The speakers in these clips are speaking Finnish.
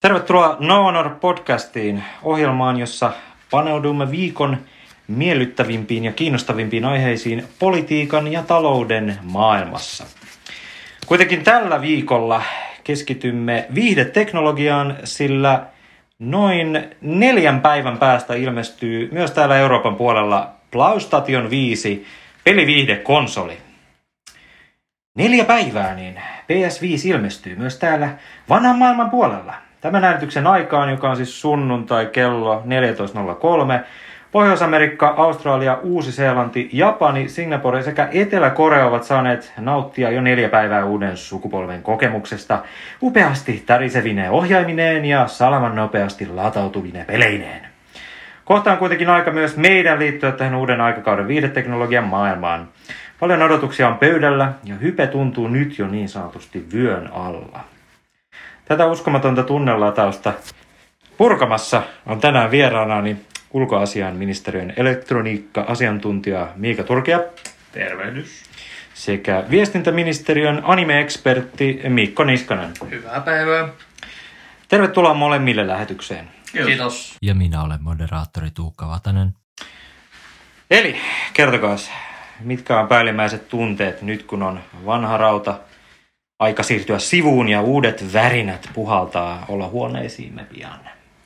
Tervetuloa No Honor podcastiin, ohjelmaan, jossa paneudumme viikon miellyttävimpiin ja kiinnostavimpiin aiheisiin politiikan ja talouden maailmassa. Kuitenkin tällä viikolla keskitymme viihdeteknologiaan, sillä noin 4 päivän päästä ilmestyy myös täällä Euroopan puolella PlayStation 5 peliviihdekonsoli. 4 päivää, niin PS5 ilmestyy myös täällä vanhan maailman puolella. Tämän äänityksen aikaan, joka on siis sunnuntai kello 14.03, Pohjois-Amerikka, Australia, Uusi-Seelanti, Japani, Singapore sekä Etelä-Korea ovat saaneet nauttia jo 4 päivää uuden sukupolven kokemuksesta upeasti tärisevine ohjaimineen ja salaman nopeasti latautuvine peleineen. Kohta on kuitenkin aika myös meidän liittyä tähän uuden aikakauden viihdeteknologian maailmaan. Paljon odotuksia on pöydällä ja hype tuntuu nyt jo niin sanotusti vyön alla. Tätä uskomatonta tunnelatausta purkamassa on tänään vieraanani ulkoasiainministeriön elektroniikka-asiantuntija Miika Turkia. Tervehdys. Sekä viestintäministeriön anime-ekspertti Mikko Niskanen. Hyvää päivää. Tervetuloa molemmille lähetykseen. Kiitos. Ja minä olen moderaattori Tuukka Vatanen. Eli kertokaas, mitkä on päällimmäiset tunteet nyt kun on vanha rauta, aika siirtyä sivuun ja uudet värinät puhaltaa olla huoneisiimme pian?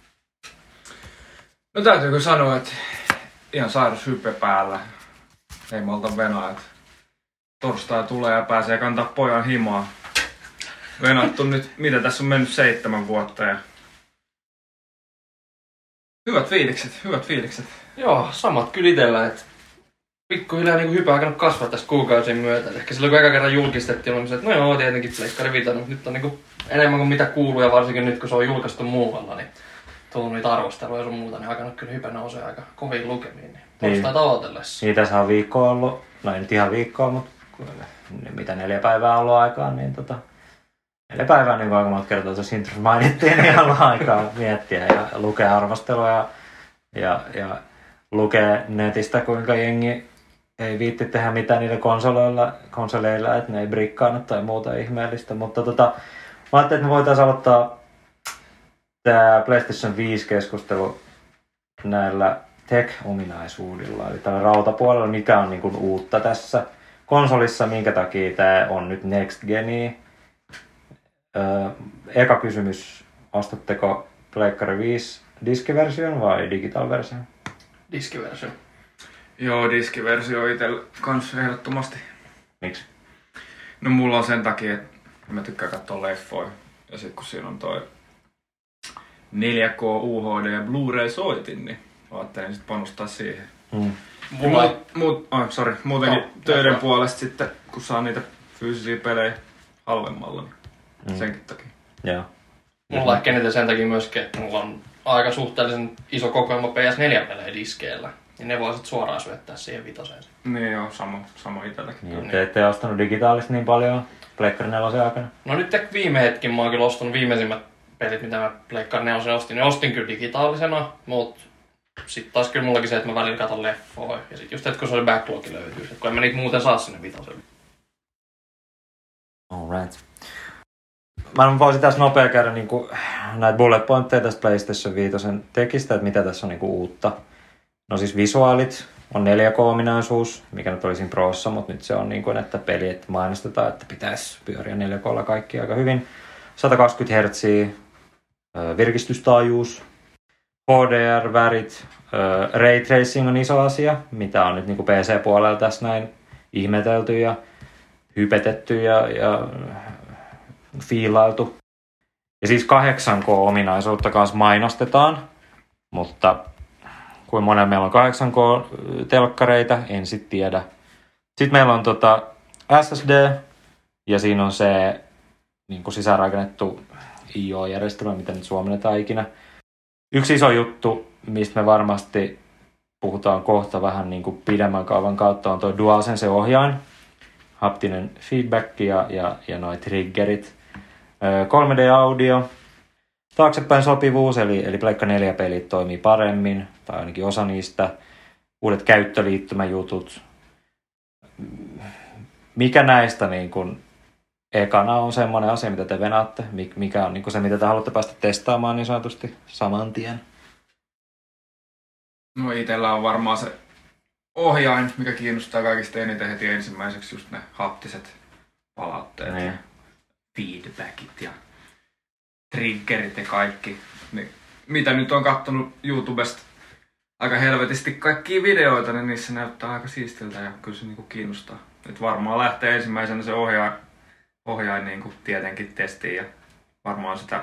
No täytyykö sanoa, että ihan sairas hype päällä. Ei malta venaa, että torstai tulee ja pääsee kantaa pojan himaa. Venattu nyt, mitä tässä on mennyt 7 vuotta ja hyvät fiilikset. Joo, samat kyllä itsellä, että pikkuhiljaa niin hype on alkanut kasvaa tässä kuukausien myötä. Ehkä silloin kun eka kerran julkistettiin, oli se, että no joo, tietenkin Pleikkari Vita, mutta nyt on niin enemmän kuin mitä kuuluu ja varsinkin nyt kun se on julkaistu muualla, niin tullut niitä arvosteluja ja sun muuta, niin alkanut kyllä hype nousee aika koviin lukemiin. Niin tavoitellessa. Niin, tässä on viikkoa ollut, no ei nyt ihan viikkoa, mutta mitä 4 päivää on ollut aikaa, niin 4 päivää, niin kuin aika monta kertaa tuossa introssa mainittiin, niin on ollut aikaa miettiä ja lukea arvostelua ja lukea netistä, kuinka jengi ei viitti tehdä mitään niillä konsoleilla, että ne ei brikkaannut tai muuta ihmeellistä, mutta mä ajattelin, että me voitaisiin aloittaa tämä PlayStation 5-keskustelu näillä tech-ominaisuudilla, eli tällä rautapuolella, mikä on niin kuin uutta tässä konsolissa, minkä takia tämä on nyt next geni. Eka kysymys, ostatteko Pleikkari 5 diskiversion vai digital-version? Diskiversio. Joo, diskiversio itsellä kanssa ehdottomasti. Miksi? No mulla on sen takia, että mä tykkään katsoa leffoja. Ja sit kun siinä on toi 4K UHD ja Blu-ray-soitin, niin ajattelin sit panostaa siihen. Muutenkin töiden puolesta sitten, kun saa niitä fyysisiä pelejä halvemmalla, niin senkin takia. Joo. Mulla ehkä eniten sen takia myöskin, että mulla on aika suhteellisen iso kokoelma PS4-pelejä diskeillä. Niin ne voi sit suoraan syöttää siihen 5. Niin joo, sama itselläkin. Niin, te ette ostanut digitaalista niin paljon Pleikkari 4 aikana? No nyt viime hetkin mä oon kyllä ostanut viimeisimmät pelit, mitä mä Pleikkari 4 ostin. Ne ostin kyllä digitaalisena, mutta sitten taas kyllä mullakin se, että mä välillä katon leffoja. Ja sit just, että kun se backlogi löytyy, että kun en mä niitä muuten saa sinne 5. Alright. Mä voisin tässä nopea käydä niinku näitä bullet pointteja tästä PlayStation 5 tekistä, että mitä tässä on niinku uutta. No siis visuaalit on 4K-ominaisuus, mikä nyt oli siinä Prossa, mutta nyt se on niin kuin, että pelit mainostetaan, että pitäisi pyöriä 4K:lla kaikki aika hyvin. 120 Hz, virkistystaajuus, HDR-värit, Ray Tracing on iso asia, mitä on nyt niin kuin PC-puolella tässä näin ihmetelty ja hypetetty ja fiilailtu. Ja siis 8K-ominaisuutta kanssa mainostetaan, mutta kuin monen meillä on 8K-telkkareita, en sit tiedä. Sitten meillä on SSD ja siinä on se niin kuin sisäänrakennettu IO-järjestelmä, mitä nyt suomennetaan ikinä. Yksi iso juttu, mistä me varmasti puhutaan kohta vähän niin kuin pidemmän kaavan kautta, on tuo DualSense-ohjain, haptinen feedback ja noi triggerit. 3D-audio, taaksepäin sopivuus, eli Pleikka 4-pelit toimii paremmin, tai ainakin osa niistä. Uudet käyttöliittymäjutut. Mikä näistä niin kun ekana on semmoinen asia, mitä te venaatte, mikä on niinku se, mitä te haluatte päästä testaamaan niin sanotusti saman tien? No itellä on varmaan se ohjain, mikä kiinnostaa kaikista eniten heti ensimmäiseksi, just ne haptiset palautteet ja feedbackit ja triggerit ja kaikki. Niin, mitä nyt on kattonut YouTubesta aika helvetisti kaikkia videoita, niin niissä näyttää aika siistiltä ja kyllä se niinku kiinnostaa. Et varmaan lähtee ensimmäisenä se ohjain niinku tietenkin testiin ja varmaan sitä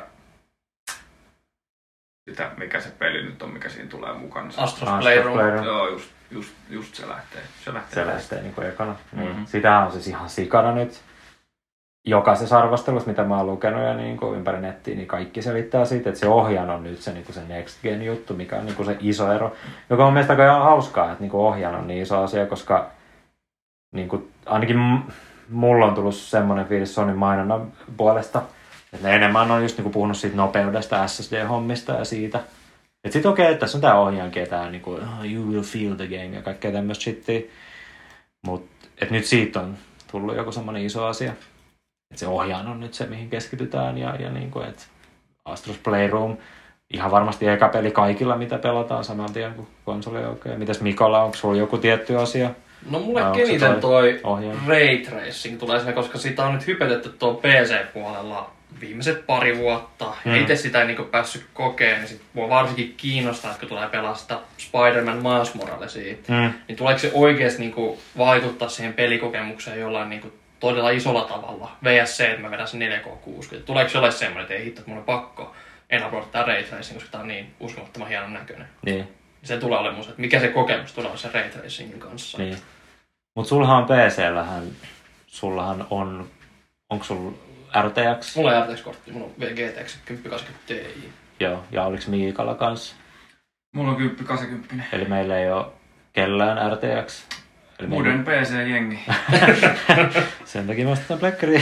mikä se peli nyt on, mikä siinä tulee mukana. Astros Playroom. Joo, just se lähtee. Se lähtee niinku ekana. Sitähän on siis ihan sikana nyt. Jokaisessa arvostelussa, mitä mä oon lukenut ja niinku ympäri nettiä, niin kaikki selittää siitä, että se ohjaan on nyt se, niinku se next gen juttu, mikä on niinku se iso ero. Joka on mielestäni aika hauskaa, että niinku ohjaan on niin iso asia, koska niinku, ainakin mulla on tullut semmoinen fiilis Sonyn mainonnan puolesta, että ne enemmän on just niinku puhunut siitä nopeudesta, SSD-hommista ja siitä. Että sit okei, että tässä on tää ohjaankin ja tää niinku, you will feel the game ja kaikkea tämmöistä shittiä. Mut et nyt siitä on tullut joku semmoinen iso asia. Että se ohjaan on nyt se, mihin keskitytään ja niinku, että Astros Playroom, ihan varmasti eka peli kaikilla, mitä pelataan saman tien kuin konsoli oikein. Mitäs Mikola, onko sulla joku tietty asia? No mulle keniten toi Ray Tracing tulee sinne, koska sitä on nyt hypetetty tuo PC-puolella viimeiset pari vuotta. Itse sitä ei niinku päässyt kokeen, niin sit mua varsinkin kiinnostaa, että kun tulee pelaa sitä Spider-Man Miles Moralesia, niin tuleeko se oikeasti niinku vaikuttaa siihen pelikokemukseen jollain niinku todella isolla tavalla. VS se, että mä vedän sen 4K60. Tuleeko jollain semmoinen, että ei hitto, että mulla on pakko enabloida tää Ray Tracing, koska tää on niin uskomattoman hienon näköinen. Niin. Se tulee olemaan musta, että mikä se kokemus tulee olla sen Ray Tracingin kanssa. Niin. Mut sullahan PC-lähän, sullahan onko sulla RTX? Mulla on RTX-kortti, mulla on GTX 1080 Ti. Joo, ja oliks Miikalla kanssa? Mulla on 1080. Eli meillä ei oo kellään RTX. Uuden PC-jengi. Sen takia mä ostetaan plekkariin.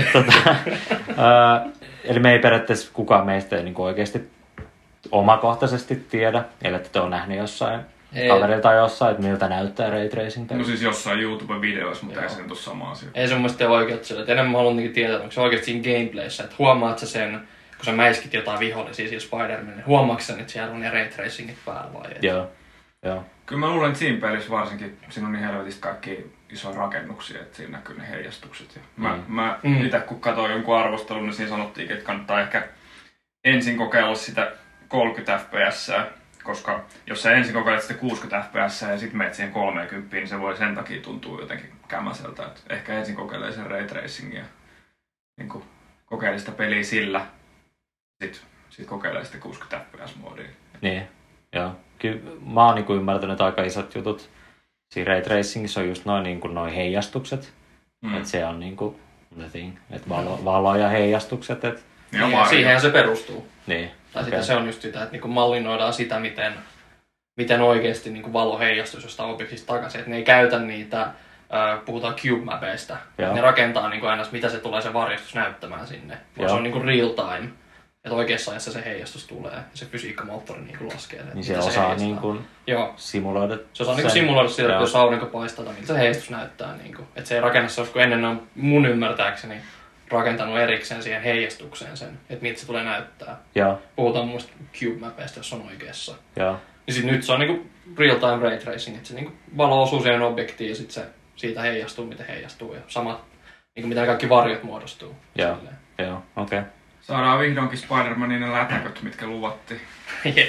Eli me ei periaatteessa kukaan meistä ei niinku oikeesti omakohtaisesti tiedä, ellei te ole nähnyt jossain kaverilta jossain, että miltä näyttää Ray Tracing. No siis jossain YouTube-videoissa, mutta ei se nyt ole sama asia. Ei se mun mielestä ole oikein sillä, että enemmän mä haluan tietää, onko se oikeasti siinä gameplayssä, että huomaat sä sen, kun sä mäiskit jotain vihollisia siellä Spider-Man, niin huomaatko sä, että siellä on ne Ray Tracingit päällä vai? Joo. Kyllä mä luulen, että siinä pelissä varsinkin, siinä on niin helvetistä kaikki isoja rakennuksia, että siinä näkyy ne heijastukset. Ja mä itse kun katsoin jonkun arvostelun, niin siinä sanottiin, että kannattaa ehkä ensin kokeilla sitä 30 fps, koska jos sä ensin kokeilet sitä 60 fps ja sitten menet siihen 30, niin se voi sen takia tuntua jotenkin kämäseltä. Että ehkä ensin kokeilee sen Ray Tracingia, niin kokeilee sitä peliä sillä, sitten kokeilee sitä 60 fps-moodia. Niin, joo. Kyllä mä oon niinku ymmärtänyt, että aika isot jutut siinä Ray Tracingissa on just noin heijastukset. Että se on niinku the thing, että valo ja heijastukset. Siihen se perustuu. Niin. Tai sitten se on just sitä, että niinku mallinnoidaan sitä, miten oikeasti niinku valo heijastuu jostain objektista takaisin. Että ne ei käytä niitä, puhutaan cube-mapeista. Ne rakentaa niinku aina, mitä se tulee se varjostus näyttämään sinne. Se on niinku real time. Että oikeassa ajassa se heijastus tulee ja se fysiikkamoottori niinku laskee sen. Niin se osaa niinku simuloida. Se osaa niinku simuloida sitä, että jos aurinko paistaa tai miltä se heijastus näyttää. Niinku. Että se ei rakenna se, kun ennen on mun ymmärtääkseni rakentanut erikseen siihen heijastukseen sen, että miltä se tulee näyttää. Ja. Puhutaan muista cube-mapeista, jos on oikeassa. Ja sit nyt se on niinku real-time ray tracing, että se niinku valo osuu siihen objektiin ja sit se siitä heijastuu, miten heijastuu. Ja samat, niinku mitä kaikki varjot muodostuu. Joo, okei. Saadaan vihdoinkin Spider-Manin ne lätäköt, mitkä luvattiin. Jep.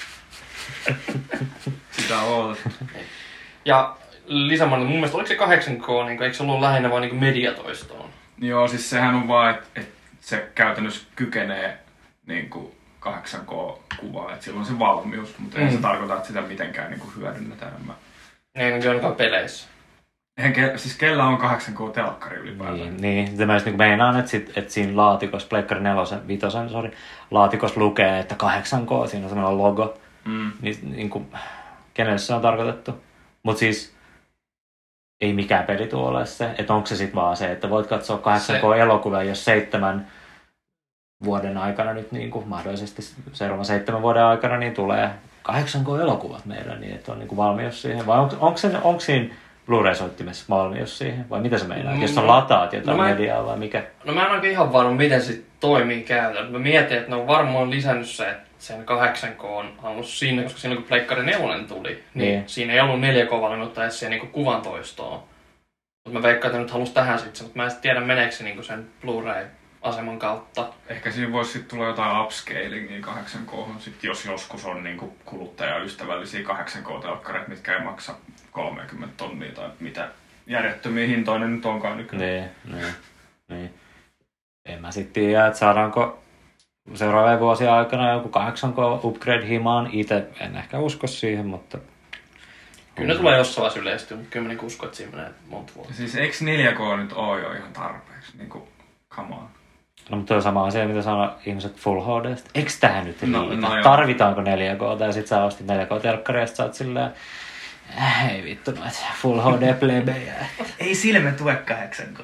Sitä on odotettu. Ja lisämaan, mun mielestä oliko se 8K, niin eikö se ollut lähinnä vaan niin mediatoistoon? Joo, siis sehän on vaan, että se käytännössä kykenee niin kuin 8K-kuvaa, että silloin se valmius, mutta ei se tarkoita, että sitä mitenkään niin kuin hyödynnetään. Ei niin ainakaan peleissä. Siis kellä on 8K-telkkari ylipäätään? Niin. Mä just meinaan, että siinä laatikossa, Pleikkari 4, laatikossa lukee, että 8K, siinä on semmoinen logo. Niin kuin, kenelle se on tarkoitettu. Mutta siis ei mikään peli tuo ole se, että onko se sitten vaan se, että voit katsoa 8K-elokuvia, jos 7 vuoden aikana nyt niin kuin mahdollisesti seuraavan 7 vuoden aikana niin tulee 8K-elokuvat meillä, niin että on niin kuin valmius siihen. Vai onko siinä Blu-ray-soittimessa valmius siihen? Vai mitä se meinaa? Jos sä lataat jotain mediaa vai mikä? No mä en oikein ihan varma, miten se toimii käytännössä. Mä mietin, että ne on varmaan lisännyt sen 8K on halunnut sinne, koska silloin kun Pleikkari 4 tuli, niin siinä ei ollut 4K-valmiutta edes siihen niin kuvan toistoon. Mutta mä veikkaan, että nyt halus tähän sitten, mutta mä en tiedä meneekö se niin sen Blu-ray-aseman kautta. Ehkä siinä voisi sitten tulla jotain upscalingia 8K, sit jos joskus on niinku kuluttajaystävällisiä 8K-telkkareita, mitkä ei maksa 30 tonnia tai mitä järjettömiä hintoja ne nyt onkaan nykyään. Niin. En mä sitten tiedä, että saadaanko seuraavien vuosien aikana joku 8K upgrade himaan. Itse en ehkä usko siihen, mutta... Kyllä ne tulee jossain vaiheessa yleistyä, mutta kyllä mä niin uskon, että siinä menee monta vuotta. Siis eikö 4K nyt ole jo ihan tarpeeksi? Niinku, come on. No mutta on sama asia, mitä sanoo ihmiset Full HD:stä. Eikö tähän nyt riitä? No, tarvitaanko 4K? Ja sit sä ostit 4K-telkkaria ja sit sä oot silleen... Ei vittu noita Full HD-plebejä. Ei silmä tue 8K.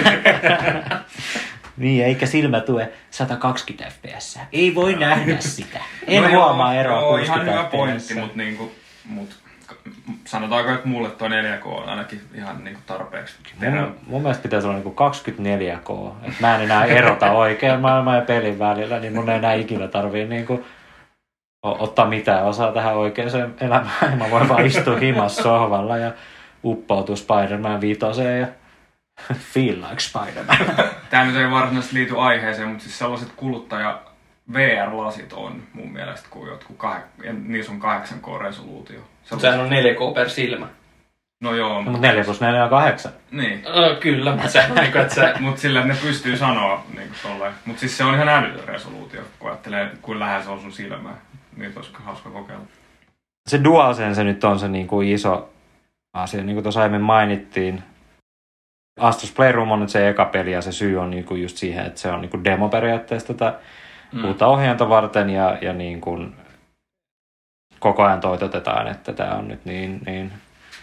Niin, eikä silmä tue 120 fps. Ei voi nähdä sitä. En huomaa eroa 60 ihan hyvä fps. pointti, mutta sanotaanko, että mulle tuo 4K on ainakin ihan niinku tarpeeksi. Mun mielestä pitäisi olla niinku 24K. Et mä en enää erota oikein maailman ja pelin välillä, niin mun ei enää ikinä tarvii niinku ottaa mitään osaa tähän oikeaan elämään. Mä voin vaan istua himassa sohvalla ja uppoutua Spider-Man 5 ja feel like Spider-Man. Tää nyt ei varsinaisesti liity aiheeseen, mutta siis sellaiset kuluttaja VR-lasit on mun mielestä kuin jotkut, niissä on 8K-resoluutio. Sehän on 4K per silmä. No joo. No, mutta 4 + 4 on 8. Niin. Kyllä, mutta se että se... Mut sillä, että ne pystyy sanoa niinku tolleen. Mut siis se on ihan älytön resoluutio, kun ajattelee, kuin lähellä se on sun silmään. Niin olisiko hauska kokeilla. Se DualSense nyt on se niinku iso asia, niin kuin tuossa aiemmin mainittiin. Astro's Playroom on nyt se eka peli ja se syy on niinku just siihen, että se on niinku demo periaatteessa tätä uutta ohjainta varten ja niin kuin koko ajan toitotetaan, että tämä on nyt niin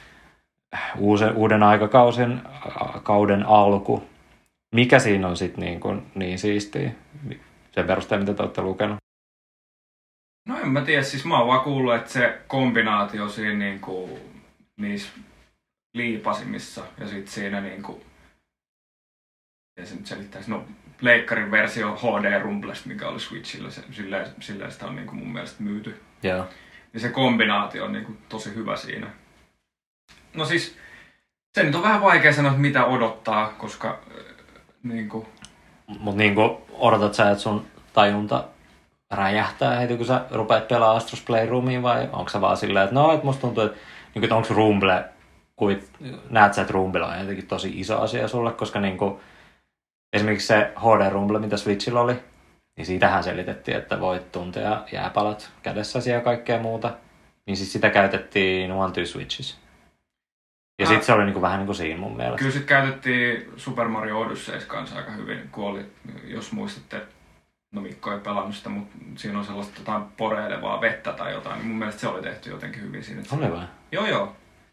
uuden kauden alku. Mikä siinä on sitten niin siistiä sen perusteella, mitä te olette lukenut? No en mä tiedä, siis mä oon vaan kuullut, että se kombinaatio siinä niinku niissä liipasimissa ja sitten siinä niinku, miten se nyt selittäisi, no pleikkarin versio HD-rumblesta, mikä oli Switchillä, sillä sitä on niinku mun mielestä myyty. Joo. Ja se kombinaatio on niinku tosi hyvä siinä. No siis, se nyt on vähän vaikea sanoa, että mitä odottaa, koska niinku... Mut niinku, odotat sä, että sun tajunta räjähtää heti, kun sä rupeat pelaamaan Astro's Playroomiin, vai onko sä vaan silleen, että no, että musta tuntuu, että onko Rumble, näet sä, että Rumble on jotenkin tosi iso asia sulle, koska niinku, esimerkiksi se HD Rumble, mitä Switchillä oli, niin siitähän selitettiin, että voit tuntea jääpalat kädessäsi ja kaikkea muuta. Niin siis sitä käytettiin One Switchissä. Ja sitten se oli niinku vähän niin kuin siinä mun mielestä. Kyllä sit käytettiin Super Mario Odysseys kanssa aika hyvin, kun oli, jos muistatte, no Mikko ei pelannut sitä, mutta siinä on sellaista jotain poreilevaa vettä tai jotain, niin mun mielestä se oli tehty jotenkin hyvin siinä. Oli vai? Joo.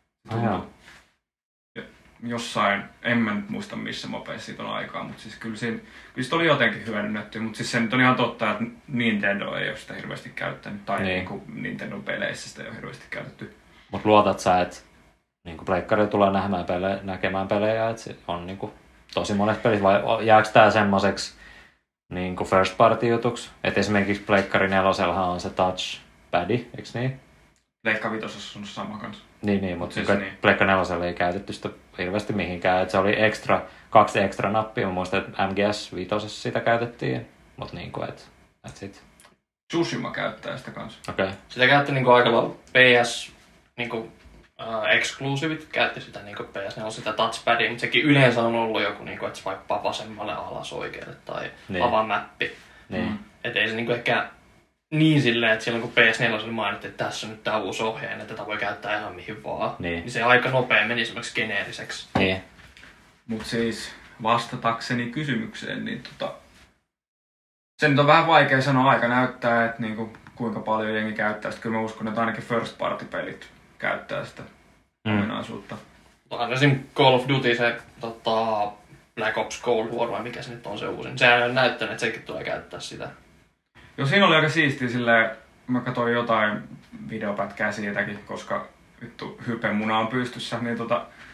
Jossain, en mä nyt muista missä mopeissa siitä on aikaa, mutta siis kyllä sitä oli jotenkin hyödynnetty, mutta siis se nyt on ihan totta, että Nintendo ei ole sitä hirveästi käyttänyt, tai niin Nintendo peleissä sitä ei ole hirveästi käytetty. Mutta luotat sä, että niin pleikkari tulee näkemään pelejä, että se on niin tosi monessa pelissä, vai jääkö tää semmoiseksi niin first party jutuksi? Että esimerkiksi pleikkari 4 on se touchpadi, eikö niin? Pleikka 5 on sama kanssa. Niin, mutta siis Pleikka 4 ei käytetty sitä hirveästi mihinkään. Et se oli 2 ekstra nappia. Mä muistan, että MGS 5 sitä käytettiin. Mutta niin kuin, et sit. Tsushima käyttää sitä kanssa. Okay. Sitä käytti niinku aika lailla PS niinku, exclusivit käytti sitä niinku PS4 sitä touchpadia, mutta sekin yleensä on ollut joku, niinku, että swipeaa vasemmalle alas oikealle tai avaa mäppi. Niin. Et ei se niinku ehkä niin silleen, että silloin kun PS4 mainittiin, että tässä on nyt tää uusi ohjeen, että tätä voi käyttää ihan mihin vaan, niin se aika nopea meni semmoiksi geneeriseksi. Niin. Mut siis vastatakseni kysymykseen, niin se nyt on vähän vaikea sanoa, aika näyttää, että niinku, kuinka paljon jengi käyttää sitä. Kyllä mä uskon, että ainakin first party pelit käyttää sitä ominaisuutta. Esimerkiksi Call of Duty, se Black Ops Cold War, vai mikä se nyt on se uusin. Sehän on näyttänyt, että sekin tulee käyttää sitä. Joo, siinä oli aika siistiä silleen, mä katsoin jotain videopätkää siitäkin, koska vittu hypemuna on pystyssä, niin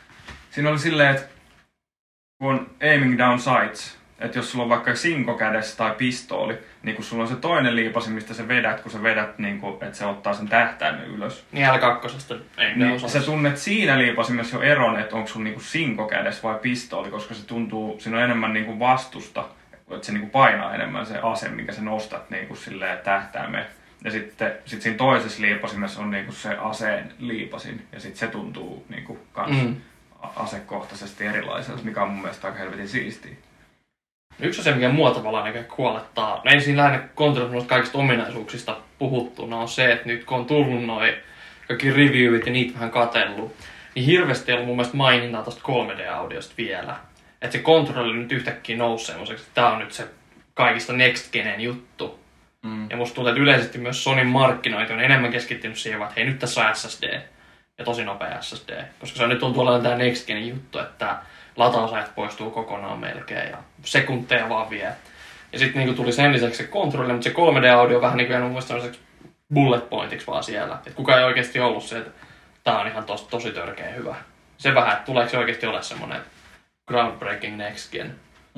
Siinä oli silleen, että kun on aiming down sights, että jos sulla on vaikka sinko kädessä tai pistooli, niin kun sulla on se toinen liipasin, mistä sä vedät, kun sä vedät, niin kun, että se ottaa sen tähtäimen ylös. Niin L2 niin sä tunnet siinä liipasimessa jo eron, että onko sulla niin sinko kädessä vai pistooli, koska se tuntuu, siinä on enemmän niin vastusta, että se niin painaa enemmän se ase, minkä sä nostat niin silleen tähtäimeen. Ja sitten siinä toisessa liipasimessa on niin se aseen liipasin, ja sitten se tuntuu niin kans asekohtaisesti erilaiselta, mikä on mun mielestä aika helvetin siistiä. Yksi asia, mikä mua tavallaan niin kuolettaa, no ei siinä lähinnä kontrollista kaikista ominaisuuksista puhuttuna, on se, että nyt kun on tullut noi kaikki reviewit ja niitä vähän katsellut, niin hirveästi ei ollut mun mielestä mainintaa tosta 3D-audiosta vielä. Että se kontrolli nyt yhtäkkiä nousi semmoiseksi, että tää on nyt se kaikista next genen juttu. Ja musta tuntuu, että yleisesti myös Sonyn markkinointi on enemmän keskittynyt siihen, että hei nyt tässä on SSD. Ja tosi nopea SSD. Koska se on nyt tuntuu olevan tää next genen juttu, että latausajat poistuu kokonaan melkein ja sekunteja vaan vie. Ja sitten niinku tuli sen lisäksi se kontrolli, mutta se 3D-audio vähän niinku mun mielestä bullet pointiksi vaan siellä. Että kukaan ei oikeasti ollut se, että tää on ihan tosi törkeä hyvä. Se vähän, että tuleeko se oikeasti ole semmonen groundbreaking next gen.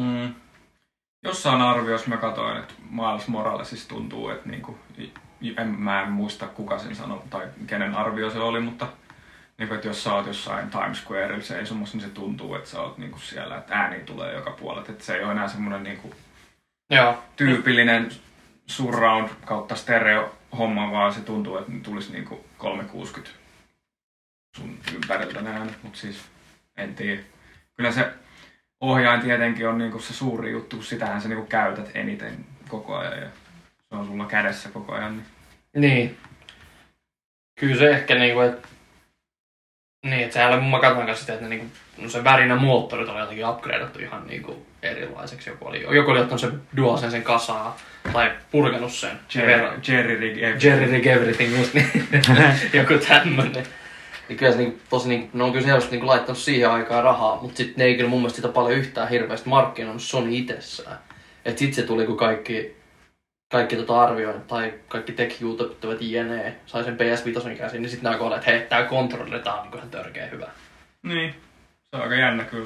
Jossain arviossa mä katsoin, että Miles Moralesissa tuntuu, että niinku, mä en muista kuka sen sanoi tai kenen arvio se oli, mutta niinku, että jos sä oot jossain Times Squarella seisomassa, niin se tuntuu, että sä oot niinku siellä, että ääni tulee joka puolelta. Että se ei ole enää semmoinen niinku tyypillinen surround kautta stereo homma, vaan se tuntuu, että tulisi niinku 360 sun ympäriltä ne äänet, mutta siis en tiedä. Kyllä se ohjain tietenkin on niinku se suuri juttu, kun sitähän sä niinku käytät eniten koko ajan ja se on sulla kädessä koko ajan. Niin. Kyllä se ehkä niinku, että niin, että sehän mä katsoin kanssa sitä, että niinku, no se värinä moottorit oli jotenkin upgradeattu ihan niinku erilaiseksi. Joku oli ottanut sen DualSensen kasaa tai purkanut sen. Jerry rig everything, just niin. Joku tämmönen. Niin kyllä se niinku, tosi niinku, ne on kyllä selvästi niinku laittanut siihen aikaan rahaa, mutta sitten ne ei kyllä mun mielestä sitä paljon yhtään hirveästi markkinoinut Sony itsessään. Et sit se tuli, kun kaikki arvioinnit tai kaikki tech-YouTubet jne. Sai sen PS5 käsin, niin sitten ne alkoi, että hei, tää kontrolli, tää on niinku ihan törkeä hyvä. Niin, se on aika jännä kyllä.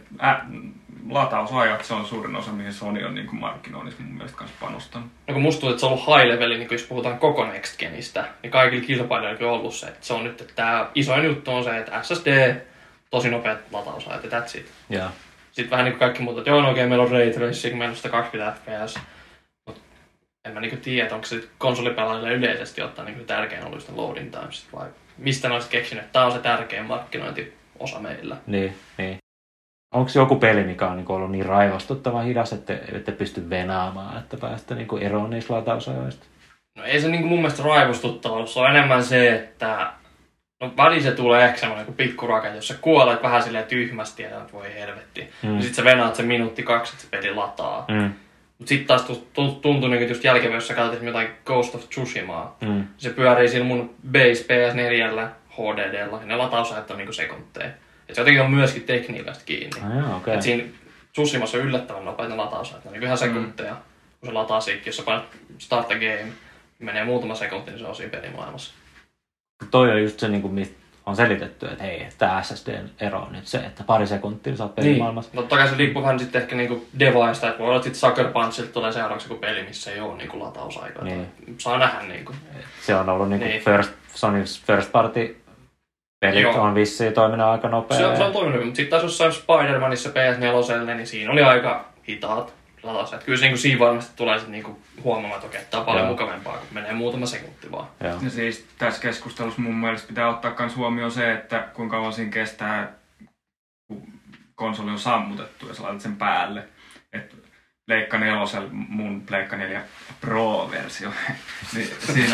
Latausajat, se on suurin osa, mihin Sony on niinku markkinoinnissa mun mielestä kanssa panostanut. No kun musta tuntuu, että se on ollut high leveli, niin jos puhutaan koko Next Genistä, niin kaikilla kilpailijoilla on ollut se, että se on nyt, että tää isoin juttu on se, että SSD, tosi nopeat latausajat ja that's it. Yeah. Sitten vähän niin kuin kaikki muut, että joo, no okei, meillä on Ray Tracing, meillä on sitä 20 fps. Mutta en mä niinku tiedä, onko se konsolipelaajille yleisesti ottaen niinku tärkein ollut sitä loading times, vai mistä ne olisi keksinyt, että tää on se tärkein markkinointiosa meillä. Niin. Onko joku peli, mikä on ollut niin raivostuttavan hidas, että ette pysty venaamaan, että päästä eroon niistä latausajoista? No ei se mun mielestä raivostuttava ollut. Se on enemmän se, että no väliin se tulee ehkä semmoinen kuin pikkuraka, jos sä kuolet vähän silleen tyhmästi ja voi helvetti. Ja sit sä venaat sen minuutti 2, että se peli lataa. Mut sit taas tuntuu niin, että just jälkeen, jos sä katsot jotain Ghost of Tsushimaa, se pyörii sillä mun base PS4 HDD:llä ja ne latausajat on niinku sekunteja. Et se jotenkin on myöskin tekniikasta kiinni. Okay. Et siinä Tsushimassa on yllättävän nopeita latausajat, ne on niinku ihan sekunteja. Kun se lataa siitä, jos sä painat start the game, menee muutama sekunti, niin se on siinä pelimaailmassa. Toi on just se, mistä on selitetty, että hei, tämä SSDn ero on nyt se, että pari sekuntia sä oot pelimaailmassa. Niin. Totta kai se liippuu vähän sitten ehkä niinku deviceista, että voi olla, että sitten Sucker Punchilta tulee seuraavaksi joku peli, missä ei ole niinku latausaikaa. Niin. Saa nähdä niinku. Se on ollut Sony's first party pelit on vissiin toiminut aika nopea. Se on toiminut, mutta sitten taas jossain Spider-Manissa PS4, niin siinä oli aika hitaat latausajat. Kyllä se siinä varmasti tulee sitten niinku huomaamaan, että okei, tämä on paljon mukavampaa, kun menee muutama sekunti vaan. Ja siis tässä keskustelussa mun mielestä pitää ottaa myös huomioon se, että kuinka kauan siinä kestää, kun konsoli on sammutettu ja sä laitat sen päälle. Et Pleikka 4, mun Pleikka 4 Pro-versio, niin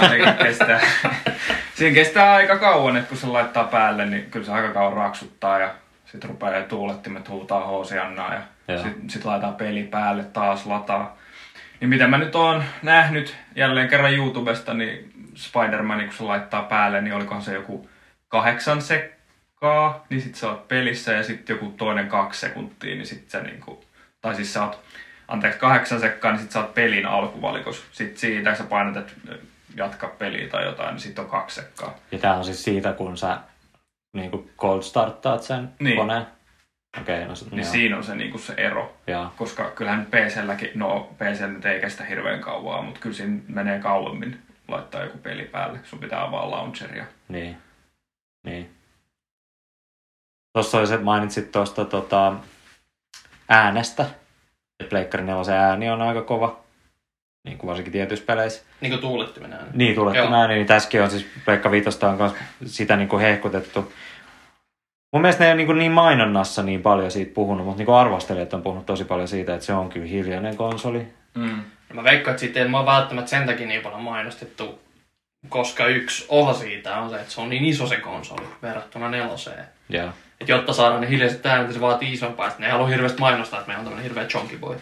siinä kestää aika kauan, että kun se laittaa päälle, niin kyllä se aika kauan raksuttaa ja sitten rupeaa tuulettimet huutaa hoosiannaa ja sit laitetaan peli päälle, taas lataa. Niin mitä mä nyt oon nähnyt jälleen kerran YouTubesta, niin Spider-Man, kun se laittaa päälle, niin olikohan se joku 8 sekkaa, niin sit sä oot pelissä ja sitten joku toinen 2 sekuntia, niin sit sä niinku, tai siis sä oot, 8 sekkaa, niin sit sä oot pelin alkuvalikossa. Sitten siitä sä painat, että jatka peliä tai jotain, niin sit on 2 sekkaa. Ja tää on siis siitä, kun sä cold starttaat sen koneen. Okei, no Niin siinä on se, niinku se ero. Jaa. Koska kyllähän PC:lläkin, no PC nyt ei kestä hirveän kauaa, mutta kyllä siinä menee kauemmin laittaa joku peli päälle. Sun pitää avaa launcheria. Niin. Tuossa oli se, mainitsit tuosta äänestä. Että Pleikkari 4 ääni on aika kova. Niin kuin varsinkin tietyissä peleissä. Niin kuin tuulettimen ääni. Niin, tuulettimen ääni. Niin tässäkin on siis Pleikka 5 on myös sitä niin kuin hehkutettu. Mun mielestä ne ei ole niin mainonnassa niin paljon siitä puhunut, mutta niin arvostelijat on puhunut tosi paljon siitä, että se on kyllä hiljainen konsoli. Mä veikkaan, että siitä ei ole välttämättä sen takia niin paljon mainostettu, koska yksi osa siitä on se, että se on niin iso se konsoli verrattuna 4:een. Yeah. Että jotta saadaan ne hiljaiset äänet, niin se vaatii isompaa. Sitten ne ei halua hirveästi mainostaa, että meillä on tämmöinen hirveä chonky boy.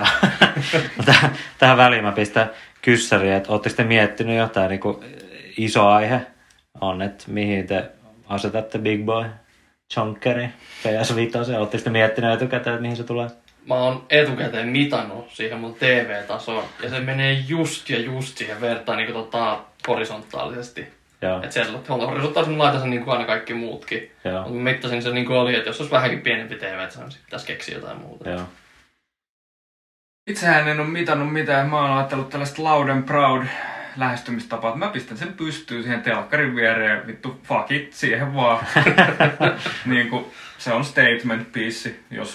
Tähän väliin mä pistän kyssäriin, että ootte sitten miettinyt jo, tää niinku iso aihe on, että mihin te asetatte Big Boy Chonkeri PS5. Ootte sitten miettinyt etukäteen, että mihin se tulee? Mä oon etukäteen mitannut siihen mun TV-tasoon, ja se menee just siihen vertaan niin horisontaalisesti. Että siellä horisontaalisesti mä laitan sen niin kuin aina kaikki muutkin. Mutta mä mittasin se niin kuin oli, että jos olisi vähänkin pienempi TV, että se pitäisi keksiä jotain muuta. Joo. Itsehän en ole mitannut mitään. Mä oon ajatellut tällaista loud and proud lähestymistapaa, että mä pistän sen pystyyn siihen telkkarin viereen, vittu fuck it, siihen vaan. Niin kuin, se on statement piece,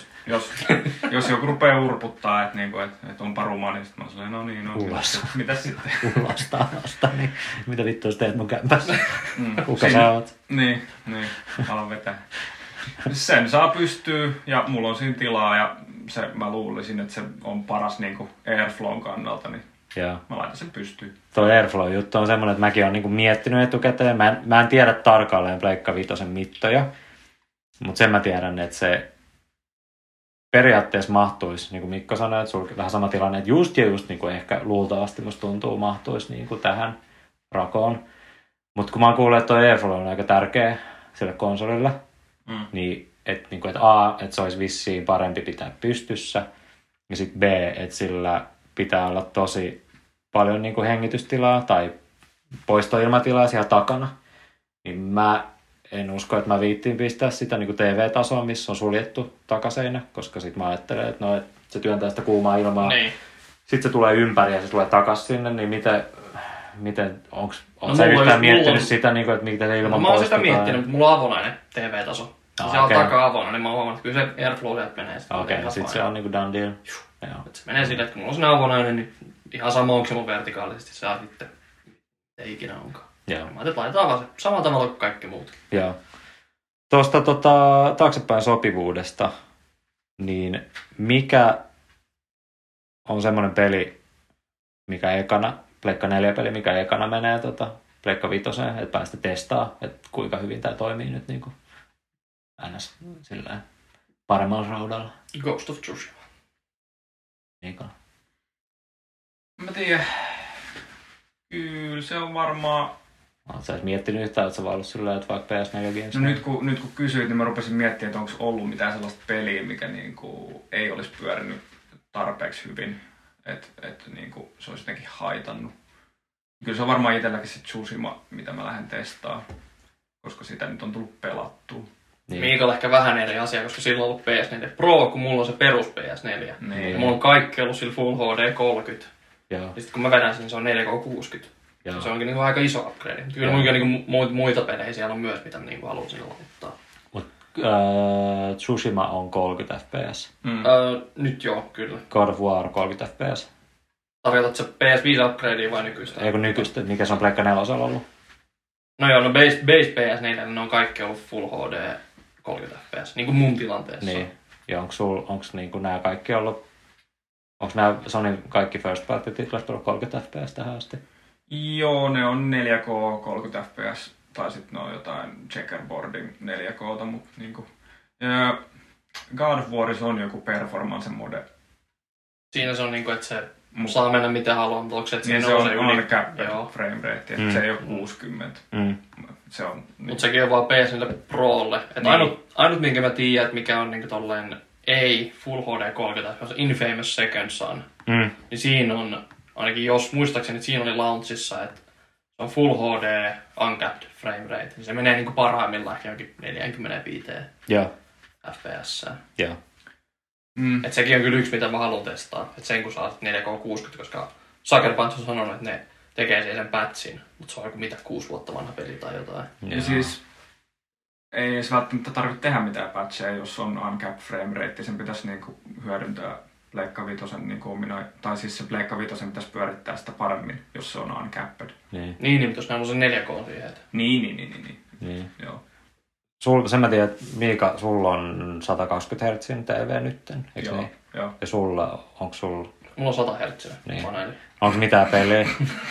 jos joku rupeaa urputtaa, että niinku, et onpa ruma, niin sit mä oon no niin, no mitäs sitten? Ulostaa, niin mitä vittua sä teet mun kämpässä? Kuka sä oot? Niin, alan vetää. Sen saa pystyä ja mulla on siinä tilaa ja se, mä luulisin, että se on paras niinku Airflown kannalta, niin mä laitan sen pystyyn. Tuo Airflow-juttu on semmoinen, että mäkin oon niinku miettinyt etukäteen. Mä en tiedä tarkalleen Pleikka 5 mittoja, mutta sen mä tiedän, että se periaatteessa mahtuisi, niin kuin Mikko sanoi, että sulla on vähän sama tilanne, että just niin kuin ehkä luultavasti musta tuntuu mahtuisi niin kuin tähän rakoon. Mutta kun mä oon kuullut, että tuo Airflow on aika tärkeä sille konsolille, niin että niinku, A, että se olisi vissiin parempi pitää pystyssä, ja sitten B, että sillä pitää olla tosi paljon niin kuin hengitystilaa tai poistoilmatilaa siellä takana, niin mä en usko, että mä viittiin pistää sitä niin kuin TV-tasoa, missä on suljettu takaseinä, koska sit mä ajattelen, että no, se työntää sitä kuumaa ilmaa. Niin. Sitten se tulee ympäri ja se tulee takas sinne, niin miten onko sä yhtään miettinyt sitä, niin kuin, että miten se ilman mä oon sitä poistetaan? miettinyt, mutta mulla on avonainen TV-taso. Se on taka-avonainen, niin mä oon huomannut, että kyllä se Airflow sieltä menee. Okei, sit se on niin kuin done deal. Se menee sille, että kun mulla on siinä avonainen, niin ihan sama onko se mun vertikaalisesti saa sitten, ei ikinä onkaan. Mä ajattelin, että laitetaan vaan se samalla tavalla kuin kaikki muut. Joo. Tuosta taaksepäin sopivuudesta, niin mikä on semmoinen peli, mikä ekana, Pleikka 4 peli, mikä ekana menee Pleikka 5, että päästä testaa, että kuinka hyvin tämä toimii nyt niin kuin ns. Sillä paremmalla raudalla. Ghost of Tsushima. Niinkö? Mä tiedän. Kyllä se on varmaan. Oletko sä edes miettinyt yhtään, että sä vaan ollut silleen, että vaikka PS4 Games? No nyt kun kysyit, niin mä rupesin miettimään, että onko ollut mitään sellaista peliä, mikä niinku ei olisi pyörinyt tarpeeksi hyvin. Että niinku se olisi jotenkin haitannut. Kyllä se on varmaan itselläkin se Tsushima, mitä mä lähden testaamaan. Koska sitä nyt on tullut pelattua. Niin. Miikalla ehkä vähän eri asia, koska sillä on ollut PS4 Pro, kun mulla on se perus PS4. Niin. Ja mulla on kaikki ollut sillä Full HD 30. Joo. Ja sitten kun mä vedän sen, niin se on 4K 60. Joo. Se onkin niinku aika iso upgrade. Kyllä niinku muita pelejä siellä on myös, mitä niinku haluan sinne laittaa. Tsushima on 30 fps. Nyt joo, kyllä. God of War 30 fps. Tarjotat se PS5 upgradea vai nykyistä? Eikö nykyistä, mikä se on Pleikka 4 ollut? No joo, no base PS4, ne on kaikki ollut Full HD 30 fps, niin kuin mun tilanteessa. Niin. Ja onko niinku nämä kaikki ollut, onko nämä Sony kaikki first party titlet ollut 30 fps tähän asti? Joo, ne on 4K 30 fps, tai sitten ne on jotain checkerboardin 4K:ta, mutta niinku. God of War on joku performance mode. Siinä se on niinku, että se saa mennä mitä haluaa, mutta onko se, että niin se on uncapped frame rate, että se ei ole 60. Se on, niin. Mutta sekin on vaan PS4 Prolle. Niin. Ainut minkä mä tiedän, että mikä on niinku tolleen ei Full HD 30, se on Infamous Second Son. Niin siinä on, ainakin jos muistaakseni, että siinä oli launchissa, että se on Full HD uncapped frame rate. Niin se menee niinku parhaimmillaan johonkin 45. Joo. FPS. Joo. Et sekin on kyllä yksi, mitä mä haluan testaa. Et sen kun saa 4K60, koska Sucker Punch on sanonut, että ne tekee siihen sen patchin. Mutta se on joku mitä 6 vuotta vanha peli tai jotain. Ja siis ei edes välttämättä tarvitse tehdä mitään patcheja, jos on uncapped frame rate. Sen pitäisi niinku hyödyntää Pleikka Vitosen niinku tai siis se Pleikka Vitosen pitäisi pyörittää sitä paremmin, jos se on uncapped. Niin, mutta jos näin on se 4K siihen. Niin. Joo. Sen mä tiedän, että Miika, sulla on 120 Hz TV nytten, eikö Joo, niin? joo. Ja sulla, onko sulla... Mulla on 100 Hz. Niin. Onko mitään peliä?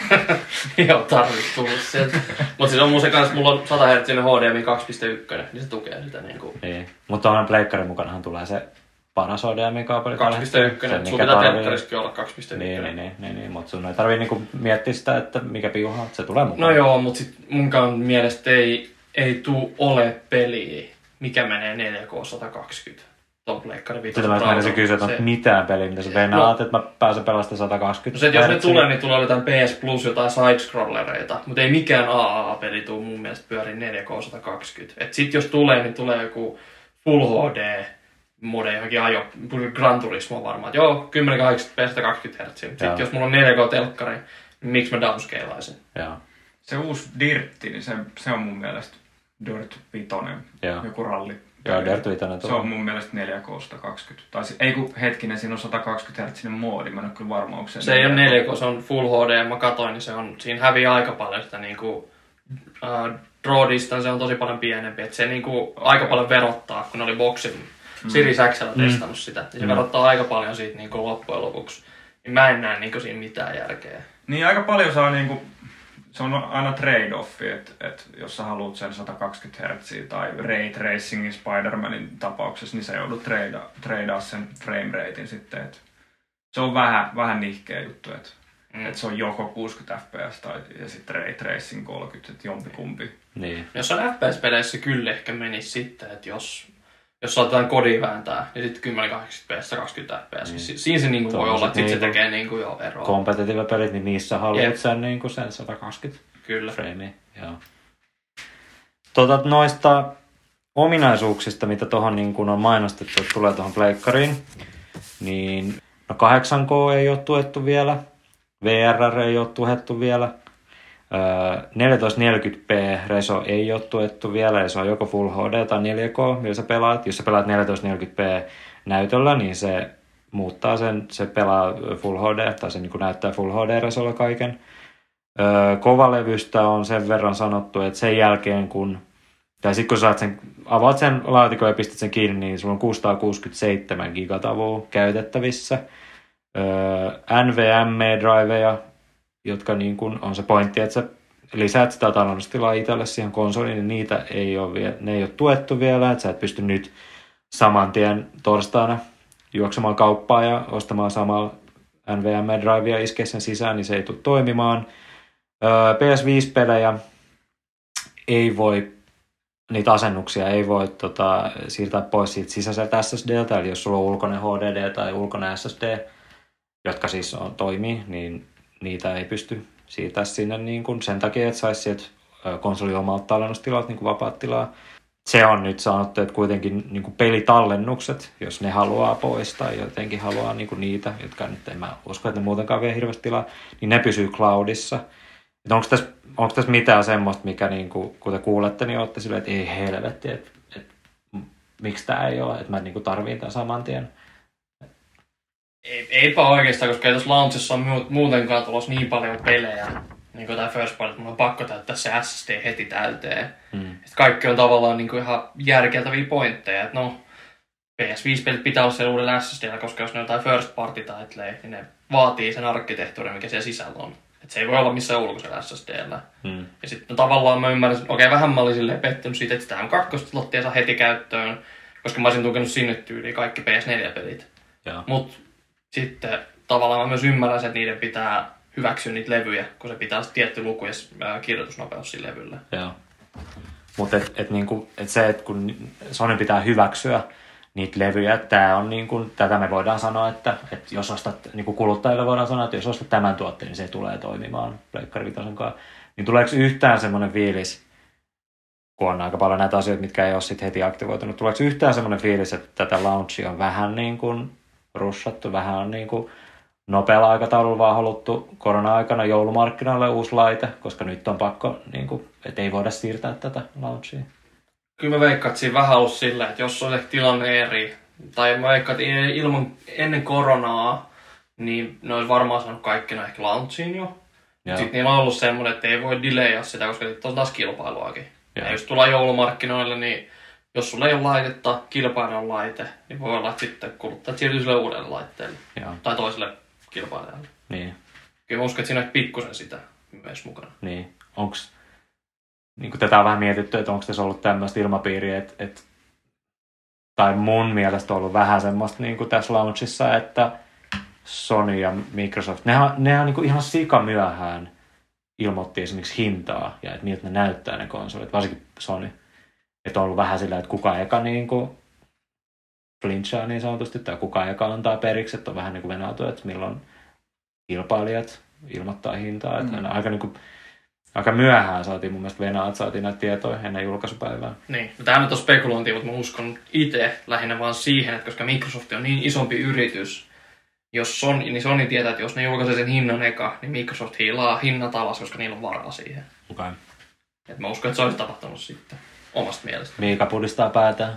Joo, tarvitsisi tulla sieltä. Mutta siis on mun se kanssa, mulla on 100 Hz HDMI 2.1, niin se tukee sitä niinku... Niin, mutta tuohon pleikkarin mukanahan tulee se paras HDMI-kaapeli. 2.1, sun pitää telkkarissakin olla 2.1. Niin, mutta sun ei tarvii niinku miettiä sitä, että mikä piuha, se tulee mukaan. No joo, mutta sit munkaan mielestä ei tuu ole peliä, mikä menee 4K 120. Tuon pleikkarin Sitten mä menisin kysyä, että on mitään peliä, mitä sä venaat, että mä pääsen pelastamaan 120. No se, että jos ne tulee, niin tulee jotain PS Plus, jotain side-scrollereita, mutta ei mikään AAA-peli tuu mun mielestä pyörin 4K 120. Et sit jos tulee, niin tulee joku Full HD mode johonkin Gran Turismo varmaan. Joo, 1080p 120 Hz. Sitten jos mulla on 4K-telkkari, niin miksi mä downscalaisin? Joo. Se uusi Dirtti, niin se on mun mielestä Dirt 5, joku ralli. Joo, Dirt 5 se on mun mielestä 4K 120. Tai ei kun hetkinen, siinä on 120 Hz moodi, mä en ole kyllä varma, onko se ei ole 4K, se on Full HD, mä katsoin, niin siinä häviää aika paljon sitä niinku... draw distance on tosi paljon pienempi, että se niinku aika paljon verottaa, kun ne oli Boxin Series X:llä testannut sitä. Ja se verottaa aika paljon siitä niinku loppujen lopuksi. Niin mä en näe niinku siinä mitään järkeä. Niin aika paljon saa niinku... Se on aina trade-offi, että jos sä haluat sen 120 Hz tai Ray Tracingin Spider-Manin tapauksessa, niin sä joudut tradea sen frame ratein sitten. Et se on vähän nihkeä juttu, että et se on joko 60 fps ja sitten Ray Tracing 30, että jompikumpi. Niin. Jos on FPS-peleissä kyllä ehkä menisi sitten, että jos saatetaan kodin vääntää, niin sitten 1080p 120 fps. Niin. Siinä se niinku voi olla, että sitten se tekee niinku jo eroa. Competitive pelit, niin niissä haluat sen, niinku sen 120 kyllä. Framea. Joo. Noista ominaisuuksista, mitä tuohon niin on mainostettu, että tulee tuohon pleikkariin, niin no 8K ei ole tuettu vielä, VRR ei ole tuettu vielä, 1440p Reso ei ole tuettu vielä, eli se on joko Full HD tai 4K, millä sä pelaat. Jos sä pelaat 1440p näytöllä, niin se muuttaa se pelaa Full HD, tai se niin näyttää Full HD-resolla kaiken. Kovalevystä on sen verran sanottu, että sen jälkeen tai sitten kun avaat sen laatikon ja pistät sen kiinni, niin sulla on 667 gigatavua käytettävissä. NVMe-driveja, jotka niin kuin on se pointti, että sä lisäät sitä taloudestilaa itselle siihen konsoliin, niin niitä ei ole tuettu vielä, että sä et pysty nyt saman tien torstaina juoksemaan kauppaan ja ostamaan samalla NVMe-drivea ja iskeä sen sisään, niin se ei tule toimimaan. PS5-pelejä ei voi, niitä asennuksia ei voi siirtää pois siitä sisäiseltä SSDltä, eli jos sulla on ulkoinen HDD tai ulkoinen SSD, jotka siis toimii, niin niitä ei pysty siirtää sinne niin kuin sen takia, että saisi sieltä konsolin omalta tallennustilalta niin kuin vapaat tilaa. Se on nyt sanottu, että kuitenkin niin kuin pelitallennukset, jos ne haluaa pois tai jotenkin haluaa niin kuin niitä, jotka nyt en mä usko, että ne muutenkaan vie hirveästi tilaa, niin ne pysyy cloudissa. Onko tässä mitään semmoista, mikä niin kuin, kun te kuulette, niin olette silleen, että ei helvetti, että miksi tämä ei ole, että mä niin kuin tarviin tämän saman tien. Eipä oikeastaan, koska ei tuossa launchissa on muutenkaan tulossa niin paljon pelejä, niin kuin tämä First Party, että mun on pakko täyttää se SSD heti täyteen. Kaikki on tavallaan niin kuin ihan järkeltäviä pointteja, että no PS5-pelit pitää olla siellä uudella SSDllä, koska jos ne on jotain First Party-titleja, niin ne vaatii sen arkkitehtuurin, mikä siellä sisällä on. Että se ei voi olla missään ulkoisella SSDllä. Ja sitten tavallaan mä ymmärrän, että vähän mä olin silleen pettynyt siitä, että sitä on kakkoslottia saa heti käyttöön, koska mä olisin tukenut sinne tyyliin kaikki PS4-pelit. Mutta sitten tavallaan mä myös ymmärrän, että niiden pitää hyväksyä niitä levyjä, kun se pitää tietty luku ja kirjoitusnopeus siinä levyllä. Joo. Mutta niinku, se, että kun Sony pitää hyväksyä niitä levyjä, tää on niinku, tätä me voidaan sanoa, että jos ostat, niinku kuluttajille voidaan sanoa, että jos ostat tämän tuotteen, niin se tulee toimimaan Pleikkari 5 kanssa. Niin tuleeko yhtään semmoinen fiilis, kun on aika paljon näitä asioita, mitkä ei ole sit heti aktivoitunut. Tuleeko yhtään semmoinen fiilis, että tätä launchia on vähän niin kuin russattu, vähän on niin kuin nopealla aikataululla vaan haluttu korona-aikana joulumarkkinoille uusi laite, koska nyt on pakko, niin kuin, että ei voida siirtää tätä launchia. Kyllä mä veikkaan, että siinä vähän ollut silleen, että jos olisi tilanne eri, tai mä veikkaan, että ennen koronaa, niin ne olisi varmaan saanut kaikkina ehkä launchiin jo. Sitten niillä on ollut semmoinen, että ei voi delayata sitä, koska sitten on taas kilpailuakin. Ja jos tullaan joulumarkkinoille, niin jos sulla ei ole laitetta, kilpailijan laite, niin voi olla, että sitten kuluttajat siirtyy sille uudelle laitteelle. Joo. Tai toiselle kilpailijalle. Niin. Kyllä mä uskon, että siinä on pikkusen sitä myös mukana. Niin. Onks, niin kuin tätä on vähän mietitty, että onko tässä ollut tämmöistä ilmapiiriä, tai mun mielestä on ollut vähän semmoista niin kuin tässä launchissa, että Sony ja Microsoft, nehän niin kuin ihan sikamyöhään ilmoitti esimerkiksi hintaa ja että miltä ne näyttää ne konsolit, varsinkin Sony. Että on ollut vähän sillä, että kuka eka niin kuin flinchaa niin sanotusti, tai kuka eka antaa periksi, että on vähän niin kuin venautu, että milloin kilpailijat ilmoittaa hintaa. Että aika myöhään saatiin mun mielestä venaa, että saatiin näitä tietoja ennen julkaisupäivää. Niin, no tämä nyt on spekulointia, mutta mä uskon itse lähinnä vaan siihen, että koska Microsoft on niin isompi yritys, jos Sony tietää, että jos ne julkaisee sen hinnan eka, niin Microsoft hiilaa hinnat alas, koska niillä on varaa siihen. Okay. Et mä uskon, että se olisi tapahtunut sitten omasta mielestä. Miika pudistaa päätään.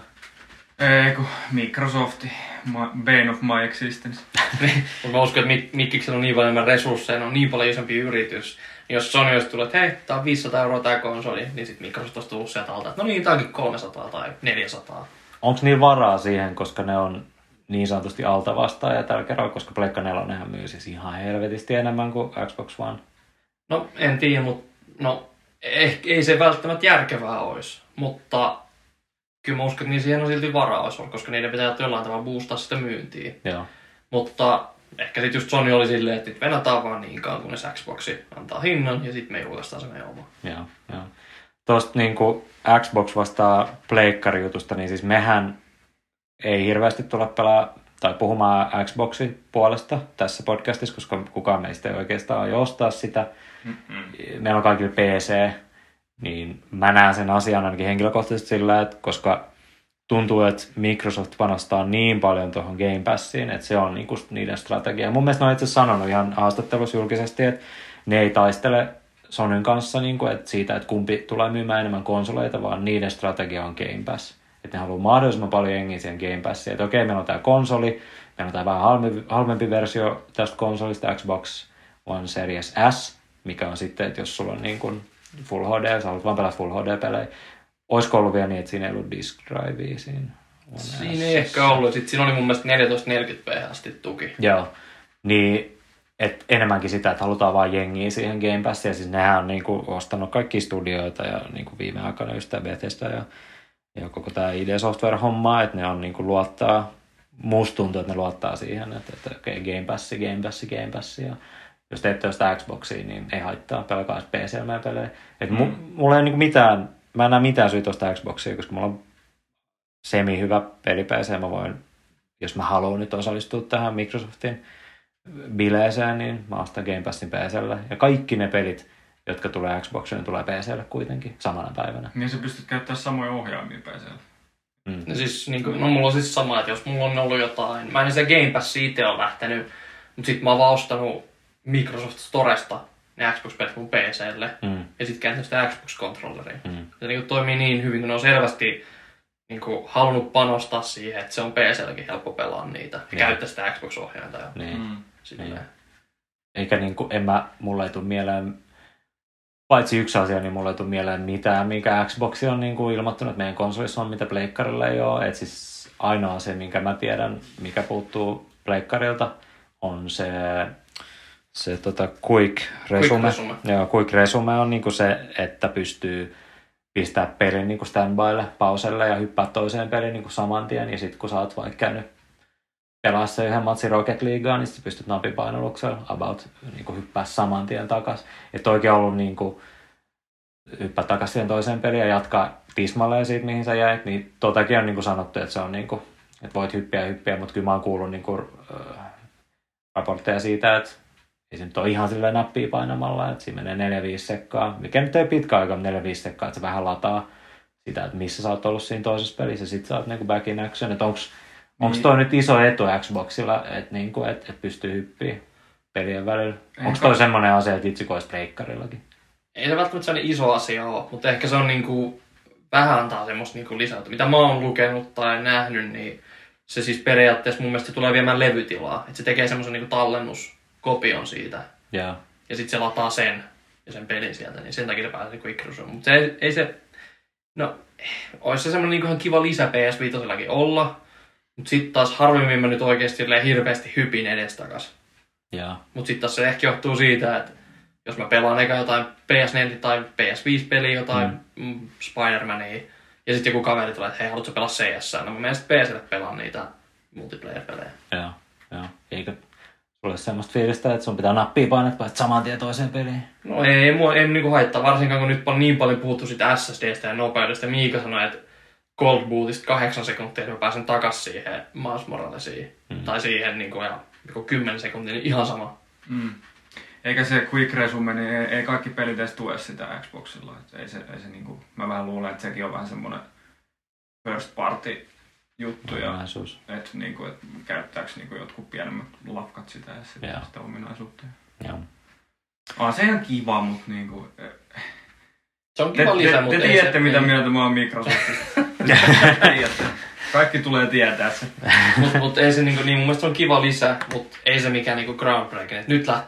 Ei kun Microsofti, bane of my existence. Mutta mä uskon, että Mikkiksellä on niin paljon enemmän resursseja, ne on niin paljon isompi yritys. Niin jos Sony olisi tullut, että hei, tää on 500 € tää konsoli, niin sitten Microsoft olisi tullut sieltä alta, että no niin, tää onkin 300 tai 400. Onko niillä varaa siihen, koska ne on niin sanotusti altavastaaja tällä kerralla, koska Pleikka 4 myy siis ihan helvetisti enemmän kuin Xbox One? No en tiedä, mutta no, ei se välttämättä järkevää olisi, mutta kyllä mä uskon, että niin siihen on silti varaa olisi, koska niiden pitää jollain tavalla boostaa sitä myyntiä. Joo. Mutta ehkä sitten just Sony oli silleen, että nyt venataan vaan niin kauan, kunnes Xboxi antaa hinnan ja sitten me julkaistaan se meidän oma. Joo. Tuosta niin Xbox vastaa pleikkarijutusta, niin siis mehän ei hirveästi tulla pelaa tai puhumaan Xboxin puolesta tässä podcastissa, koska kukaan meistä ei oikeastaan aio ostaa sitä. Meillä on kaikilla PC, niin mä näen sen asian ainakin henkilökohtaisesti sillä, että koska tuntuu, että Microsoft panostaa niin paljon tuohon Game Passiin, että se on niinku niiden strategia. Mun mielestä ne on itse asiassa sanonut ihan haastattelussa julkisesti, että ne ei taistele Sonyn kanssa niinku, että siitä, että kumpi tulee myymään enemmän konsoleita, vaan niiden strategia on Game Pass. Että ne haluaa mahdollisimman paljon jengiä siihen Game Passiin. Että okei, meillä on tämä konsoli, meillä on tämä vähän halvempi versio tästä konsolista, Xbox One Series S, mikä on sitten, että jos sulla on niin kuin Full HD, sä haluat vaan pelata Full HD-pelejä. Olisiko ollut vielä niin, että siinä ei ollut disk drivea siinä? Siinä ei ehkä ollut. Sitten siinä oli mun mielestä 1440p asti tuki. Joo. Niin, et enemmänkin sitä, että halutaan vaan jengiä siihen Game Passiin. Ja siis nehän on niinku ostanut kaikki studioita ja niinku viime aikana just tämä Bethesda ja koko tämä ID Software-hommaa, että ne on niinku luottaa. Musta tuntuu, että ne luottaa siihen, että okei, Game Passi. Ja jos teette sitä Xboxia, niin ei haittaa, pelkaa PC meidän pelejä. Mulla ei niinku mitään, mä en näe mitään syytä ostaa Xboxia, koska mulla on semi-hyvä peli-PC. Mä voin, jos mä haluan nyt osallistua tähän Microsoftin bileeseen, niin mä ostan Game Passin PC:lle. Ja kaikki ne pelit, jotka tulee Xboxille, tulee PC:lle kuitenkin samana päivänä. Niin sä pystyt käyttämään samoja ohjaimia PC:lle. No siis, niin kuin, no mulla on siis sama, että jos mulla on ollut jotain, mä en se Game Pass itse ole lähtenyt, mutta sit mä oon vaan ostanut Microsoft Storesta ne Xbox-pelit mun PC:lle ja sit kääntänyt sitä Xbox-kontrolleriin. Se niin kuin toimii niin hyvin, kun ne on selvästi niin kuin halunnut panostaa siihen, että se on PC:lläkin helppo pelaa niitä ja käyttää sitä Xbox-ohjainta. Ja niin. Eikä niinku, mulla ei tule mieleen, paitsi yksi asia, niin mulla ei tule mieleen mitään, mikä Xbox on niinku ilmoittanut, että meidän konsolissa on, mitä pleikkarilla ei ole. Et siis ainoa se, minkä mä tiedän, mikä puuttuu pleikkarilta, on se Quick Resume. Joo, Quick Resume on niinku se, että pystyy pistää pelin niinku standbylle, pauselle ja hyppää toiseen peliin niinku saman tien. Ja sitten kun sä oot vaikka käynyt pelaa se yhden matsin Rocket Leaguea, niin sitten pystyt napin painalluksella about niinku hyppää saman tien takas. Että oikein ollut niinku hyppää takas siihen toiseen peliin ja jatkaa tismalleen siitä, mihin sä jäit. Niin totakin on niinku sanottu, että se on niinku, että voit hyppiä, mutta kyllä mä oon kuullut niinku raportteja siitä, että ei se nyt ole ihan silleen nappia painamalla, että siinä menee 4-5 sekkaa, mikä nyt ei pitkä aika 4-5 sekkaa, että se vähän lataa sitä, että missä sä oot ollut siinä toisessa pelissä ja sit sä oot niinku back in action. Että onks toi nyt iso etu Xboxilla, että niinku, et pystyy hyppiä pelien välillä? Onks toi semmonen asia, että vitsi kois pleikkarillakin? Ei se välttämättä sellainen iso asia ole, mutta ehkä se on niinku, vähän antaa semmoista niinku lisäystä. Mitä mä oon lukenut tai nähnyt, niin se siis periaatteessa mun mielestä tulee viemään levytilaa. Että se tekee semmoisen niinku tallennuskopion siitä. Yeah. Ja sitten se lataa sen ja sen pelin sieltä, niin sen takia se pääsee Quick Resume. Mutta ei se, no, olisi se semmoinen niinku ihan kiva lisä PS5 olla. Mutta sitten taas harvemmin mä nyt oikeasti hirveästi hypin edestakas. Yeah. Mutta sitten taas se ehkä johtuu siitä, että jos mä pelaan eka jotain PS4 tai PS5-peliä, jotain Spider-Mania, ja sitten joku kaveri tulee, että hei, haluatko pelaa CS? No mä menen sitten PC:lle pelaan niitä multiplayer-pelejä. Joo. Eikö sulle semmoista fiilistä, että sun pitää nappia painat päästä saman tien toiseen peliin? No ei niinku haittaa, varsinkaan kun nyt on niin paljon puhuttu siitä SSDstä ja nopeudesta. Miika sanoi, että Cold Bootista 8 sekuntia, että mä pääsen takas siihen Miles Moralesiin. Tai siihen niinku, ja 10 sekuntia, niin ihan sama. Eikä se Quick Resume, niin ei kaikki pelit edes tue sitä Xboxilla. Ei se niinku, mä vähän luulen, että sekin on vähän semmonen first party juttu. Että niinku, et käyttääks niinku jotkut pienemmät lafkat sitä ja sitä ominaisuutta. Joo. Se on kiva, mut niinku... Se on kiva lisä, mutta te tiedätte, mitä mieltä mä oon Microsoftista. Kaikki tulee tietää se. Mut ei se niin mun mielestä se on kiva lisä, mut ei se mikään niinku groundbreaking.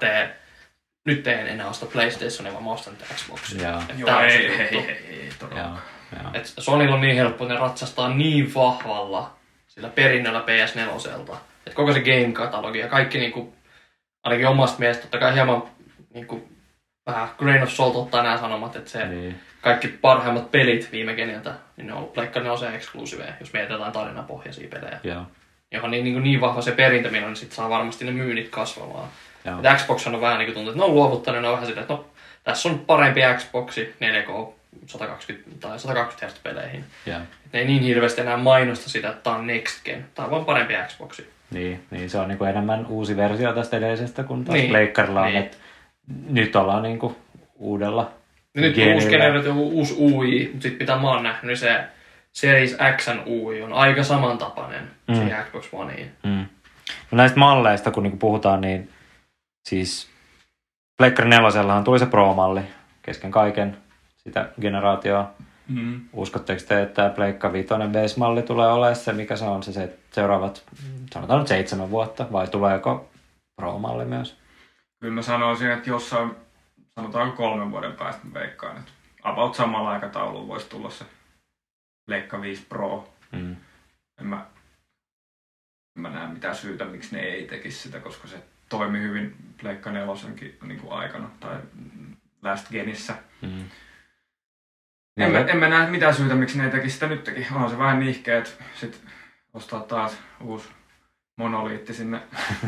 Nyt ei enää osta PlayStationia, vaan mä ostan nyt Xboxia. Joo, ei todellakaan. Et Sonylla on niin helppo, että ne ratsastaa niin vahvalla sillä perinnöllä PS4. Et koko se game-katalogi ja kaikki niinku, ainakin omasta mielestä totta kai hieman niinku, vähän grain of salt ottaa nämä sanomat, että se kaikki parhaimmat pelit viime geniltä, niin ne on ollut Pleikka 4 eksklusiiveja, jos mietitään tarinapohjaisia pelejä. Johon niin vahva se perintö on, niin sit saa varmasti ne myynnit kasvamaan. Xbox on vähän niin kuin tuntuu, että ne on luovuttanut, ne on vähän sitä, että no, tässä on parempi Xboxi 4K 120 tai 120 Hz peleihin. Ne ei niin hirveästi enää mainosta sitä, että tää on next gen, tää on vaan parempi Xboxi. Niin se on niinku enemmän uusi versio tästä edellisestä, kun taas Pleikkarilla on, että nyt ollaan niinku uudella nyt on uusi generaatio, uusi UI, mutta sitten mitä mä oon nähnyt, niin se Series X:n UI on aika samantapainen siihen Xbox Oneiin. No näistä malleista, kun niinku puhutaan, niin siis Pleikkari 4:llahan tuli se Pro-malli kesken kaiken sitä generaatioa. Uskotteko te, että Pleikka 5 base-malli tulee olemaan se, mikä se on se seuraavat, sanotaan nyt 7 vuotta, vai tuleeko Pro-malli myös? Kyllä mä sanoisin, että jossain, sanotaan 3 vuoden päästä veikkaan, että about samalla aikataululla voisi tulla se Pleikka 5 Pro. En mä näe mitään syytä, miksi ne ei tekisi sitä, koska se toimi hyvin Pleikka 4:nkin niin kuin aikana tai last genissä. En mä näe mitään syytä, miksi ne ei tekisi sitä nytkin. Onhan se vähän nihkeä, että sit ostaa taas uusi monoliitti sinne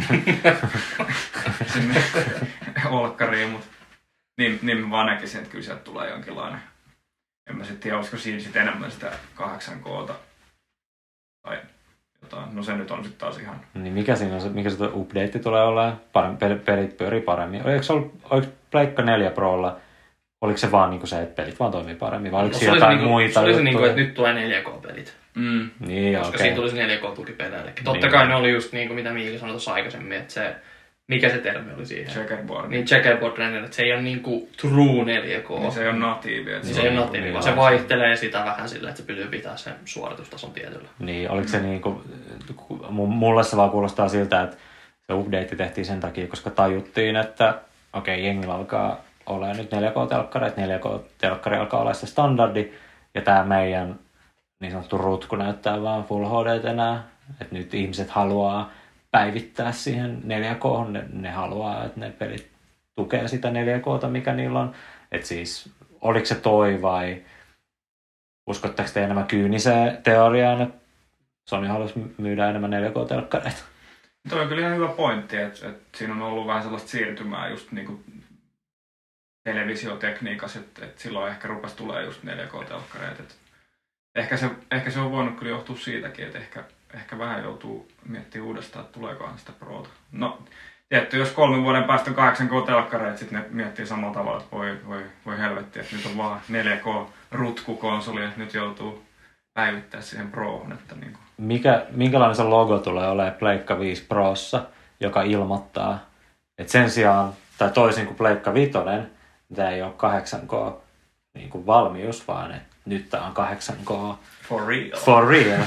olkkariin, mutta niin mä vaan näkisin, että kyllä sieltä tulee jonkinlainen. En mä sitten tiedä, olisiko siinä sit enemmän sitä 8K:ta tai jotain. No se nyt on sitten taas ihan... Niin mikä siinä on, mikä se update tulee olemaan? Pelit pyörii paremmin. Oliko Pleikka 4 Prolla, oliko se vaan niinku se, että pelit vaan toimii paremmin? Vai oliko se jotain muita? Se oli se niinku, että nyt tulee 4K-pelit. Niin, koska siinä tulisi 4K-tuki peleillekin. Totta kai ne oli just niinku mitä Miika sanoi tuossa aikaisemmin, että se... Mikä se termi oli siihen? Checkerboard. Niin, checkerboard render, että se ei ole niinku true 4K. Niin se ei ole natiivi. Niin se ei ole natiivi, vaan se vaihtelee sitä vähän sillä, että se pystyy pitää sen suoritustason tietyllä. Niin, oliko se niinku... Mulle se vaan kuulostaa siltä, että se update tehtiin sen takia, koska tajuttiin, että jengillä alkaa olemaan nyt 4K-telkkareita, 4K-telkkari alkaa olla se standardi, ja tämä meidän niin sanottu rutku näyttää vaan Full HD enää, että nyt ihmiset haluaa päivittää siihen 4K, ne haluaa, että ne pelit tukee sitä 4K:ta, mikä niillä on. Että siis, oliko se toi vai uskotteko te enemmän kyyniseen teoriaan, että Sony halusi myydä enemmän 4K-telkkareita? Toi on kyllä ihan hyvä pointti, että siinä on ollut vähän sellaista siirtymää just niinku televisiotekniikassa, että silloin ehkä rupesi tulee just 4K-telkkareita. Ehkä se on voinut kyllä johtua siitäkin, että ehkä vähän joutuu miettimään uudestaan, että tuleekohan sitä Prota. No, tietty, jos 3 vuoden päästä on 8K-telkkareita, sitten ne miettii samalla tavalla, että voi helvetti, että nyt on vaan 4K-rutkukonsoli, että nyt joutuu päivittää siihen Proon. Että niin kuin. Minkälainen se logo tulee olemaan Pleikka 5 Prossa, joka ilmoittaa, että sen sijaan, tai toisin kuin Pleikka 5, tämä ei ole 8K niin kuin valmius, vaan että nyt tämä on 8K For real. For real.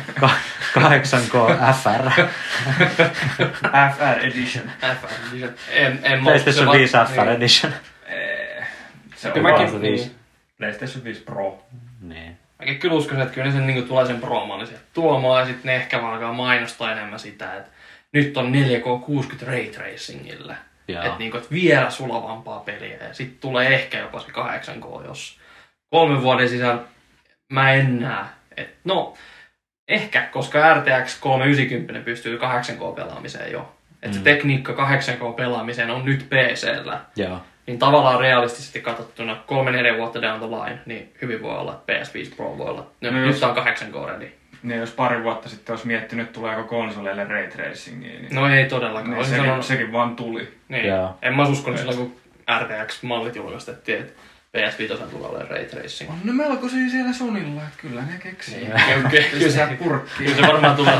8K FR. FR Edition. FR Edition. PlayStation 5 FR Edition. Se on Kyllä vaan mäkin, niin. PlayStation 5 Pro. Niin. Mäkin kyllä uskoisin, että kyllä ne sen niin tulee sen pro-mallisen tuomaan ja sitten ne ehkä alkaa mainostaa enemmän sitä, että nyt on 4K 60 Ray Tracingillä. Että niin et vielä sulavampaa peliä ja sitten tulee ehkä jopa se 8K, jos 3 vuoden sisällä mä en näe. No, ehkä, koska RTX 390 pystyy 8K-pelaamiseen jo. Että se tekniikka 8K-pelaamiseen on nyt PC:llä. Joo. Niin tavallaan realistisesti katsottuna 3-4 vuotta down the line, niin hyvin voi olla, että PS5 Pro voi olla. Nyt on 8K ready. Niin jos pari vuotta sitten olisi miettinyt, että tuleeko konsoleille Ray Tracingia, niin No ei todellakaan. niin sekin vaan tuli. Niin. Joo. En mä uskonut silloin, kun RTX-mallit julkaistettiin, että PS5 tulee olemaan Ray Tracing. On ne melkoisia siellä Sonylla, että kyllä ne keksii. Kyllä se purkkiin. Kyllä se varmaan tulee.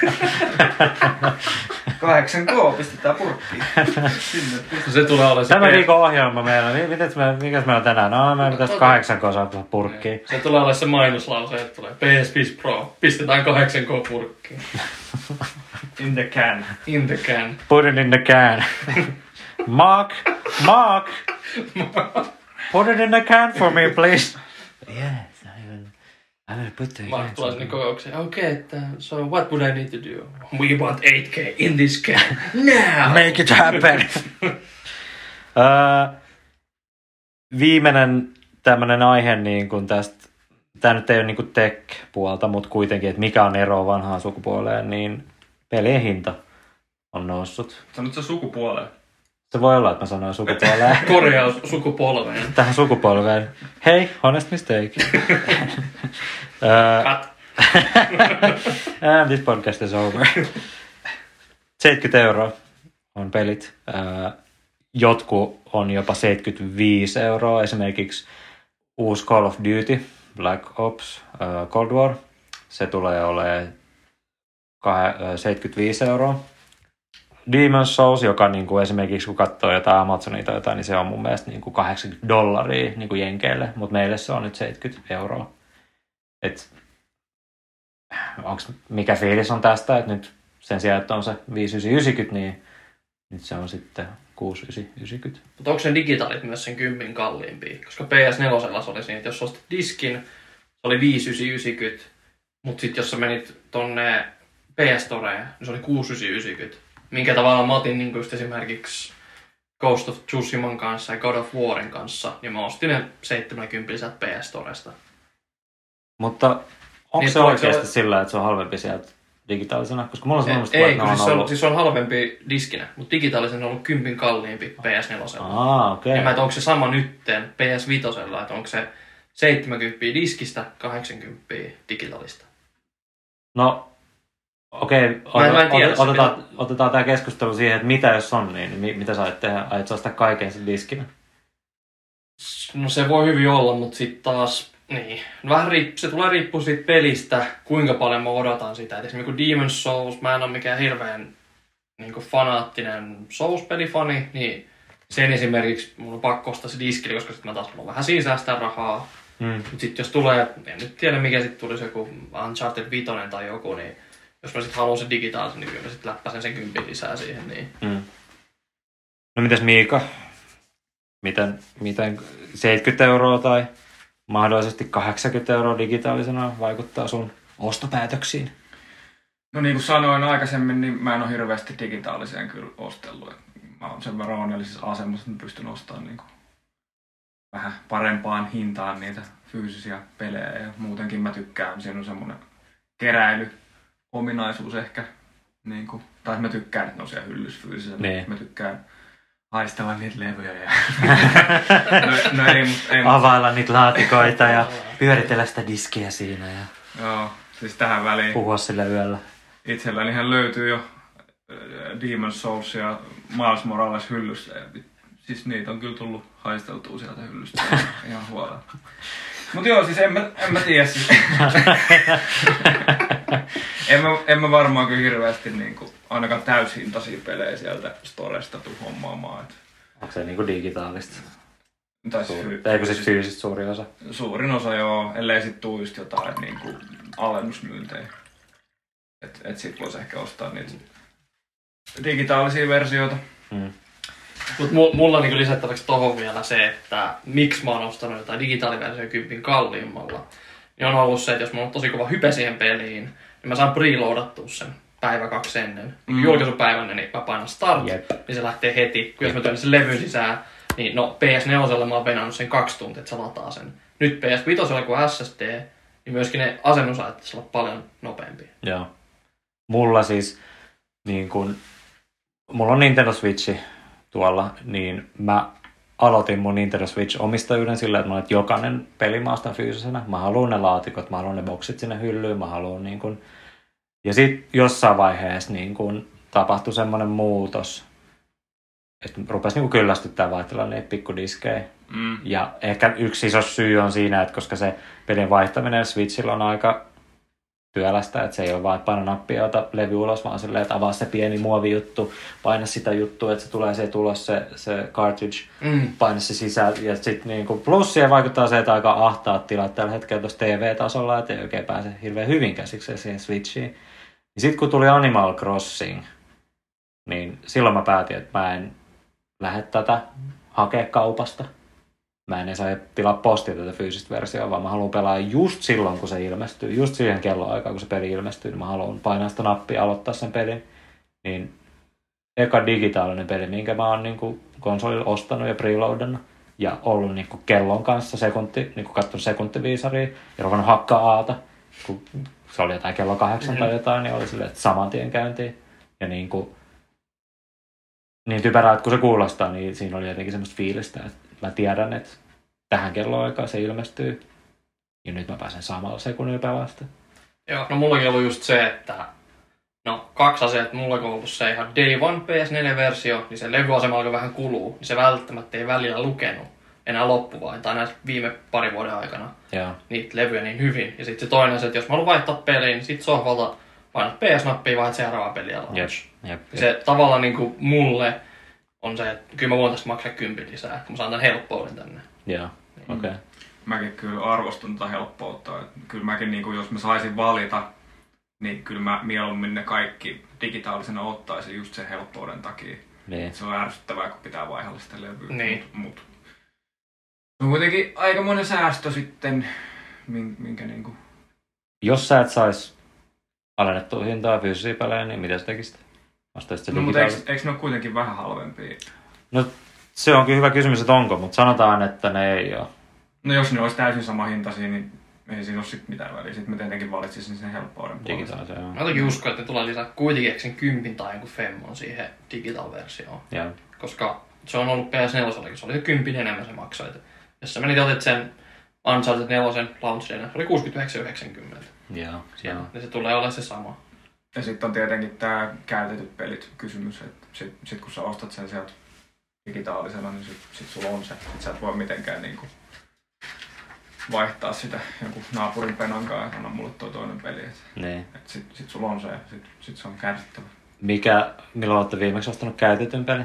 8K pistetään purkkiin. Se tulee olemaan se Tämä viikon ohjelma meillä. Mikäs meillä on tänään? No, meillä pitäisi 8K saada purkkiin. Se tulee olemaan se mainoslause, että tulee PS5 Pro. Pistetään 8K purkkiin. In the can. In the can. Put it in the can. Mark! Put it in the can for me, please. Yes, I will put it in. Mark tulee sinne kokoukseen. Okay, so what would I need to do? We want 8K in this can. Now! Make it happen. Viimeinen tämmönen aihe niin kuin tästä, tämä nyt ei ole niin kuin tech-puolta, mutta kuitenkin, että mikä on ero vanhaan sukupuoleen, niin pelien hinta on noussut. Sanot sä sukupuoleen? Se voi olla, että mä sanoin sukupuoleen. Korjaus sukupolveen. Tähän sukupolveen. Hei, honest mistake. Cut. And this podcast is over. 70 € on pelit. Jotkut on jopa 75 €. Esimerkiksi uusi Call of Duty, Black Ops, Cold War. Se tulee olemaan 75 €. Demon's Souls, joka niin kuin esimerkiksi kun katsoo jotain Amazonia tai jotain, niin se on mun mielestä niin kuin $80 niin kuin jenkeille, mutta meille se on nyt 70 €. Et, mikä fiilis on tästä, että nyt sen sijaan, että on se 5990, niin nyt se on sitten 6990. Mutta onko se digitaalit myös sen 10 kalliimpia? Koska PS4 oli siinä, että jos ostit diskin, se oli 5990, mutta sitten jos sä menit tonne PS Storeen, niin se oli 6990. Minkä tavalla mä otin niin just esimerkiksi Ghost of Tsushiman kanssa ja God of Warin kanssa, niin mä ostin ne 70 lisät PS Storesta. Mutta onko Niin, se oikeasti sillä, että se on halvempi sieltä digitaalisena? Koska mulla on semmoista, Ei, että kun ne on ollut... siis se on halvempi diskinä, mutta digitaalisen on ollut 10 kalliimpi PS4. Okei. Ja mä, että onko se sama nytten PS5, että onko se 70 diskistä, 80 digitaalista. No, okei. Otetaan tämä keskustelu siihen, että mitä jos on, niin mitä sä aiot tehdä? Aiot sä ostaa kaiken sen diskinä? No se voi hyvin olla, mutta sitten taas, niin. Vähän se tulee riippua siitä pelistä, kuinka paljon mä odotan sitä. Et esimerkiksi Demon's Souls, mä en ole mikään hirveän niin fanaattinen Souls-pelifani, niin sen esimerkiksi mun on pakko ostaa se diskille, koska sitten mä taas haluan vähän siinä säästää rahaa. Mutta sitten jos tulee, en nyt tiedä mikä sitten tulisi joku Uncharted 5 tai joku, niin jos mä sitten haluan sen digitaalisen, niin kyllä mä sitten läppäsen sen 10 lisää siihen. Niin. No mitäs Miika? Miten 70 € tai mahdollisesti 80 € digitaalisena vaikuttaa sun ostopäätöksiin? No niin kuin sanoin aikaisemmin, niin mä en ole hirveästi digitaaliseen kyllä ostellut. Mä oon sen verran onnellisessa asemassa, että mä pystyn ostamaan niin kuin vähän parempaan hintaan niitä fyysisiä pelejä. Ja muutenkin mä tykkään, siinä on semmoinen keräilyominaisuus ehkä. Niin kuin, tai mä tykkään, että ne on siellä hyllyssä fyysisesti. Nee. Mä tykkään haistella niitä levyjä. Ja... no ei. Availla niitä laatikoita ja pyöritellä sitä diskiä siinä ja Joo, siis tähän väliin. puhua sille yöllä. Itsellänihän löytyy jo Demon's Souls ja Miles Morales hyllyssä. Ja siis niitä on kyllä tullut haisteltua sieltä hyllystä ihan huolella. Mut joo, siis en mä tiedä siis. en mä varmaan kyllä hirveästi niinku, ainakaan täyshintaisia pelejä sieltä Storesta tuu hommaamaan. Onko se niinku digitaalista? Eikö siis fyysistä suuri osa? Suurin osa joo, ellei sit tuu just jotain niinku alennusmyyntejä. Et sit vois ehkä ostaa niitä digitaalisia versioita. Mut mulla on niinku lisättäväksi tohon vielä se, että miksi mä oon ostanut jotain digitaaliversio 10 kalliimmalla. Niin on ollut se, että jos mulla on tosi kova hype siihen peliin, niin mä saan preloadattua sen päivä 2 ennen. Julkaisupäivänä niin mä painan start, niin se lähtee heti. Kun jos mä työnnän sen levyn sisään, niin no PS4 mä oon venannut sen 2 tuntia, että se lataa sen. Nyt PS5 kun SSD, niin myöskin ne asennusajat pitäisi olla paljon nopeampia. Joo. Mulla siis, niin kun, mulla on Nintendo Switchi tuolla, niin mä aloitin mun Nintendo Switch omistajuuden sillä, että mä olen jokainen peli mä ostan fyysisenä. Mä haluan ne laatikot, mä haluan ne boksit sinne hyllyyn, mä haluan niin kun. Ja sit jossain vaiheessa niin kun tapahtui semmonen muutos, että rupesi niin kyllästyttää vaihtella niitä pikkudiskejä. Ja ehkä yksi iso syy on siinä, että koska se pelin vaihtaminen Switchillä on aika työlästä, että se ei ole vaan paina nappia ja ota levy ulos, vaan silleen, että avaa se pieni muovijuttu, paina sitä juttua, että se tulee se tulos, se cartridge, paina se sisään. Ja sitten niinku plus siihen vaikuttaa se, että aika ahtaat tilat tällä hetkellä tuossa TV-tasolla, että ei oikein pääse hirveän hyvin käsiksi siihen Switchiin. Ja sitten kun tuli Animal Crossing, niin silloin mä päätin, että mä en lähde tätä hakea kaupasta. Mä en saa tilaa postia tätä fyysistä versioa, vaan mä haluan pelaa just silloin, kun se ilmestyy. Just siihen kelloaikaan, kun se peli ilmestyy, niin mä haluan painaa sitä nappia ja aloittaa sen pelin. Niin eka digitaalinen peli, minkä mä oon niin konsolilla ostanut ja preloadannut. Ja ollut niin kellon kanssa niin katsonut sekuntiviisaria ja ruvennut hakkaa aata. Kun se oli jotain kello 8 tai jotain, niin oli silleen, että saman tien käyntiin. Ja niin typerää, että kun se kuulostaa, niin siinä oli jotenkin semmoista fiilistä, että mä tiedän, että tähän kelloaikaan se ilmestyy. Ja nyt mä pääsen samalla sekunnilla pelasta. Joo, no mullakin on ollut just se, että no 2 asiaa, että mulla on ollut se ihan Day One PS4-versio, niin se levyasema alkoi vähän kuluu, niin se välttämättä ei välillä lukenut enää loppuvain, tai näissä viime parin vuoden aikana niitä levyjä niin hyvin. Ja sitten se toinen se, että jos mä haluan vaihtaa peliin, niin sit sohvalta painat PS-nappia ja vaihdat seuraavaa peliä Se tavallaan niin kuin mulle on se, että kyllä mä voin tästä maksaa 10 lisää, että mä saan tämän helppouden tänne. Joo, okei. Mäkin kyllä arvostan tätä helppoutta. Kyllä mäkin, niin kuin, jos mä saisin valita, niin kyllä mä mieluummin ne kaikki digitaalisena ottaisin just sen helppouden takia. Niin. Se on ärsyttävää, kun pitää vaihella sitä levyä. Niin. Mut on kuitenkin aikamoinen säästö sitten, minkä niinku. Jos sä et sais alennettua hintaa fyysisiä pelejä, niin mitä sä tekisit? No, mutta eikö ne ole kuitenkin vähän halvempia? No se onkin hyvä kysymys, että onko, mutta sanotaan, että ne ei ole. No jos ne olisi täysin sama hintaisia, niin ei siinä ole sit mitään väliä. Sitten mä tietenkin valitsisin sen helppouden puolesta. Mä jotenkin uskon, että ne tulee lisää kuitenkin sen 10 tai jonkun Femmon siihen digital-versioon. Joo. Koska se on ollut PS4, se oli se 10 enemmän se maksoi. Jos sä menit ja otit sen Uncharted 4 launch dayna, se oli 69,90. Joo. Ja se tulee olemaan se sama. Ja sitten on tietenkin tää käytetyt pelit kysymys, että sit kun sä ostat sen sieltä digitaalisena, niin sit sulla on se. Et sä et voi mitenkään niinku vaihtaa sitä jonkun naapurin penan kanssa, että anna mulle toi toinen peli. Niin. Sit sulla on se ja sit se on kärsittävä. Milloin olette viimeksi ostanut käytetyn pelin?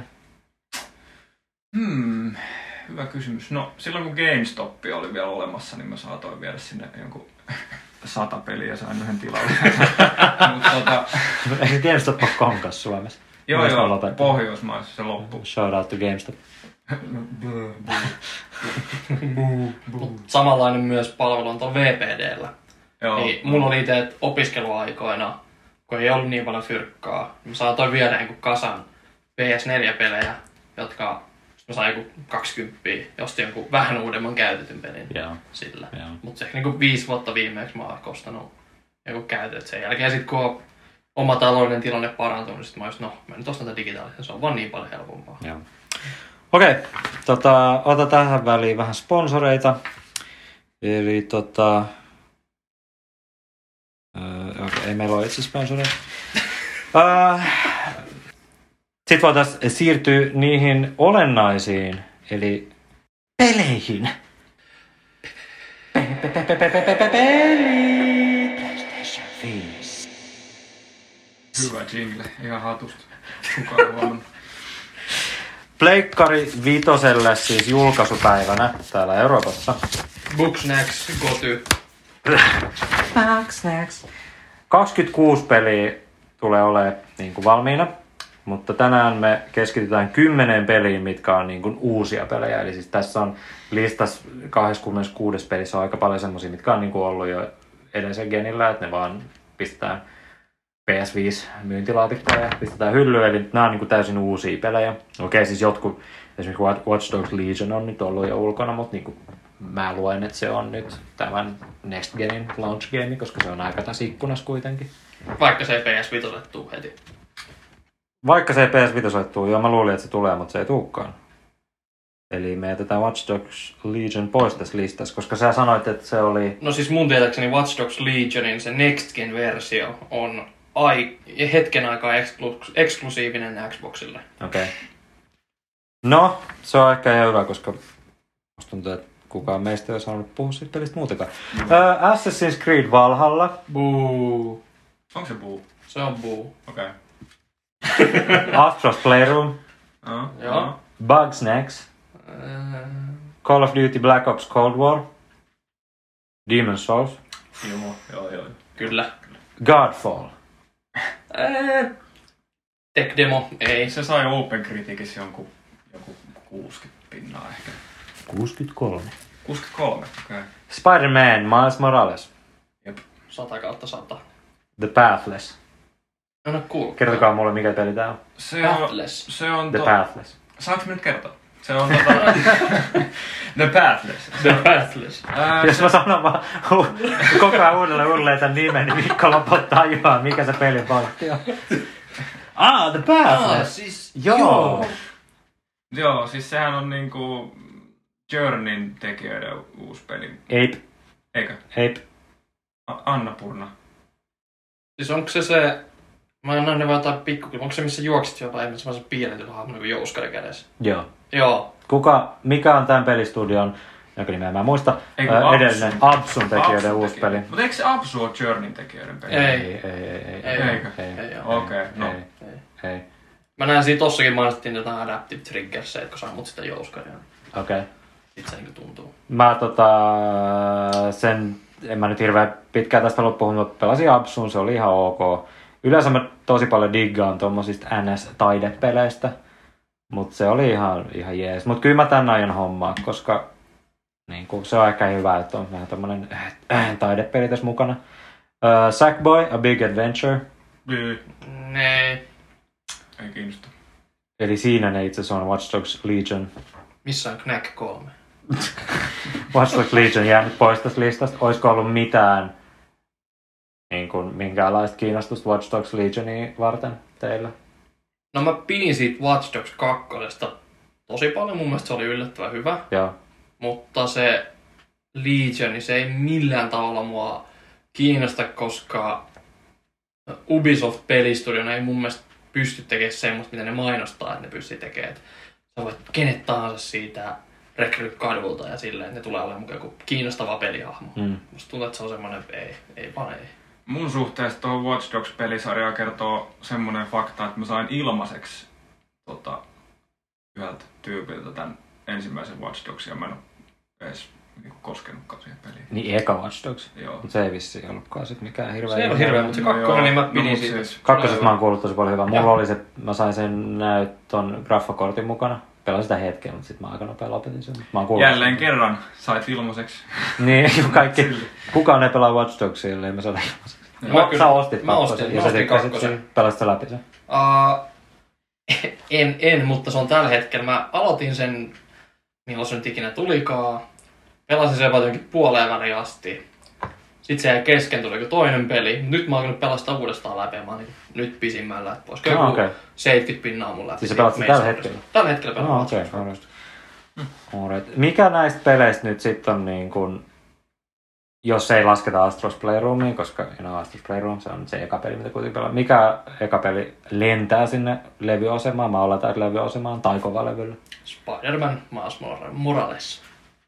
Hyvä kysymys. No silloin kun GameStop oli vielä olemassa, niin mä saatoin viedä sinne jonkun 100 peliä ja sain yhden tilalle. Eikö GameStop ole konkas Suomessa? Joo, Pohjoismaissa se loppuu. Shout out to GameStop. Samanlainen myös palvelu on tuolla VPD:llä. Joo. Niin mulla oli itse opiskeluaikoina, kun ei ollut niin paljon fyrkkaa, niin mä saatoin viedä joku kasan PS4-pelejä, jotka mä sain joku 20 ja ostin jonkun vähän uudemman käytetyn pelin sillä. Mutta se niin 5 vuotta viimeksi mä oon kostanut joku käytetyn. Sen jälkeen sit kun on oma talouden tilanne parantunut, niin sit mä oon mä nyt ostan tätä digitaalista, se on vaan niin paljon helpompaa. Okei, ota tähän väliin vähän sponsoreita. Eli ei meillä ole itse sponsoreita. Sitten voitaisiin siirtyä niihin olennaisiin, eli peleihin. Pelit. PlayStation 5. Hyvä jingle, ihan hatusta. Kukaan huomannut. Pleikkari vitoselle siis julkaisupäivänä täällä Euroopassa. Bugsnax, Goty. 26 peliä tulee olemaan niin kuin valmiina, mutta tänään me keskitytään 10 peliin, mitkä on niin kuin uusia pelejä. Eli siis tässä on listas 26 pelissä on aika paljon semmosia, mitkä on niin kuin ollut jo edellisen genillä, että ne vaan pistetään PS5 myyntilaatikkoon ja pistetään hyllyyn, eli nämä on niin kuin täysin uusia pelejä. Okei, siis jotkut, esimerkiksi Watch Dogs Legion on nyt ollut jo ulkona, mutta niin kuin mä luen, että se on nyt tämän Next Genin launch game, koska se on aika tässä ikkunassa kuitenkin. Vaikka se ei PS5 tuu heti. Vaikka se ei PS5 tuu, joo mä luulin, että se tulee, mutta se ei tuukaan. Eli me jätetään Watch Dogs Legion pois tässä listassa, koska sä sanoit, että se oli... No siis mun tietääkseni Watch Dogs Legionin se Next Gen versio on hetken aikaa eksklusiivinen Xboxille. Okei. No, se on ehkä ihan hyvä, koska musta tuntuu, että kukaan meistä ei ole saanut puhua siitä pelistä muutenkaan. Assassin's Creed Valhalla. Buu. Onko se buu? Se on buu. Okei. Astro's Playroom. Joo. Bugsnax. Call of Duty Black Ops Cold War. Demon's Souls. Joo. Kyllä. Godfall. Tech demo, ei. Se sai Open Criticissa joku 60 pinnaa ehkä. 63. 63, okei. Spider-Man Miles Morales. 100/100. The Pathless. No cool. Kertokaa mulle, mikä peli tää on. Se on The Pathless. Saanko mä nyt kertoa? Se on The Pathless. The Pathless. Jos mä sanon vaan koko ajan uudelleen tämän nimen, niin Mikko lopulta tajuaa, mikä se pelipointti on. The Pathless. Siis Joo. Joo, siis sehän on niinku Journeyn tekijöiden uusi peli. Ape. Eikö? Ape. Annapurna. Siis onko se... Mä oon nähnyt vaan jotain pikkukylä. Onko se missä juoksit jotain semmoisen pienetyn hahmon niin jouskari kädessä? Joo. Mikä on tämän pelistudion, jonka nimeä mä en muista, edellinen Absun tekijöiden uusi peli? Mutta eikö se Absu ole Journeyn tekijöiden peli? Ei. Eikö? Okei, no. Ei. Mä näen siinä tossakin mainittiin jotain Adaptive Triggersia, että kun sammut sitä jouskaria. Okei. Sit se niinku tuntuu. Mä en mä nyt hirveän pitkään tästä loppuun, mutta pelasin Absun, se oli ihan ok. Yleensä mä tosi paljon diggaan tommosista NS-taidepeleistä, mutta se oli ihan jees. Mut kyllä mä tän aion hommaa, koska niin se on ehkä hyvä, että on vähän tommonen taidepeli tässä mukana. Sackboy, A Big Adventure. Nee. Ei kiinnosta. Eli siinä ne itse asiassa on Watch Dogs Legion. Missä on Knack 3? Watch Dogs Legion jäänyt pois tästä listasta. Olisiko ollut mitään niin kuin minkäänlaista kiinnostusta Watch Dogs Legionia varten teillä? No mä pidin siitä Watch Dogs 2 tosi paljon. Mun mielestä se oli yllättävän hyvä. Joo. Mutta se Legion, se ei millään tavalla mua kiinnosta, koska Ubisoft-pelistudiona ei mun mielestä pysty tekemään semmoista, mitä ne mainostaa, että ne pystyy tekemään. Että sä voit kenet tahansa siitä rekryt kadulta ja silleen, että ne tulee olemaan mukaan joku kiinnostava pelihahmo. Musta tuntuu, että se on semmoinen, ei. Mun suhteessa tuohon Watch Dogs-pelisarjaan kertoo semmonen fakta, että mä sain ilmaiseksi yhdeltä tyypiltä tämän ensimmäisen Watch Dogsin ja mä en oo edes koskenutkaan siihen peliin. Niin eka Watch Dogs? Joo. Mutta se ei vissiin ollutkaan sit mikään hirveä. Se ei ole hirveä, mutta se kakkonen, niin mä pidin siitä. Siis, kakkosesta mä oon kuullut tosi paljon hyvää. Mulla oli se, mä sain sen ton graffakortin mukana. Pelasin sitä hetken, mutta sit mä aika nopea lopetin sen. Jälleen kerran sait ilmaiseksi. Niin, kaikki. Kukaan ei pelaa Watch Dogsia, ellei mä saada ilmaiseksi. Sä ostit kakkosen ja sä tykkäsit sen. Pelasit sä läpi sen? En, mutta se on tällä hetkellä. Mä aloitin sen, milloin se nyt ikinä tulikaan. Pelasin sen jotenkin puoleen väliin asti. Sitten se jäi kesken, tuli joku toinen peli. Nyt mä oon alkanut pelastaa uudestaan läpi. Mä oon niin nyt pisimmällä, että voisiko joku 70 pinnaa mun läpi. Siis sä pelasit tällä hetkellä? Tällä hetkellä pelaan. Okei. Mikä näistä peleistä nyt sitten on niin kun jos ei lasketa Astros Playroomiin, koska Astros Playroom se on se eka peli, mitä kuitenkin pelaa. Mikä eka peli lentää sinne levyasemaan? Mä oletan, että levyasemaan tai kovalevyllä. Spider-Man Miles Morales.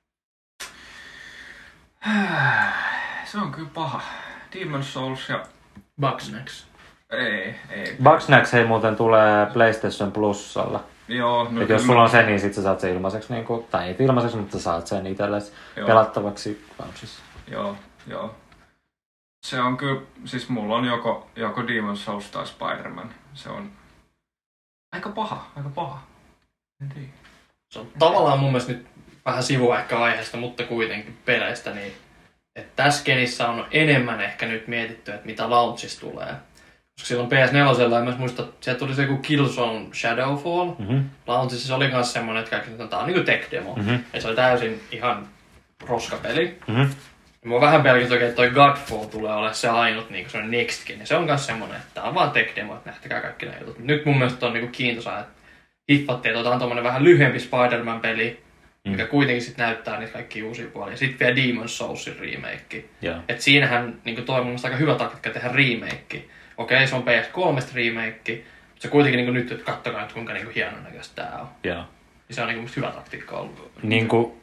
Se on kyllä paha. Demon's Souls ja... Bugsnax. Ei. Bugsnax ei muuten tulee PlayStation Plusalla. Joo. No, et jos sulla on se, niin sit sä saat sen ilmaiseksi, niinku, tai ei ilmaiseksi, mutta sä saat sen itsellesi pelattavaksi launchissa. Joo. Se on kyllä, siis mulla on joko Demon's Souls tai Spider-Man. Se on aika paha. En tiedä. Se on tavallaan mun mielestä nyt vähän sivua ehkä aiheesta, mutta kuitenkin peleistä, niin että tässä genissä on enemmän ehkä nyt mietitty, että mitä launchissa tulee. Koska silloin PS4, en mä muista, että sieltä tuli se joku Killzone Shadowfall. Launchissa se oli myös semmoinen, että kaikki tää on niinku tech-demo. Ja se oli täysin ihan roskapeli. Ja mua vähän pelkästään oikein, että toi Godfall tulee olemaan se ainut niinku semmoinen next gen. Ja se on myös semmoinen, että tää on vaan tech-demo, että nähtäkää kaikki ne jutut. Nyt mun mielestä on niinku kiintoisaa, että hiffattiin, että otetaan tommonen vähän lyhyempi Spider-Man-peli, mikä kuitenkin sit näyttää niitä kaikkia uusia puolia. Sitten vielä Demon's Soulsin remake. Et siinähän niinku toi mun mielestä aika hyvä taktiikka tehdä remake. Okei, se on PS3 remake, mutta se kuitenkin niinku nyt, että kattokaa nyt kuinka niinku hienon näköistä tää on. Ja se on niinku hyvä taktiikka ollut. Niinku,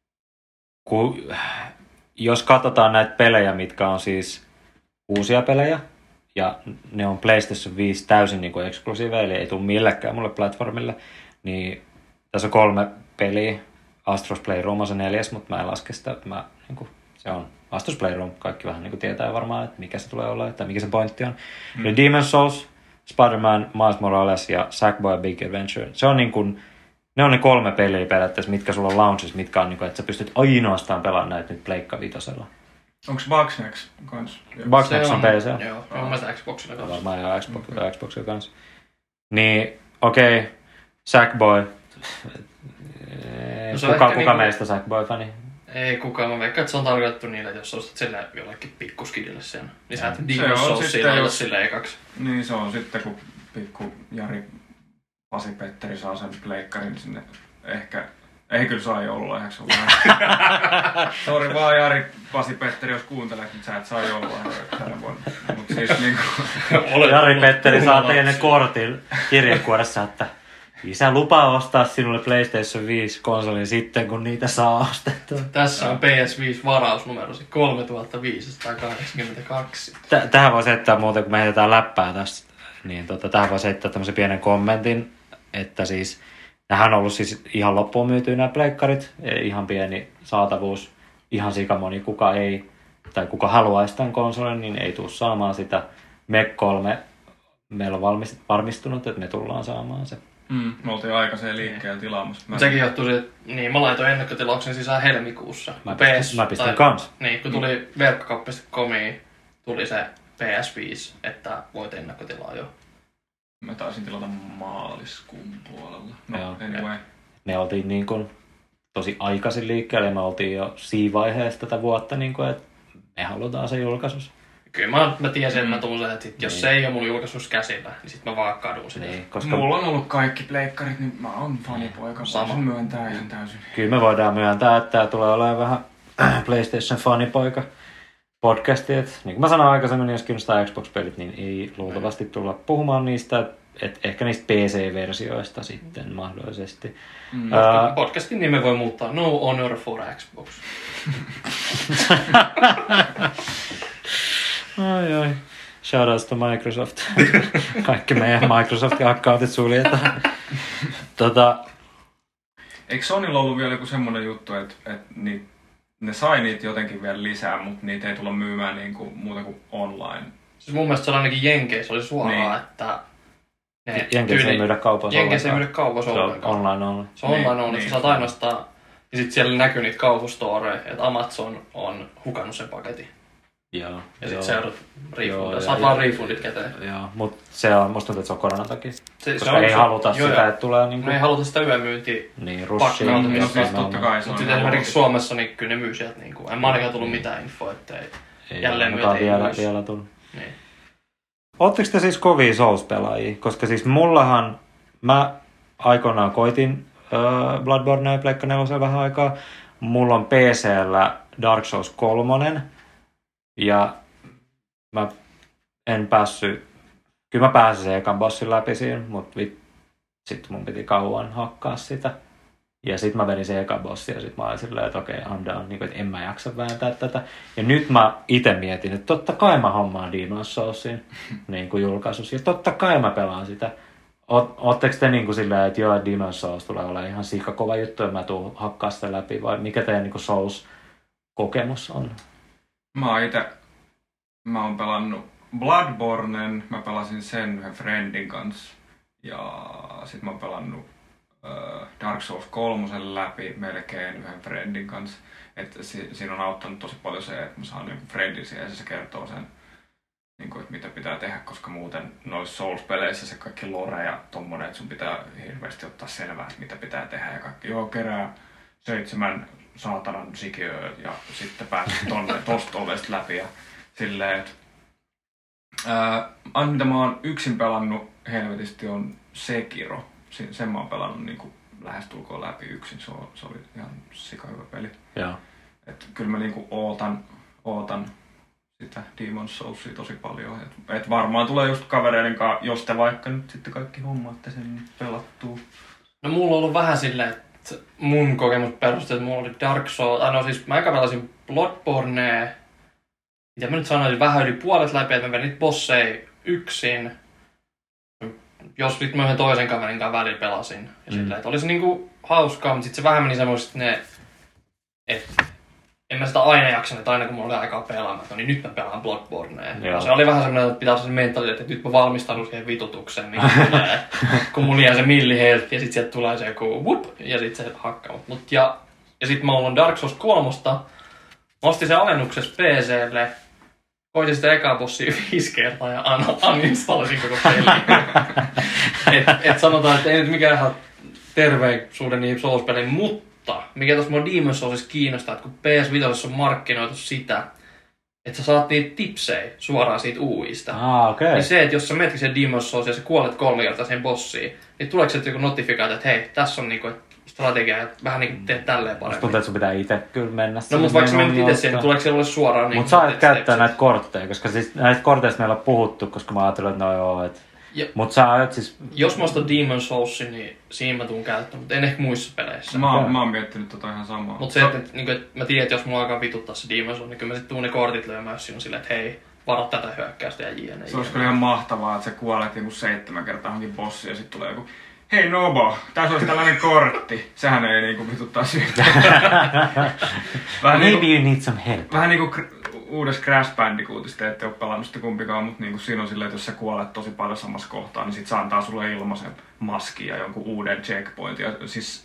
jos katsotaan näitä pelejä, mitkä on siis uusia pelejä, ja ne on PlayStation 5 täysin niinku eksklusiiveja, eli ei tule millekään mulle platformille, niin tässä on 3 peliä. Astros Playroom on se 4, mutta mä en laske sitä. Se on Astros Playroom. Kaikki vähän niin tietää varmaan, että mikä se tulee olla, että mikä se pointti on. Eli Demon's Souls, Spider-Man, Miles Morales ja Sackboy Big Adventure. Se on niin kuin, ne on ne 3 peliä periaatteessa, mitkä sulla on launchissa, mitkä on niin kuin, että sä pystyt ainoastaan pelaamaan näitä nyt Pleikka Vitosella. Onko Bugsnax kans? Bugsnax on PC. Joo, on mielestäni Xboxilla kanssa. Varmaan jo Xboxilla kanssa. Niin, okei, Sackboy. Kuka meistä Sackboy-fani? Ei kukaan. Mä veikkaan, että se on tarkoitettu niille, että jos ostat sille jollekin pikkuskidille sen. Niin sä et Demon's Soulsia laita sille ekaksi. Niin se on sitten, kun pikku Jari Pasi-Petteri saa sen pleikkarin sinne. Ehkä, ei kyllä saa joululahjaksi olla. Sori vaan Jari Pasi-Petteri, jos kuuntelet, mutta sä et saa joululahjaksi tänä vuonna. Mut siis niinku... Jari Petteri saa teidän kortin kirjekuoressa, että isä lupaa ostaa sinulle PlayStation 5-konsolin sitten, kun niitä saa ostettua. Tässä on PS5-varausnumerosi 3582. Tähän voisi heittää muuten, kun me heitetään läppää tästä, niin tähän voisi heittää tämmöisen pienen kommentin, että siis nämähän on ollut siis ihan loppuun myytyä nämä pleikkarit, ihan pieni saatavuus, ihan sikamoni, kuka ei, tai kuka haluaisi tämän konsolin, niin ei tule saamaan sitä. MEC3, meillä on varmistunut, että me tullaan saamaan se. Me oltiin aikaiseen liikkeelle tilaamassa. Sekin johtuu siitä, että niin, mä laitoin ennakkotilauksen sisään helmikuussa. Mä pistin kans. Niin, kun tuli verkkokauppa.comiin, tuli se PS5, että voit ennakkotilaa jo. Mä taisin tilata maaliskuun puolella. No, anyway. Me oltiin niin kuin tosi aikaisin liikkeelle ja me oltiin jo siinä vaiheessa tätä vuotta, niin kuin, että me halutaan se julkaisus. Kyllä mä tiesin, että mä tuun sen, että jos se ei ole mun julkaisus käsillä, niin sit mä vaan kadun sitä. Niin, koska mulla on ollut kaikki pleikkarit, niin mä oon fanipoika. Voisin myöntää ihan täysin. Kyllä me voidaan myöntää, että tää tulee olemaan vähän PlayStation fanipoika podcasti. Et, niin kuin mä sanoin aikaisemmin, jos kiinnostaa Xbox-pelit, niin ei luultavasti tulla puhumaan niistä. Et ehkä niistä PC-versioista sitten mahdollisesti. Podcastin nime voi muuttaa No Honor for Xbox. Ai. Shoutouts to Microsoft. Kaikki meidän Microsoft-accountit suljetaan. Eikö Sonylla ollut vielä joku semmoinen juttu, että ne sai niitä jotenkin vielä lisää, mutta niitä ei tulla myymään niinku muuta kuin online? Siis mun mielestä se oli ainakin Jenkeissä oli suoraan, niin. Että... Jenkeissä ei myydä kaupassa Jenkeissä ei myydä kaupassa ollenkaan. Online only. Se on online only, niin. Sä saat ainoastaan... Ja sit siellä näkyy niitä kaupustoreja, että Amazon on hukannut sen paketin. Joo. Ja sit sä joudut refundilla. Saat vaan refundit käteen. Joo, mut se on, musta tuntuu, että se on koronan takia. Koska ei haluta sitä, että tulee niinku... No ei haluta sitä yömyyntiä. Niin, rushia. Mutta sitten esimerkiksi Suomessa niin kyllä ne myy sieltä niinku... En mä ainakaan tullut mitään infoa, ettei jälleen myötä ei vielä tullut. Niin. Ootteko te siis kovia Souls-pelaajia? Koska siis mullahan... Mä aikoinaan koitin Bloodborne ja Pleikka 4 vähän aikaa. Mulla on PC:llä Dark Souls 3. Ja mä en päässyt, kyllä mä pääsin sen ekan bossin läpi siinä, mutta sitten mun piti kauan hakkaa sitä. Ja sitten mä vedin sen ekan bossin ja sitten mä olin silleen, että okei, I'm done, niin kuin, että en mä jaksa vääntää tätä. Ja nyt mä ite mietin, että totta kai mä hommaan Demon's Soulsin niin kuin julkaisussa. Ja totta kai mä pelaan sitä. Ootteko te niin kuin silleen, että joo, Demon's Souls tulee olemaan ihan sikakova juttu, ja mä tuun hakkaa sitä läpi, vai mikä teidän niin kuin Souls-kokemus on? Mä oon pelannut Bloodbornen, mä pelasin sen yhden friendin kanssa. Ja sit mä oon pelannut Dark Souls 3 läpi melkein yhden friendin kanssa. Et siinä on auttanut tosi paljon se, että mä saan niinku friendin siihen ja se kertoo sen, niinku, että mitä pitää tehdä, koska muuten noissa Souls-peleissä se kaikki lore ja tommonen, että sun pitää hirveästi ottaa selvää, että mitä pitää tehdä ja kaikki. Joo, kerää 7 saatanan sikiöä ja sitten pääset tosta ovesta läpi ja silleen, että mitä mä oon yksin pelannut helvetisti on Sekiro. Sen mä oon pelannut niin kuin lähestulkoon läpi yksin. Se oli ihan sika hyvä peli. Joo. Et kyllä mä niin kuin ootan sitä Demon's Soulsia tosi paljon. Et varmaan tulee just kavereiden kanssa, jos te vaikka nyt sitten kaikki hommaatte sen pelattua. No mulla on ollut vähän silleen, että mun kokemus perustuu, että mulla oli Dark Souls. Siis mä eka pelasin Bloodbornea. Mitä mä nyt sanoisin, vähän yli puolet läpi, että mä vedin niitä bosseja yksin. Jos sitten mä yhden toisen kaverin kanssa välillä pelasin. Ja silleen, että olisi niinku hauskaa, mutta sitten se vähän meni semmoiset että en mä sitä aina jaksanut, että aina kun mulla oli aikaa pelaamaan, niin nyt mä pelaan Bloodbornea. Ja se oli vähän semmoinen, että pitää olla se mentaliteetti, että nyt mä valmistaudun siihen vitutukseen, mikä tulee. Kun mulla jää se millihealth ja sitten sieltä tulee se joku whoop ja sitten se hakkaa. Ja sitten mä oon Dark Souls 3. Mä ostin sen alennuksessa PC:lle. Koitin sitä ekaa bossia 5 kertaa ja uninstallasin koko peli. et sanotaan, että ei nyt mikään ihan terveisuuden niihin Souls-peliin, mutta mikä tuossa mua Demon's Soulsissa kiinnostaa, että kun PS5 on markkinoitu sitä, että sä saat niitä tipsejä suoraan siitä UIsta. Okay. Niin se, että jos sä menetkin sen Demon's Souls ja sä kuolet 3 kertaa sen bossiin, niin tuleeko sieltä joku notifikaatio, että hei, tässä on niinku strategia, että vähän niinku teet tälleen paremmin. Tuntuu, että sun pitää itse kyllä mennä. No mutta vaikka sä menit itse siihen, niin tuleeko siellä suoraan niin. Mutta sä et käyttää näitä kortteja, koska siis näistä korteista meillä on puhuttu, koska mä ajattelin, että no joo, mutta sä oot siis. Jos mä ostan Demon's Soulsin, niin siinä mä tuun käyttämään, mutta en ehkä muissa peleissä. Mä oon miettinyt tota ihan samaa. Mutta se, että niinku, mä tiedän, että jos mulla alkaa vituttaa se Demon's Souls, niin kyllä mä sit tuun ne kortit lyömään, jos siinä on silleen, että hei, varo tätä hyökkäystä ja jne. Se olisi kyllä ihan mahtavaa, että sä kuolet joku 7 kertaa johonkin bossiin ja sit tulee joku hei Nobo, tässä olisi tällainen kortti. Sehän ei niinku vituttaa syytä. Maybe you need some help. Vähän niinku uudessa Crash Bandicootissa, te ette ole pelannut sitä kumpikaan, mutta niinku siinä on silleen, että jos sä kuolet tosi paljon samassa kohtaa, niin sit se antaa sulle ilmaisen maskin ja jonkun uuden checkpointin. Ja siis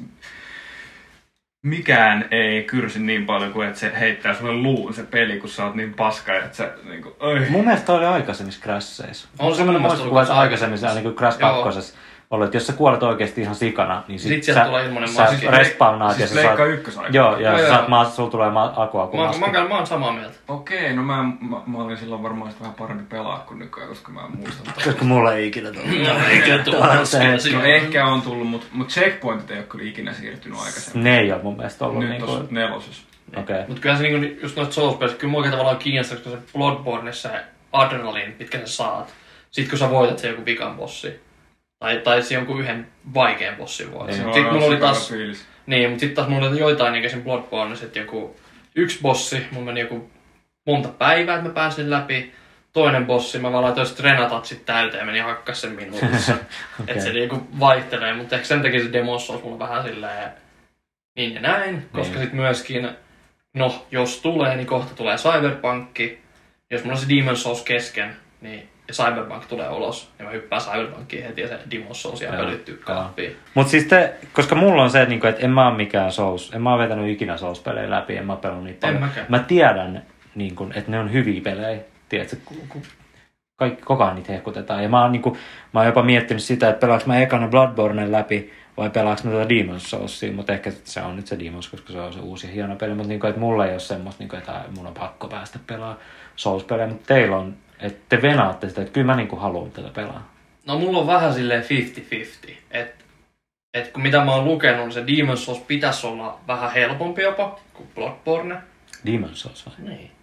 mikään ei kyrsi niin paljon kuin että se heittää sulle luun se peli, kun sä oot niin paska, että sä niinku. Mun mielestä oli aikaisemmissa Crashseissa. On semmoinen muistikuva aikaisemmissa, niin kuin Crash 2. Ollut, että jos sä kuolet oikeesti ihan sikana, niin sit sieltä tulee ilmoinen maski. Respawnaat ja sä saat. Joo, ja sulla tulee akumaski. Mä oon samaa mieltä. Okei, no mä olin silloin varmaan vähän parempi pelaa kuin nykyään, koska mä en muista. Koska mulla ei ikinä tullut. No ehkä on tullut, mutta checkpointit ei ole kyllä ikinä siirtynyt aikaisemmin. Ne ei ole mun mielestä ollut. Nyt on 4. Okei. Mut kyllä se niinku, just noista Souls-pelissä, kyllä muakin tavallaan kiinnostaa, koska se Bloodborneissa se adrenaliin, mitkä sä saat. Sit kun sä voitat se joku vikan bossi. Tai se jonkun yhden vaikean bossin voit. Sitten mulla oli taas. Niin, mutta sitten taas mulla oli joitain niin sen Bloodborne, että joku yksi bossi, mulla meni joku monta päivää, että mä pääsin läpi. Toinen bossi, mä vaan laitoin Renatatsit täyteen ja meni hakkas sen minuutissa. Okay. Että se niinku vaihtelee, mutta ehkä sen takia se Demon's Souls mulla vähän silleen niin ja näin. Koska sit myöskin, no jos tulee, niin kohta tulee Cyberpunkki. Jos mulla on se Demon's Souls kesken, niin ja Cyberpunk tulee ulos, niin mä hyppään Cyberpunkiin heti ja se Demon's Souls jää pölyttyy kaappiin. Mut siis koska mulla on se, että en mä oo mikään Souls, en mä oo vetänyt ikinä Souls-pelejä läpi, en mä oo pelannut niitä paljon. Mä tiedän, että ne on hyviä pelejä, tiedätkö, koko ajan niitä hehkutetaan. Ja mä oon jopa miettinyt sitä, että pelaanko mä ekana Bloodbornen läpi vai pelaanko mä tätä Demon's Soulsia, mutta ehkä se on nyt se Demon's, koska se on se uusi ja hieno peli, mutta että mulla ei ole semmoista, että mun on pakko päästä pelaamaan Souls-pelejä, mutta teillä on. Että te venaatte sitä, että kyllä mä haluan tätä pelaa. No mulla on vähän silleen 50-50. Että kun mitä mä oon lukenut, niin se Demon's Souls pitäisi olla vähän helpompi jopa kuin Bloodborne. Demon's Souls vai? Niin.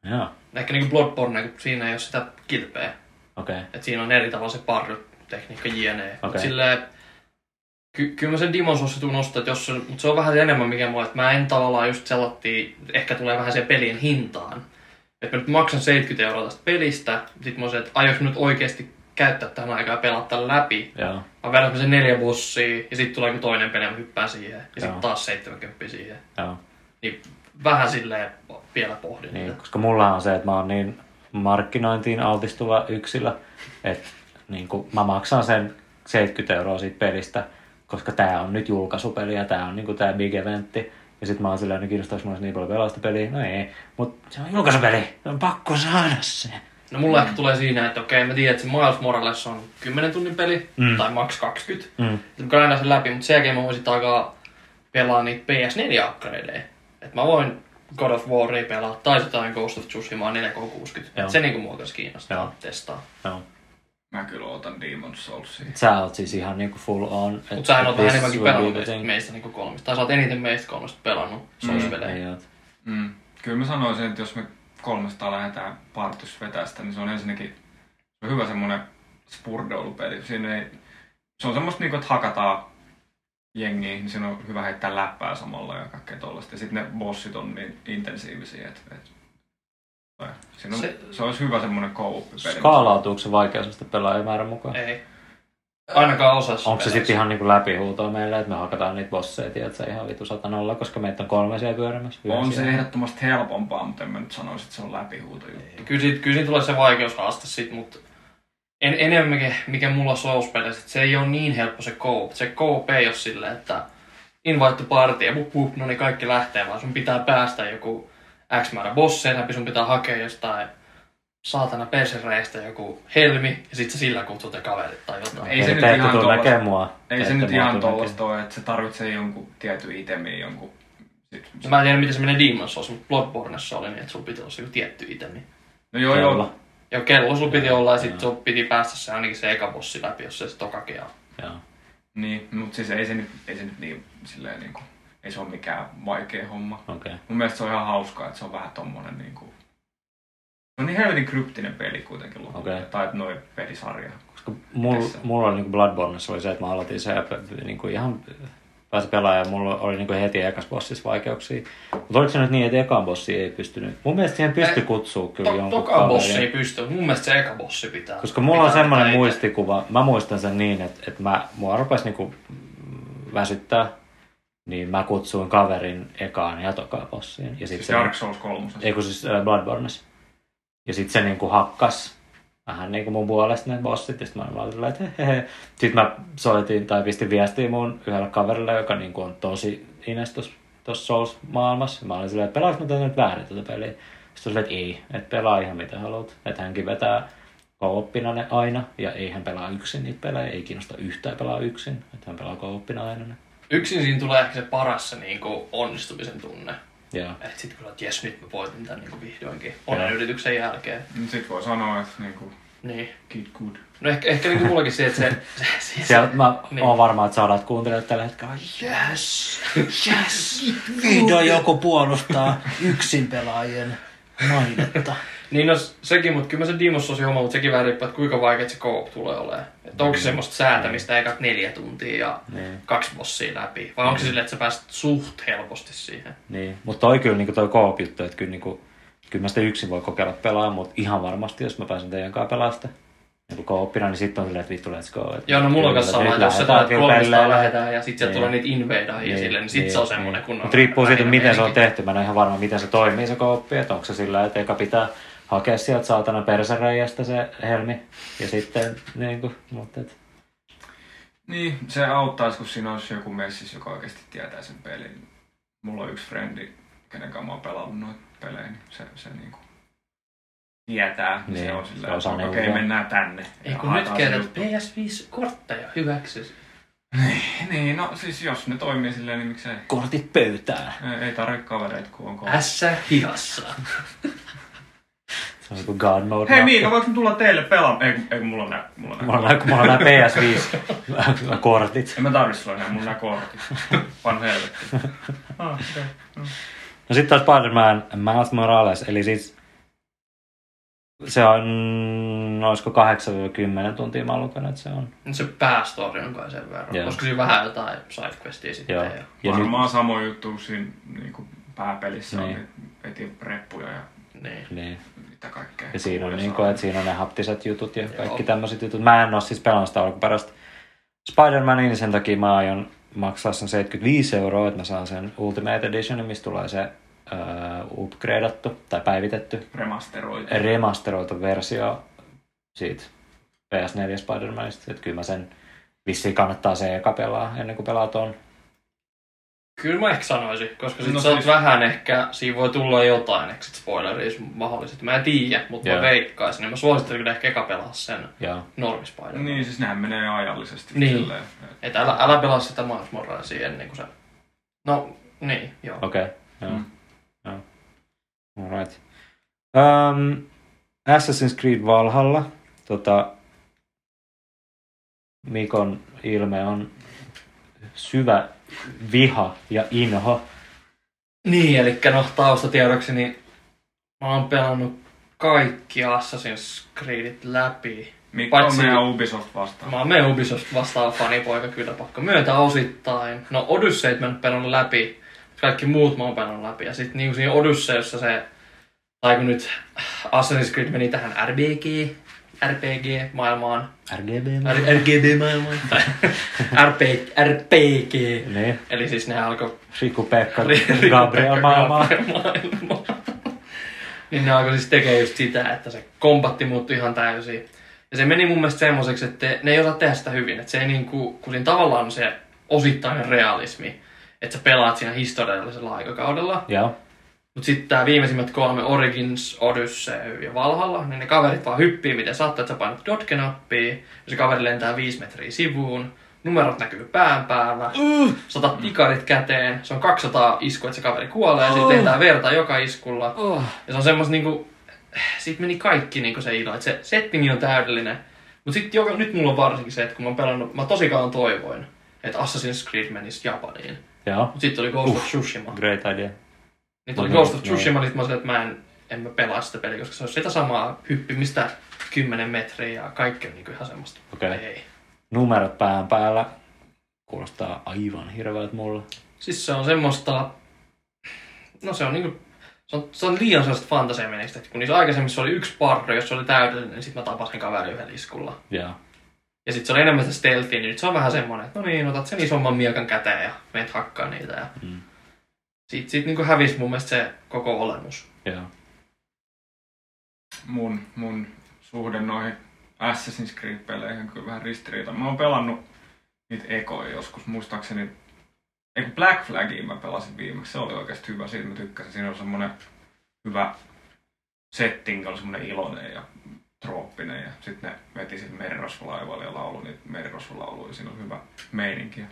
Joo. Ehkä niinku Bloodborne, kun siinä ei ole sitä kilpeä. Okei. Et siinä on eri tavalla se parry-tekniikka jne. Mut Okei. silleen, kyllä mä sen Demon Soulsin tuun ostaa, mutta se on vähän enemmän mikä mua, että mä en tavallaan just sellattiin, ehkä tulee vähän sen pelien hintaan. Että mä nyt maksan 70 € tästä pelistä, sit mä oon se, että aiotko nyt oikeesti käyttää tähän aikaa ja pelata tämän läpi. Joo. Mä vedän sen 4 bossia ja sitten tulee joku toinen peli ja mä hyppään siihen. Ja Joo. sitten taas 70 siihen. Joo. Niin vähän silleen vielä pohdin. Niin, Niin. koska mulla on se, että mä oon niin markkinointiin altistuva yksilö, että niin mä maksan sen 70 € siitä pelistä, koska tää on nyt julkaisupeli ja tää on niin tää big eventti. Ja sit mä oon silleen, kiinnostaako mulla niin paljon pelaa sitä peliä? No ei, mut se on julkaisupeli, on pakko saada se. No mulla ehkä tulee siinä, että okei, mä tiedän, että se Miles Morales on 10 tunnin peli, tai max 20. Mä grindaan sen läpi, mutta sen jälkeen mä voisin alkaa pelaa niitä PS4-upgradeja. Että mä voin God of Waria pelaa, tai jotain Ghost of Tsushimaa 4K60. Se niinku mua kanssa kiinnostaa testaa. Joo. Mä kyllä ootan Demon's Soulsia. Sä oot siis ihan niinku full on. Mut sähän oot vähän enemmänkin pelannut pelannut meistä niinku kolmesta. Tai sä oot eniten meistä kolmesta pelannut Souls-pelejä. Kyllä mä sanoisin, että jos me 300 lähdetään partys vetästä, niin se on ensinnäkin se on hyvä semmonen spurdoilupeli. Siinä ei, se on semmoista niinku, että hakataan jengiä, niin siinä on hyvä heittää läppää samalla ja kaikkea tollaista. Ja sitten ne bossit on niin intensiivisiä, että siinä on, se olisi hyvä semmonen co-op-peli. Skaalautuuko se vaikeusasta pelaajamäärän mukaan? Ei. Ainakaan osassa. Onko se sitten ihan niinku läpihuutoa meille, että me hakataan niitä bosseja, tiedätkö, ihan vitu 100-0, koska meitä on 3 siellä pyörimässä? On se ehdottomasti helpompaa, mutta en mä nyt sanoisi, että se on läpihuuto juttu. Kyllä siinä tulee se vaikeushaaste sit, mutta enemmänkin mikä mulla Souls-peleissä, että se ei ole niin helppo se co-op. Se co-op ei ole silleen, että invite to party ja no niin kaikki lähtee, vaan sun pitää päästä joku X määrä bosseja läpi, sun pitää hakea jostain saatana persereistä joku helmi ja sit sä sillä kutsut ne kaverit tai jotain. Ei se nyt ihan tollasta. Ei se nyt ihan tollasta ole, että se tarvitsee jonkun tietyn itemiin, jonkun... Mä en tiedä miten se menee Demon's Souls, mutta Bloodbornessa oli niin, että sulla piti olla se joku tietty itemi. No joo. Joo, kello sulla piti olla ja sit sulla piti päästä se ainakin se eka bossi läpi, jos se tokakin on. Joo. Niin, mutta siis ei se nyt niin silleen niinku... Ei se ole mikään vaikea homma. Okay. Mun mielestä se on ihan hauskaa, että se on vähän tommonen niinku... Se on niin helvetin kryptinen peli kuitenkin lopulta. Okay. Tai noin pelisarja. Koska mulla oli niinku Bloodborneissa oli se, että mä aloitin se niinku ihan pääsi pelaamaan ja mulla oli niinku heti ekas bossissa vaikeuksia. Mutta oliko se nyt niin, että ekan bossi ei pystynyt? Mun mielestä siihen pystyi kutsua kyllä jonkun toka bossi ei pysty, mun mielestä se eka bossi pitää. Koska mulla on semmoinen muistikuva, mä muistan sen niin, että mua rupesi niinku väsyttää. Niin mä kutsuin kaverin ekaan ja tokaan bossiin. Ja siis Dark Souls 3. Ei kun siis Bloodborneissa. Ja sit se niinku hakkas vähän niinku mun puolesta ne bossit. Ja sit mä olin vaan silleen, että hehehe. Sit mä soitin tai pistin viestiä mun yhdelle kaverille, joka niinku on tosi inestus tossa Souls-maailmassa. Mä olin silleen, että pelaanko mä tätä nyt väärin tätä peliä? Sitten silleen, että ei, että pelaa ihan mitä haluat. Että hänkin vetää co-oppina ne aina. Ja ei hän pelaa yksin niitä pelejä. Ei kiinnosta yhtään pelaa yksin. Että hän pelaa co-oppina aina ne. Yksin siinä tulee ehkä se paras se niinku onnistumisen tunne. Joo. Et sit kyllä, että jes, nyt mä voitin tän niinku vihdoinkin onnen yrityksen jälkeen. Sit voi sanoa, että niinku... Niin. Keep good. No ehkä niinku mullakin se, että se sieltä mä oon varma, että saadaan kuuntelijat tällä hetkellä. Yes! Vihdoin joku puolustaa yksin pelaajien mainetta. Niin no sekin, mutta kyllä mä se Demon's Soulsin homma, mutta sekin vähän riippuu, että kuinka vaikea se co-op tulee olemaan. Että onko se semmoista säätämistä ekat 4 tuntia ja 2 bossia läpi? Vai onko se silleen, että sä pääset suht helposti siihen? Niin, mutta toi kyllä niinku toi co-op juttu, että kyllä mä sitä yksin voi kokeilla pelaa, mutta ihan varmasti, jos mä pääsen teidän kanssa pelaamaan sitä niin co-opina, niin sitten on silleen, että vittu let's go. Joo, no mulla on kanssa sama, että jos se tulee, että 300 lähdetään ja sit sieltä tulee niitä invadeja silleen, niin sit se on semmonen kunnon... Mutta riippuu siitä, miten se on tehty. Mä en ole ihan varma, miten se toimii se co-op, että onko se sillä, että eka pitää hakea sieltä saatana persereijästä se helmi ja sitten niinku, mutta et... Niin, se auttaisi, kun siinä olisi joku messis, joka oikeasti tietää sen pelin. Mulla on yksi frendi, kenen kanssa mä oon pelannut noita pelejä, niin se niinku tietää. Niin, se on silleen, että okei, mennään tänne. Ei kun nyt kerrot PS5-kortteja hyväksys. Niin, no siis jos ne toimii silleen, niin miksei. Kortit pöytään. Ei tarvitse kavereita, kun on kortit. Ässä hihassa. Se on joku God Mode. Hei Miika, voiko tulla teille pelaamaan? Ei, mulla on nää. Mulla on nää PS5-kortit. En mä tarvitse sulla mulla on nää kortit. Pan helvetti. No sit taas Spider-Man Miles Morales, eli siis Se on, olisiko 8-10 tuntia mä lukenut, että se on. Se päästory on kai sen verran. Joo. Koska siinä vähän jotain sidequestia sitten. Joo. Ja Varmaan samoin juttu siinä niinku pääpelissä Niin. on veti reppuja ja Niin. mitä kaikkea. Ja siinä on, Kuulia niin saa. että siinä on ne haptiset jutut ja kaikki Joo. tämmöiset jutut. Mä en oo siis pelannut sitä alkuperäistä Spider-Manin, niin sen takia mä aion maksaa sen 75 €, että mä saan sen Ultimate Editionin, mistä tulee se upgradeattu tai päivitetty, remasteroitu versio siitä PS4 Spider-Manista. Että kyllä mä sen vissiin kannattaa se eka pelaa ennen kuin pelaa ton. Kyllä mä ehkä sanoisin, koska sit No sä oot siis- vähän ehkä, siinä voi tulla jotain exit spoileria mahdollisesti. Mä en tiedä, mutta mä Joo. veikkaisin. Ja mä suosittelen kyllä ehkä eka pelaa sen Ja Normi Spider-Man. Niin, siis nehän menee ajallisesti. Niin. silleen, Että älä pelaa sitä Miles Moralesia ennen kuin se... No, niin, joo. okei. Joo. Mm. Joo. Alright. Assassin's Creed Valhalla. Mikon ilme on syvä viha ja inho. Niin, eli no taustatiedoksi, niin mä oon pelannut kaikki Assassin's Creedit läpi. Mikko on Paitsi- meidän Ubisoft vastaan. Mä oon meidän Ubisoft vastaava fanipoika, kyllä pakko myöntää osittain. No Odysseyt mä en pelannut läpi, kaikki muut mä oon pelannut läpi. Ja sit niinku siinä Odysseyssa se, tai kun nyt Assassin's Creed meni tähän RPG-maailmaan, RGB-maailmaan, tai RPG, Niin. eli siis ne alkoi Riku Pekka Riku Gabriel maailmaa. maailmaa. Niin ne alkoi siis tekee just sitä, että se kombatti muuttui ihan täysin. Ja se meni mun mielestä semmoiseksi, että ne ei osaa tehdä sitä hyvin. Että se ei niinku, kun siinä tavallaan on se osittainen realismi, että sä pelaat siinä historiallisella aikakaudella. Joo. Mutta sitten tää viimeisimmät 3, Origins, Odyssey ja Valhalla, niin ne kaverit vaan hyppii miten sattuu, että sä painat dotke-nappia, ja se kaveri lentää 5 metriä sivuun, numerot näkyy pään päällä, satat tikarit käteen, se on 200 iskua, että se kaveri kuolee, ja sitten lentää verta joka iskulla. Ja se on semmos niinku, siitä meni kaikki niinku se ilo, että se settingi on täydellinen. Mutta sitten nyt mulla on varsinkin se, että kun mä oon pelannut, mä tosi kauan toivoin, että Assassin's Creed menisi Japaniin. Joo. Mutta sitten oli Ghost of Tsushima. Great idea. Niin tuli No, Ghost of no. Tsushima, niin mä sanoin, että en mä pelaa sitä peliä, koska se on sitä samaa hyppimistä 10 metriä ja kaikki on niinku ihan semmoista. Okei. Ei. Numerot pään päällä. Kuulostaa aivan hirveältä mulle. Siis se on semmoista, no se on niinku, se on liian sellaista fantasiamenistä, että kun niissä aikaisemmissa oli yksi parry, jos se oli täydellinen, niin sit mä tapasin kaverin yhden iskulla. Joo. Ja sit se oli enemmän sitä stealthia, niin nyt se on vähän semmonen, että no niin, otat sen isomman miekan käteen ja meet hakkaa niitä. Ja Siitä niinku hävisi mun mielestä se koko olemus. Joo. Mun suhde noihin Assassin's Creed-peleihin on kyllä vähän ristiriita. Mä oon pelannut niitä ekoja joskus, muistaakseni. Eiku Black Flagia mä pelasin viimeksi, se oli oikeesti hyvä, siitä mä tykkäsin. Siinä on semmonen hyvä setting, oli semmonen iloinen ja trooppinen. Ja sit ne veti sit merirosvolaivalle ja laulu niitä merirosvolauluja, siinä on hyvä meininki.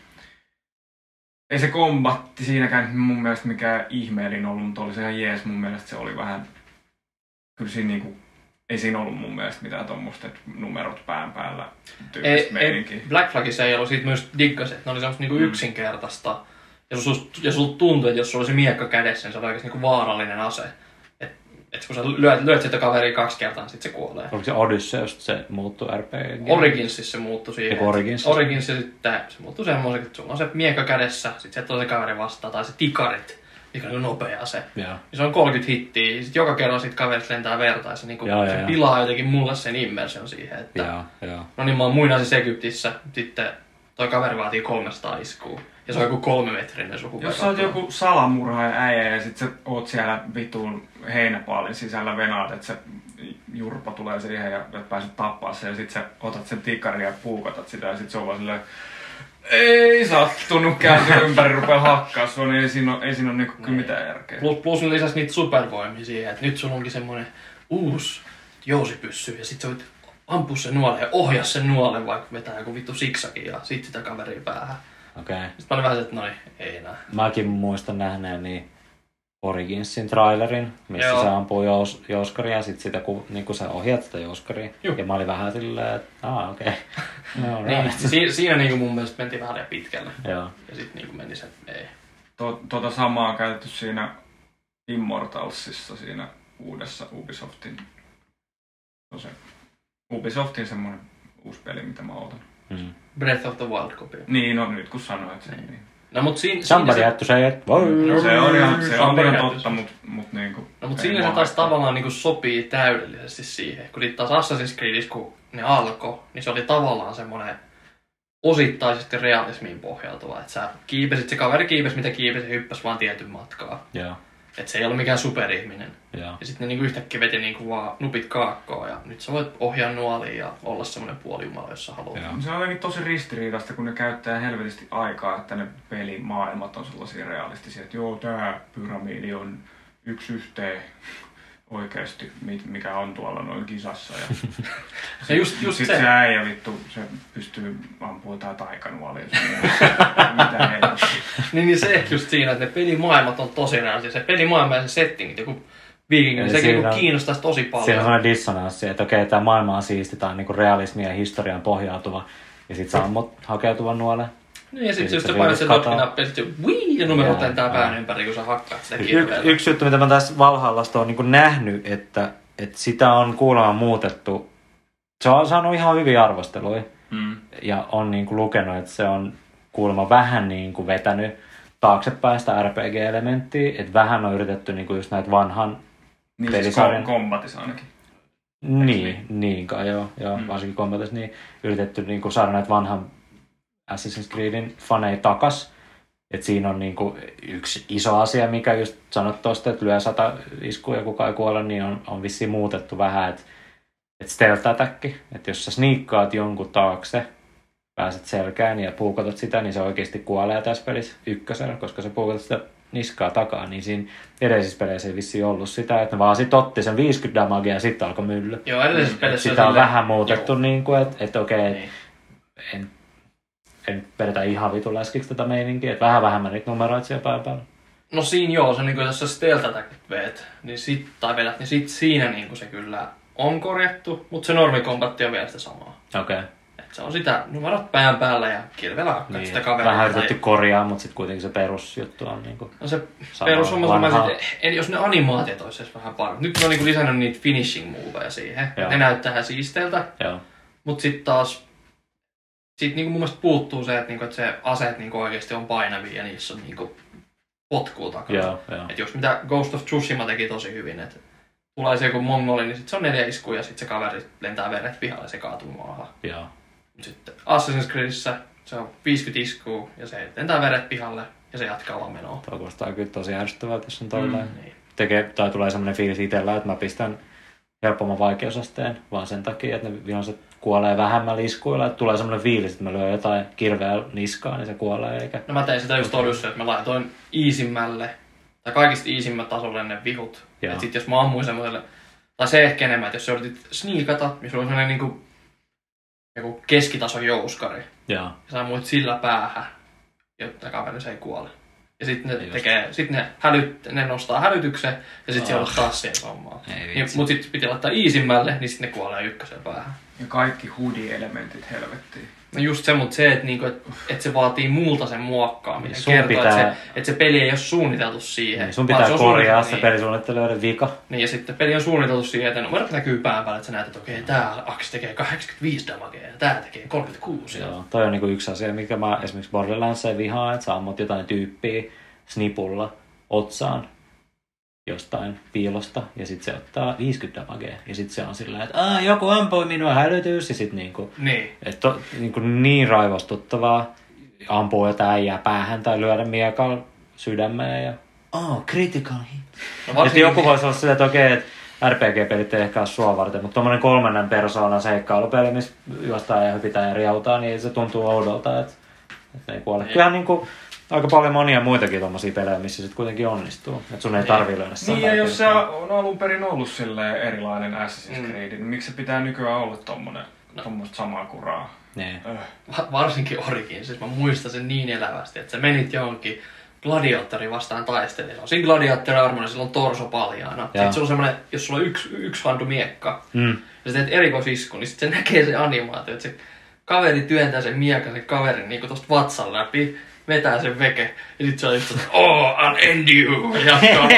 Ei se kombatti siinäkään mun mielestä mikään ihmeellinen ollut, mutta oli se ihan jees. Mun mielestä se oli vähän... Kyllä siinä niinku... Ei siinä ollut mun mielestä mitään tommoista, että numerot pään päällä tyyppistä meininkiä. Black Flagissa ei ollut, siitä myös diggasin, että ne oli semmoista niinku yksinkertaista. Ja sulla tuntui, että jos sulla olisi miekka kädessä, niin se oli oikeasti niinku vaarallinen ase. Et kun sä lyöt sitä kaveria 2 kertaa, niin sit se kuolee. Oliko se Odysseus, se muuttui RPG? Originsissa se muuttui siihen. Originsissa sitten se muuttui semmoiseksi, että sulla on se miekka kädessä, sit sieltä on se kaveri vastaan, tai se tikarit, mikä on nopea ase. Joo. Ja se on 30 hittiä, ja sit joka kerran sit kaverit lentää verta, ja se, niinku, se pilaa jotenkin mulle sen immersion siihen, että... Joo. No niin, mä oon muinaisessa Egyptissä, sitten toi kaveri vaatii 300 iskua. Ja se on joku 3 metrinen suku. Jos sä oot joku salamurhaaja äijä ja sit sä oot siellä vitun heinäpaalin sisällä venaat, että se jurpa tulee siihen ja et pääset tappaa sen ja sit sä otat sen tikarin ja puukotat sitä ja sit se on vaan silleen ei sattunut kääntyä ympäri rupea hakkaa sua, niin ei siinä ole niinku kyllä mitään järkeä. Plus ne lisäs niitä supervoimia siihen, että nyt sulla onkin semmonen uusi jousipyssy ja sit sä voit ampua sen nuolen ja ohjaa sen nuolen, vaikka vetää joku vittu siksakin ja sit sitä kaveria päähän. Okei. Sitten mä olin vähän se, että ei enää. Mäkin muistan nähneeni Originsin trailerin, missä Joo. se ampuu jouskaria ja sit sitä, niin sä ohjaat sitä jouskaria. Juh. Ja mä olin vähän silleen, että okei. No, Niin, siinä niinku mun mielestä mentiin vähän liian pitkälle. Joo. Ja sit niinku meni se, että ei. Tota samaa on käytetty siinä Immortalsissa, siinä uudessa Ubisoftin on se Ubisoftin semmoinen uusi peli, mitä mä ootan. Breath of the Wild copy. Niin, no nyt kun sanoit sen. Niin. No mut siinä... Somebody had to say it. Se on ihan totta, mut niinku... No mut siinä se taas tavallaan niinku sopii täydellisesti siihen. Kun taas Assassin's Creedissä, kun ne alkoi, niin se oli tavallaan semmoinen osittaisesti realismiin pohjautuva. Että sä kiipesit, se kaveri kiipesi mitä kiipesi, hyppäsi vaan tietyn matkaa. Joo. Että se ei ollut mikään superihminen. Joo. Ja sitten ne niinku yhtäkkiä veti niinku vaan nupit kaakkoon ja nyt sä voit ohjaa nuoliin ja olla semmoinen puolijumala, jos sä haluat. Joo. Se on jotenkin tosi ristiriidasta, kun ne käyttää helvetisti aikaa, että ne pelimaailmat on sellaisia realistisia, että joo, tää pyramidi on yksi yhteen oikeesti, mikä on tuolla noin kisassa. Ja just sit se äijä vittu, se pystyy ampua jotain taikanuolia. Mitä helvettiä. niin se just siinä, että ne pelimaailmat on tosi realistisia. Se pelimaailma ja se settingit, joku viikingin, sekin kiinnostaisi tosi paljon. Siinä on sellainen dissonanssi, että okei, tämä maailma on siisti, tämä on niinku realismia ja historiaan pohjautuva. Ja sit sä ammut hakeutuvan nuoleen. Niin, ja sit just sä painat sen dotkinappiin, ja sit ja numerot lentää pään ympäri, kun sä hakkaat sitä kirveellä. Yksi juttu, mitä mä tässä Valhallasta on niinku nähnyt, että sitä on kuulemma muutettu. Se on saanut ihan hyviä arvosteluja. Ja on niinku lukenut, että se on kuulemma vähän niinku vetänyt taaksepäin sitä RPG-elementtiä. Että vähän on yritetty niinku just näitä vanhan niin pelisarjan... Siis kombatissa ainakin. Niin kai joo. Varsinkin kombatissa niin yritetty niinku saada näitä vanhan Assassin's Creedin faneja takas. Et siinä on niinku yksi iso asia, mikä just sanot tosta, että lyö 100 iskua ja kukaan ei kuole, niin on vissiin muutettu vähän, että stealth attack, että jos sä sniikkaat jonkun taakse, pääset selkään ja puukotat sitä, niin se oikeasti kuolee tässä pelissä ykkösellä, koska sä puukotat sitä niskaa takaa, niin siinä edellisissä peleissä ei vissiin ollut sitä, että ne vaan sit otti sen 50 damagea ja sitten alkoi mylly. Joo, edellisissä peleissä sitä on vähän muutettu, niin että okei, niin. En vedetä ihan vitun läskiksi tätä meininkiä, että vähän vähemmän niitä numeroita siellä päin päällä. No siinä joo, se niin kuin jos sä stealth attackit veet, niin sit siinä niin kuin se kyllä on korjattu, mutta se normikombatti on vielä sitä samaa. Okei. Et se on sitä numerot pään päällä ja kirveellä hakkaat Niin, sitä kaveria. vähän yritetty korjaa, mutta sitten kuitenkin se perusjuttu on niinku... No se perushomma, jos ne animaatiot olisi edes vähän paremmin. Nyt ne on niinku lisännyt niitä finishing moveja siihen. Joo. Ne näyttää ihan siisteiltä. Joo. Mut sit taas... Siitä niinku mun mielestä puuttuu se, että, niinku, että se aseet niinku oikeesti on painavia ja niissä on niinku potkuu takana. Joo. Et jos mitä Ghost of Tsushima teki tosi hyvin, että tulee se joku mongoli, niin sit se on 4 iskua ja sit se kaveri lentää veret pihalle ja se kaatuu maahan. Joo. Sitten Assassin's Creedissä se on 50 iskua ja se lentää veret pihalle ja se jatkaa vaan menoa. Tuo kuulostaa kyllä tosi ärsyttävää, jos on tolleen. Niin. Tai tulee semmoinen fiilis itsellä, että mä pistän helpomman vaikeusasteen vaan sen takia, että ne viholliset kuolee vähemmällä iskuilla. Että tulee semmoinen fiilis, että mä lyön jotain kirveä niskaan, niin se kuolee eikä... No mä tein sitä just Odyssey, että mä laitoin easimmälle tai kaikista easimmät tasolle ne vihut. Että sit jos mä ammuin semmoiselle, tai se ehkä enemmän, että jos sä yritit sniikata, niin sulla on semmoinen niinku joku keskitason jouskari. Joo. Ja sä ammuit sillä päähän, jotta kaveri se ei kuole. Ja sitten ne nostaa hälytyksen ja sitten se joudut taas siihen hommaan. Mut sit piti laittaa easimmälle, niin sitten ne kuolee ykkösen päähän. Ja kaikki hoodie-elementit helvettiin. No just se, mutta se, että niinku, et se vaatii multa sen muokkaaminen. Kertoo, että se peli ei ole suunniteltu siihen. Sun pitää korjaa se pelisuunnittelijoiden vika. Niin, ja sitten peli on suunniteltu siihen, että numerot näkyy pään päälle, että sä näet, että okei, tää aksi tekee 85 damagea ja tää tekee 36. Joo, toi on niinku yksi asia, mikä mä esimerkiksi Borderlandsissa vihaan, että sä ammut jotain tyyppiä snipulla otsaan jostain piilosta ja sit se ottaa 50 damagea ja sit se on sillä että joku ampui minua, hälytys ja sit niinku että niin raivostuttavaa ampuu jotain äijää päähän tai lyödä miekalla sydämeen ja critical hit. No, että joku voisi olla sillä, että okei, että RPG-pelit ei ehkä ole sua varten, mutta tommonen 3. persoonan seikkailupeli, missä juostaan ja hypitään ja riautaa, niin se tuntuu oudolta, että ne ei kuole. Kyllähän niinku aika paljon monia muitakin tommosia pelejä, missä sit kuitenkin onnistuu. Että sun ei tarvii löydä niin, ja jos se on alun perin ollut silleen erilainen Assassin's Creed, niin miksi se pitää nykyään olla tommoista samaa kuraa? Niin. Varsinkin Origins, siis mä muistan sen niin elävästi, että sä menit johonkin gladiaattori vastaan taistelemaan. Siinä gladiaattori armoilla sillä on torso paljaana. Sitten sulla on semmonen, jos sulla on yksi handu miekka, ja sä teet erikoisisku, niin sit se näkee se animaatio, että se kaveri työntää sen miekaisen kaverin niinku tosta vatsan läpi, vetää sen veke, ja sit se on just I'll end you, ja jatkaa.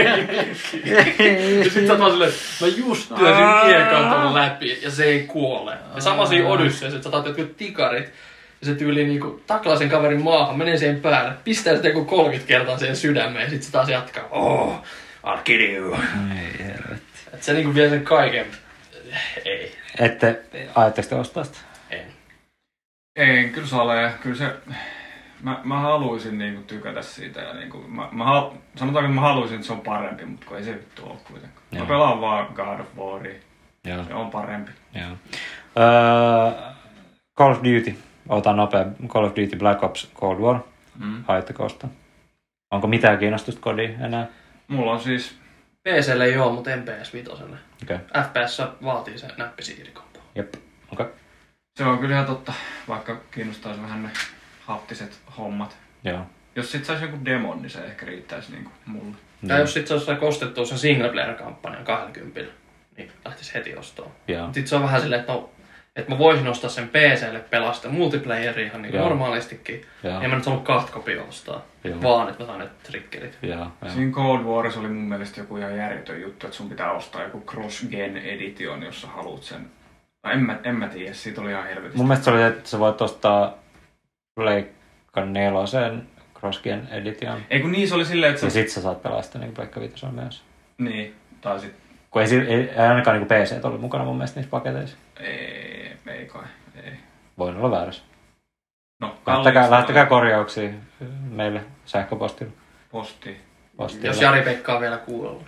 Ja sit sä oot vaan silleen, mä just työnsin miekan ton läpi, ja se ei kuole. Ja sama siinä Odysseessa, että sä otat jotkut tikarit, ja se tyyli niinku taklaa sen kaverin maahan, menee siihen päälle, pistää sitä joku 30 kertaa siihen sydämeen, ja sit se taas jatkaa, I'll kill you. Ei helvetti. Et se niinku vie sen kaiken. Ei. Ajatteko te ostaa sitä? Ei, kyllä Sale, kyllä se... Mä haluaisin niinku tykätä siitä ja niinku... sanotaanko, että mä haluaisin, että se on parempi, mutta kun ei se vittu ole kuitenkaan. Mä pelaan vaan God of Waria. Joo. Se on parempi. Joo. Call of Duty. Otan nopea. Call of Duty Black Ops Cold War. Haitteko ostaa? Onko mitään kiinnostusta kodiin enää? Mulla on siis... PC:lle ei oo, mutta en PS5:lle. Okay. FPS vaatii se näppisiirikompo. Jep. Okay. Se on kyllä ihan totta, vaikka kiinnostaisi vähän ne haptiset hommat. Joo. Jos sit sais joku demon, niin se ehkä riittäisi niinku mulle. Tai jos sit se olisi ostettua sen single player-kampanjan 20, niin lähtisi heti ostoon. Mutta sit se on vähän silleen, että mä voisin ostaa sen PC:lle pelasta multiplayeria ihan niin normaalistikin. Ja mä nyt saanut 2 kopia ostaa, vaan että mä saan ne triggerit. Siinä Cold Warissa oli mun mielestä joku ihan järjetön juttu, että sun pitää ostaa joku cross-gen edition, jos sä haluut sen. No en mä tiedä, siitä oli ihan helvetistä. Mun mielestä se oli, että sä voit ostaa Pleikka 4 cross-gen edition. Ei kun niin, se oli silleen, että ja sit sä saat pelaa sitä niin Pleikka 5 myös. Niin, tai sit... Kun ei ainakaan niin PC ollut mukana mun mielestä niissä paketeissa. Ei kai, ei. Voin olla väärässä. No, lähtekää korjauksia meille sähköpostilla. Posti. Jos Jari-Pekka on vielä kuullut.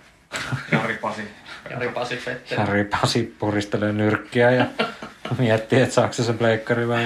Jari-Pasi Petteri. Jari-Pasi puristelee nyrkkiä ja miettii, että saako se pleikkari vai...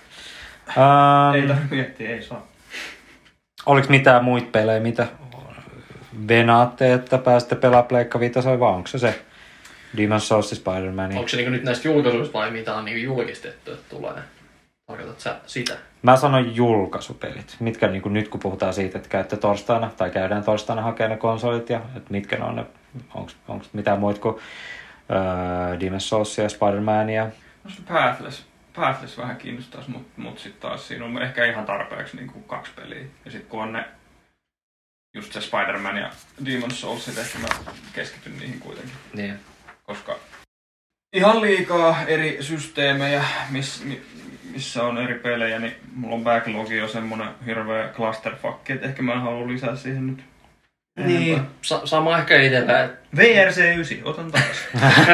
Ei tarvitse miettiä, ei saa. Oliko mitään muita pelejä, mitä venaatte, että pääsitte pelaamaan Pleikka 5 vai onko se Demon's Souls, Spider-Man? Onko se niinku nyt näistä julkaisuista vai mitä on niinku julkistettu, että tulee? Tarkoitat sä sitä? Mä sanon julkaisupelit. Mitkä niinku nyt kun puhutaan siitä, että käytte torstaina tai käydään torstaina hakemaan ne konsolit ja että mitkä ne on ne, onko mitään muita kuin Demon's Souls ja Spider-Mania? No se Pathless vähän kiinnostaisi, mut sit taas siinä on ehkä ihan tarpeeksi niinku 2 peliä. Ja sit kun on ne just se Spider-Man ja Demon's Souls, ehkä mä keskityn niihin kuitenkin. Niin. Koska ihan liikaa eri systeemejä, missä on eri pelejä, niin mulla on backlogi jo semmonen hirveä clusterfuck, että ehkä mä en halua lisää siihen nyt. Niin. Sama ehkä itellä. VRC9, otan taas.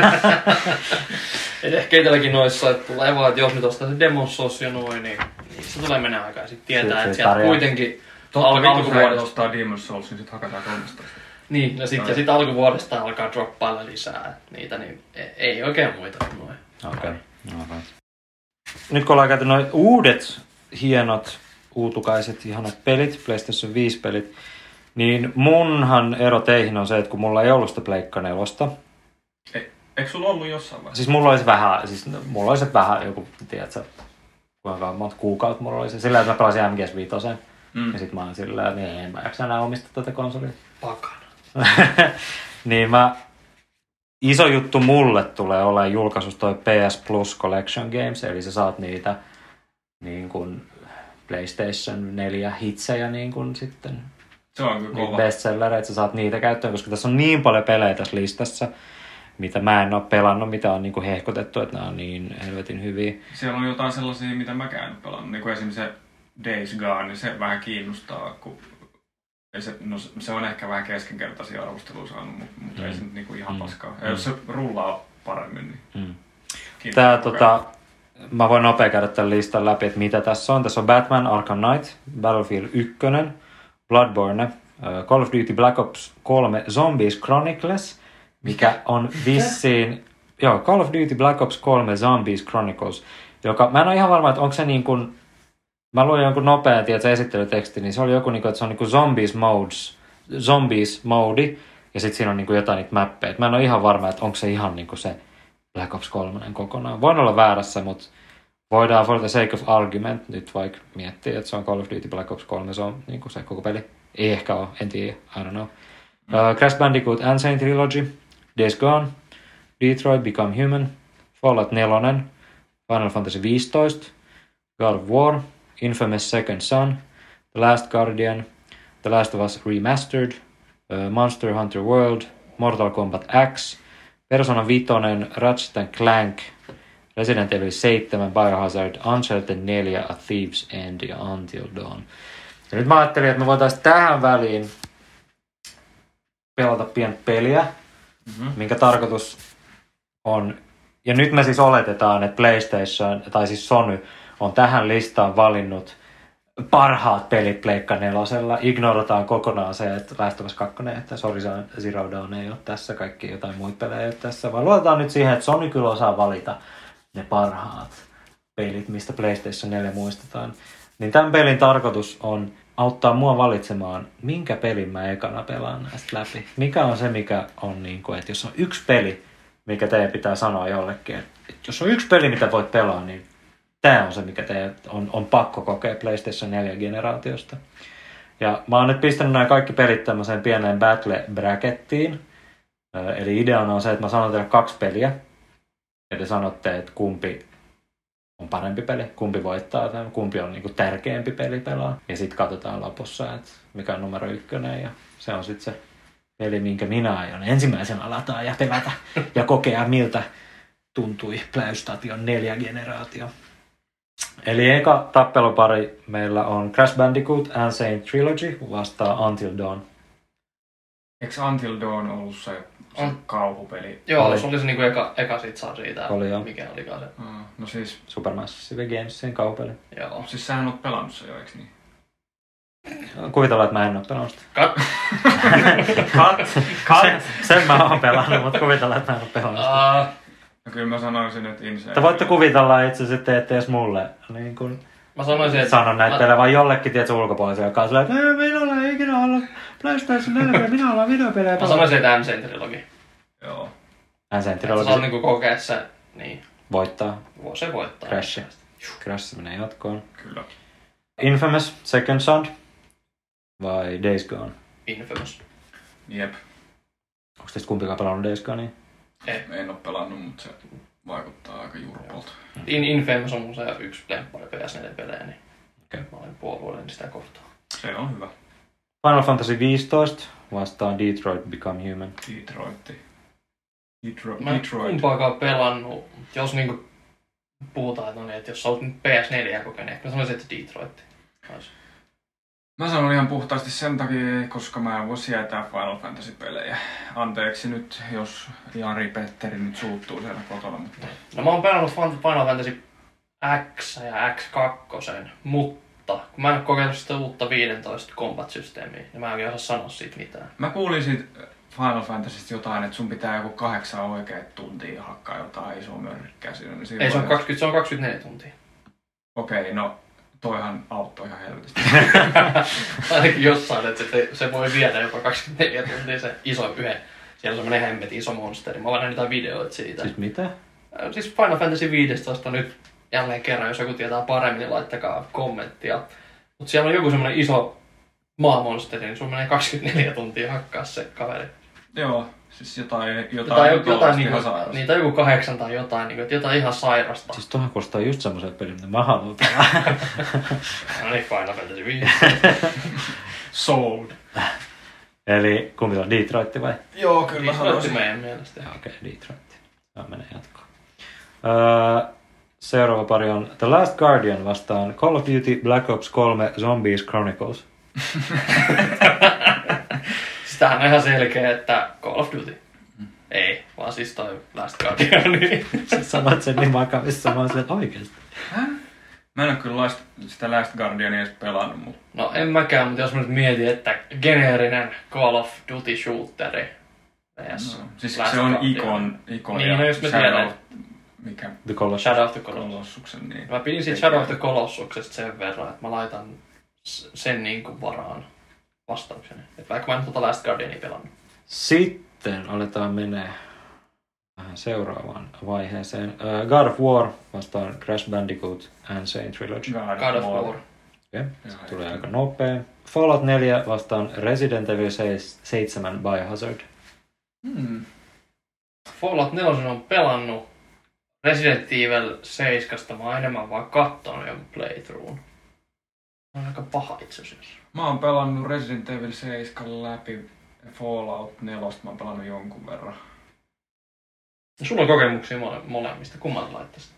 Et ehkä itselläkin noissa, että tulee vaan, että jos nyt ostaa se Demon's Souls ja noin, niin se tulee mennä aikaa. Sitten tietää, että sieltä kuitenkin alkuvuodesta ostaa Demon's Souls, niin sit hakataan 13. Niin, ja sitten alkuvuodesta alkaa droppailla lisää niitä, niin ei oikein muita kuin noin. Okei. Nyt kun ollaan käyty noin uudet, hienot, uutukaiset, ihanat pelit, PlayStation 5 pelit, niin munhan ero teihin on se, että kun mulla ei ollut sitä Pleikka 4. Eikö sulla ollut jossain vaiheessa? Siis mulla olisi vähän joku, tiedätkö, kuinka monta kuukautta mulla olisi. Sillä että mä pelasin MGS5. Ja sit mä oon sillä, niin en mä jaksa enää omistaa tätä konsolia. Pakana. Niin iso juttu mulle tulee olemaan julkaisussa toi PS Plus Collection Games, eli sä saat niitä niin kuin PlayStation 4 hitsejä niin kuin sitten. Se on kyllä kova. Bestsellereitä, sä saat niitä käyttöön, koska tässä on niin paljon pelejä tässä listassa, mitä mä en oo pelannut, mitä on niinku hehkutettu, että nämä on niin helvetin hyviä. Siellä on jotain sellaisia, mitä mäkään en pelannut. Niin kuin esimerkiksi se Days Gone, niin se vähän kiinnostaa, kun se on ehkä vähän keskinkertaisia arvostelua saanut, mutta ei se nyt niinku ihan paskaa. Ja jos se rullaa paremmin, niin tää mä voin nopea käydä tämän listan läpi, että mitä tässä on. Tässä on Batman Arkham Knight, Battlefield 1, Bloodborne, Call of Duty Black Ops 3 Zombies Chronicles, mikä on vissiin... Joo, Call of Duty Black Ops 3 Zombies Chronicles, joka... Mä en ole ihan varma, että onko se niin kuin... Mä luin jonkun nopean esittelyteksti, niin se oli joku, että se on niin Zombies mode, ja sitten siinä on niin jotain niitä mappeja. Mä en ole ihan varma, että onko se ihan niin se Black Ops 3 kokonaan. Voin olla väärässä, mutta voidaan for the sake of argument nyt vaikka miettiä, että se on Call of Duty Black Ops 3, se on niin se koko peli. Ei ehkä ole, en tiedä, I don't know. Crash Bandicoot Insane Trilogy, Days Gone, Detroit Become Human, Fallout 4, Final Fantasy 15, God of War, Infamous Second Son, The Last Guardian, The Last of Us Remastered, Monster Hunter World, Mortal Kombat X, Persona 5, Ratchet & Clank, Resident Evil 7, Biohazard, Uncharted 4, A Thief's End ja Until Dawn. Ja nyt mä ajattelin, että me voitaisiin tähän väliin pelata pientä peliä, minkä tarkoitus on, ja nyt me siis oletetaan, että PlayStation, tai siis Sony, on tähän listaan valinnut parhaat pelit Pleikka 4:lla. Ignorataan kokonaan se, että Last of Us 2, että Horizon Zero Dawn ei ole tässä, kaikki jotain muita pelejä ei ole tässä, vaan luotetaan nyt siihen, että Sony kyllä osaa valita ne parhaat pelit, mistä PlayStation 4 muistetaan. Niin tämän pelin tarkoitus on auttaa mua valitsemaan, minkä pelin mä ekana pelaan näistä läpi. Mikä on se, mikä on niin kuin, että jos on yksi peli, mikä teidän pitää sanoa jollekin, että jos on yksi peli, mitä voit pelaa, niin tämä on se, mikä teidän on pakko kokea PlayStation 4-generaatiosta. Ja mä oon nyt pistänyt nämä kaikki pelit tämmöiseen pieneen battle brackettiin. Eli ideana on se, että mä sanon teille 2 peliä. Ja te sanotte, että kumpi on parempi peli, kumpi voittaa tai kumpi on niinku tärkeämpi peli pelaa. Ja sitten katsotaan lopussa, että mikä on numero 1. Ja se on sitten se peli, minkä minä aion ensimmäisenä lataa ja pelata. Ja kokea, miltä tuntui PlayStation 4-generaatio. Eli eka tappelupari meillä on Crash Bandicoot Insane Trilogy vastaan Until Dawn. Eikö Until Dawn ollut se kauhupeli? Joo, se oli se niinku eka sit saa siitä, oli, joo. mikä olikaan se. No siis... Supermassive Gamesin kauhupeli. Joo. Siis sähän oot pelannut se jo, eikö niin? Kuvitellaan, että mä en oo pelannut sitä. Cut! Sen mä oon pelannut, mutta kuvitellaan, että mä en oo pelannut sitä. No kyllä mä sanoisin, että Insane. Te voitte kuvitella itse asiassa, että ette edes mulle niin kun mä sanoisin, että... sanon näitä pelejä, vaan jollekin tietysti ulkopuolisia, joka on silleen, että minä ei ikinä olla PlayStation 4, minä ollaan videopelejä. Mä sanoisin, että Insane Trilogy. Joo. Insane Että Trilogy. sä saat niinku kokea se, niin. Voittaa. Se voittaa. Crash menee jatkoon. Kyllä. Infamous Second Son vai Days Gone? Infamous. Jep. Onko teistä kumpikaan pelannut Days Gonea? En oo pelannut, mutta se vaikuttaa aika jurpolta. Infamous on mun se yksi lemppari PS4-pelejä, niin okay. Mä olin puolueellinen sitä kohtaa. Se on hyvä. Final Fantasy 15 vastaan Detroit Become Human. Mä en kumpaakaan pelannut. Jos niinku puhutaan, että, no niin, että jos sä oot nyt PS4 kokeneet, mä sanoisin, että Detroit. Mä sanon ihan puhtaasti sen takia, koska mä en voi sietää Final Fantasy-pelejä. Anteeksi nyt, jos Jari Petteri nyt suuttuu siellä kotona, mutta... No mä oon pelannut Final Fantasy X ja X2, mutta kun mä en ole kokeillut sitä uutta 15 combat-systeemiä, niin mä en oikein osaa sanoa siitä mitään. Mä kuulin siitä Final Fantasysta jotain, että sun pitää joku 8 oikeat tuntia hakkaa jotain isoa mörkkää siinä. Niin ei, se on 24 tuntia. Okei, no toihan auttoi ihan helvetisti. Ainakin jossain, että se voi viedä jopa 24 tuntia se iso yhden. Siellä on semmonen hemmetin iso monsteri. Mä oon nähnyt jotain videoita siitä. Siis mitä? Siis Final Fantasy 15 nyt jälleen kerran, jos joku tietää paremmin, niin laittakaa kommenttia. Mutta siellä on joku semmonen iso maamonsteri, niin sun menee 24 tuntia hakkaa se kaveri. Joo, siis jotain niinku, niitä joku 8 tai jotain, niinku, jotain ihan sairasta. Siis tuohon kuulostaa just semmoiselta pelin, mitä mä haluan pelaa. No niin, Final Fantasy 15. Sold. Eli kumpi on Detroit vai? Joo, kyllä sanoisin meidän mielestä. Okei, Detroit. Tämä menee jatkoon. Seuraava pari on The Last Guardian vastaan Call of Duty Black Ops 3 Zombies Chronicles. Siis tämähän on ihan selkeä, että Call of Duty. Ei, vaan siis toi Last Guardian. Niin. Sä sanoit sen niin vakavissa, mä oon silleen, että oikeesti. Mä en oo kyllä sitä Last Guardiania edes pelannut, mutta... No en mäkään, mutta jos mä nyt mietin, että geneerinen Call of Duty shooteri. No, siis se on ikon niin, no jos mä tiedän. Mikä? The Colossus. Shadow of the Colossuksen, niin. Mä pidin siitä Shadow of the Colossuksesta sen verran, että mä laitan sen niin kuin varaan vastaukseni. Että vaikka mä en tuota Last Guardiania pelannut. Sitten aletaan menee vähän seuraavaan vaiheeseen. God of War vastaan Crash Bandicoot Insane Trilogy. God of War. Okay. Tulee aika nopea. Fallout 4 vastaan Resident Evil 7 Biohazard. Fallout 4 on pelannut. Resident Evil 7 mä oon enemmän vaan kattonut jonkun playthroughin. On aika paha itse asiassa. Mä oon pelannut Resident Evil 7 läpi, Fallout 4 mä oon pelannut jonkun verran. No, sulla on kokemuksia molemmista, kumman laittaisit?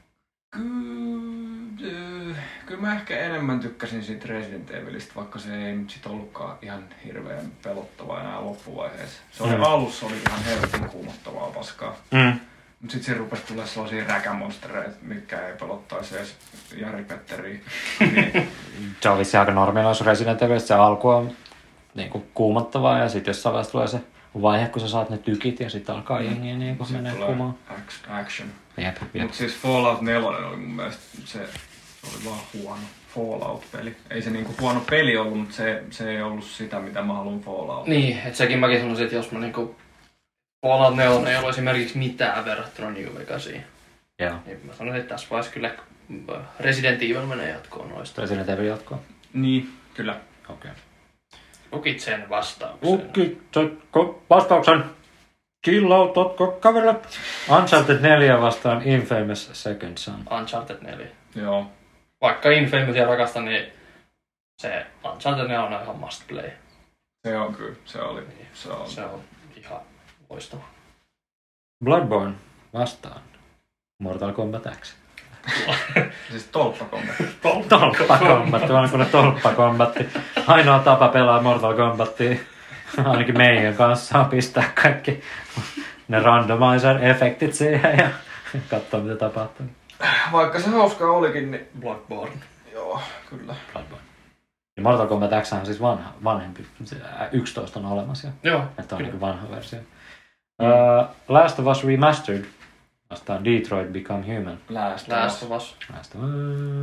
Kyllä mä ehkä enemmän tykkäsin siitä Resident Evilistä, vaikka se ei nyt sit ollutkaan ihan hirveän pelottavaa enää loppuvaiheessa. Se oli alussa oli ihan helvetin kuumottavaa paskaa. Mut sit siinä rupesi tulee sellaisia räkämonstereita, mitkä ei pelottaisi edes Jari Petteriä. Niin. Se on vissi aika normilaisuus Resident Evil, se alku on niinku kuumottavaa ja sit jossain vaiheessa tulee se vaihe, kun sä saat ne tykit ja sit alkaa jengiä niinku menee kumaan. Action. Jep. Mut siis Fallout 4 oli mun mielestä se oli vaan huono Fallout-peli. Ei se niinku huono peli ollut, mutta se ei ollut sitä, mitä mä haluan Fallout. Niin, et sekin mäkin sanoisin, että jos mä niinku Fallout 4 ei ole esimerkiksi mitään verrattuna New Vegasiin. Joo. Niin mä sanoisin, että tässä vaiheessa kyllä Resident Evil menee jatkoon noista. Resident Evil jatkoa. Niin, kyllä. Okei. Lukit sen vastauksen. Lukitko vastauksen? Killautatko kaverille? Uncharted 4 vastaan Infamous Second Son. Uncharted 4. Joo. Vaikka Infamousia rakastan, niin se Uncharted 4 on ihan must play. Se on kyllä. Se on ihan loistava. Bloodborne vastaan Mortal Kombat X. Siis tolppakombatti. Tolppakombatti, vaan kun tolppakombatti. Ainoa tapa pelaa Mortal Kombattia, ainakin meidän kanssa, on pistää kaikki ne randomizer-efektit siihen ja katsoa mitä tapahtuu. Vaikka se hauskaa olikin, niin Bloodborne. joo, kyllä. Bloodborne. Ja Mortal Kombat X on siis vanhempi. 11 on olemassa jo. Joo, että on kyllä. niin vanha versio. Last of Us Remastered vastaan Detroit Become Human. Last of Us. Last of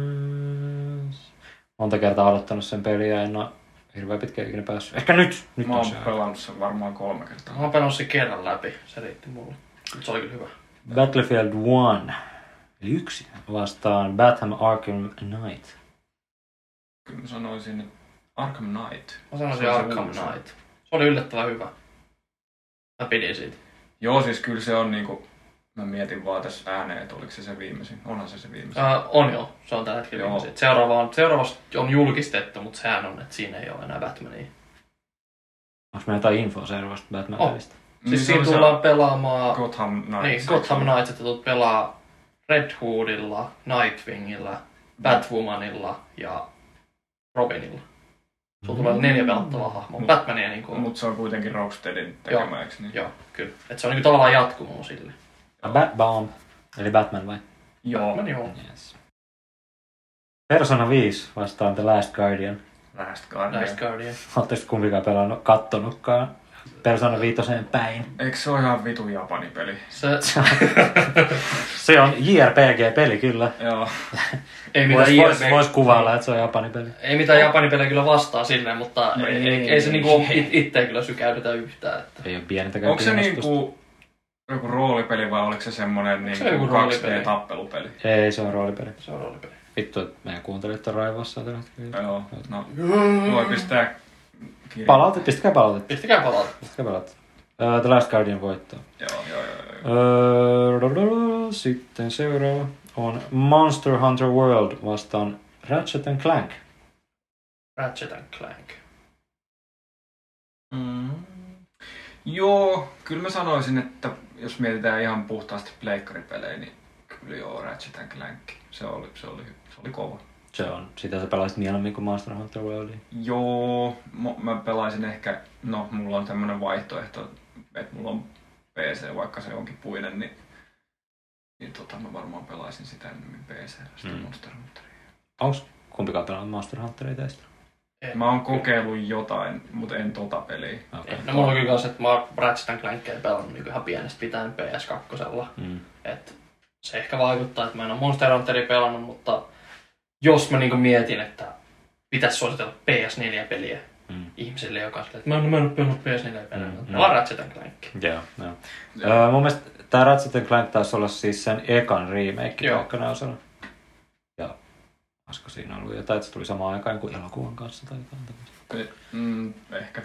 Us. Monta kertaa odottanut sen peliä ja en ole hirveän pitkä ikinä päässyt. Ehkä nyt Mä on oon se. pelannut sen varmaan 3 kertaa. Mä oon pelannut sen kerran läpi. Se riitti mulle. Se oli kyllä hyvä. Battlefield 1. Eli 1 vastaan Batman Arkham Knight. Kyllä mä sanoisin, että Arkham Knight. Mä sanoisin Se on se Arkham uusi. Knight. Se oli yllättävän hyvä. Mä pidin siitä. Joo, siis kyllä se on niinku... Mä mietin vaan tässä ääneen, että oliko se viimeisin. Onhan se viimeisin. On joo. Se on tällä hetkellä Joo. viimeisin. Seuraavassa on julkistettu, mutta sehän on, että siinä ei ole enää Batmania. Onko meillä jotain infoa seuraavasta Batman-pelistä? Niin Siis se siinä on se tullaan pelaamaan... Gotham Knights. Niin, Gotham Knights, että tulet pelaa Red Hoodilla, Nightwingilla, Batwomanilla ja Robinilla. Sulla tulee 4 pelattavaa hahmoa. Batmania niinku on. Mut se on kuitenkin Rocksteadin tekemä, eiks niin? Joo, kyllä. Et se on niinku tavallaan jatkumoa sille. Batman. Eli Batman vai? Joo. Batman joo. Yes. Persona 5 vastaan The Last Guardian. Last Guardian. Last Guardian. Oletteko kumpikaan pelannut, kattonutkaan Persona 5 päin? Eikö se ole ihan vitun Japani peli? Se on JRPG-peli kyllä. Joo. Ei mitään JRPG. Vois kuvailla, että se on Japani-peli. Ei mitään Japani-pelejä kyllä vastaa silleen, mutta No ei se niinku itse kyllä sykäydetä yhtään. Että. Ei ole pienintäkään Onko se kiinnostusta. niinku joku roolipeli vai oliko se semmonen Se niinku joku 2D-tappelupeli? Ei, se on roolipeli. Se on roolipeli. Vittu, että meidän kuuntelijat on raivossa tällä hetkellä. Joo. No, voi pistää kirjaa. Palaute, pistäkää palautetta. Pistäkää palautetta. Pistäkää palautetta. The Last Guardian voittaa. Joo. Sitten seuraava on Monster Hunter World vastaan Ratchet & Clank. Ratchet & Clank. Joo, kyllä mä sanoisin, että jos mietitään ihan puhtaasti pleikkaripelejä, niin kyllä joo, Ratchet & Clank. Se oli kova. Se on. Sitä sä pelasit mieluummin kuin Monster Hunter Worldia. Joo, mä pelaisin ehkä, no mulla on tämmönen vaihtoehto, että mulla on PC, vaikka se onkin puinen, niin mä varmaan pelaisin sitä enemmän PC:llä, sitä Monster Hunteria. Onks kumpikaan pelannut Monster Hunteria teistä? Mä oon kokeillut jotain, mutta en tota peliä. Okay. No mulla on kyllä se, että mä oon Ratchet & Clankia pelannut niin ihan pienestä pitäen PS2. Et se ehkä vaikuttaa, että mä en ole Monster Hunteria pelannut, mutta jos mä niinku mietin, että pitäisi suositella PS4-peliä ihmisille, joka on silleen, että mä en ole pelannut PS4-peliä, vaan Ratchet & Clank. Joo. Mun mielestä tää Ratchet & Clank taisi olla siis sen ekan remake paikkana osana. Ja olisiko siinä ollut jotain, että se tuli samaan aikaan kuin elokuvan kanssa tai jotain Ehkä.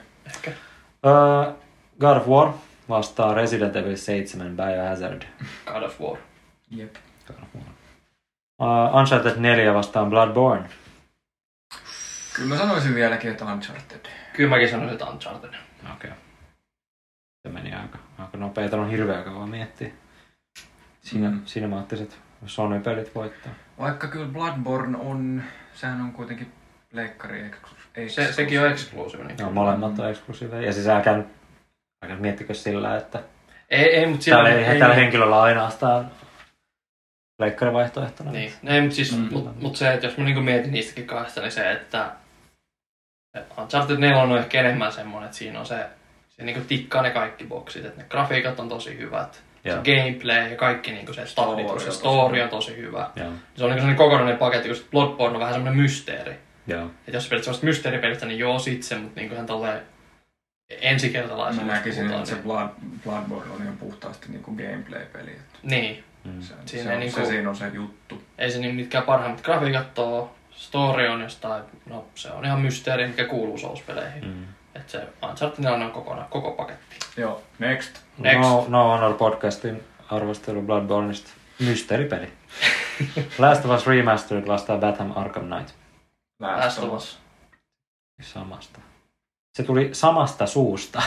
God of War vastaa Resident Evil 7 Biohazard. God of War. Jep. Uncharted 4 vastaan Bloodborne. Kyllä mä sanoisin vieläkin, että Uncharted. Kyllä mäkin sanoisin, että Uncharted. Okei. Se meni aika nopeeta, on hirveä kauan miettiä. Cinemaattiset Sony-pelit voittaa. Vaikka kyllä Bloodborne on, sehän on kuitenkin leikkari Sekin on eksklusiivinen. No, molemmat on eksklusiiveja. Ja siis älkää miettikö sillä, että ei, mutta siellä tällä henkilöllä on ainoastaan leikkarivaihtoehtona. Niin, ei, mutta siis, mut se, että jos mä niinku mietin niistäkin kahdesta, niin se, että Uncharted 4 on ehkä enemmän semmonen, että siinä on se niinku tikkaa ne kaikki boksit, että ne grafiikat on tosi hyvät, se gameplay ja kaikki niinku se tahditus ja story on tosi hyvä. Se on niinku sellainen kokonainen paketti, kun Bloodborne on vähän semmonen mysteeri. Että jos sä pelit semmoista mysteeripelistä, niin joo sit se, mutta niinku ihan tolleen ensikertalaisen. Mä näkisin, että se Bloodborne on ihan puhtaasti niinku gameplay-peli. Niin. Siinä on se juttu. Ei se niin mitkään parhaimmat grafiikat ole. Story on jostain, no se on ihan mysteeri, mikä kuuluu Souls-peleihin. Että se Uncharted on kokonaan koko paketti. Joo, next. No Honor podcastin arvostelu Bloodborneista. Mysteeripeli. Last of Us Remastered vastaa Batman Arkham Knight. Last of Us. Samasta. Se tuli samasta suusta.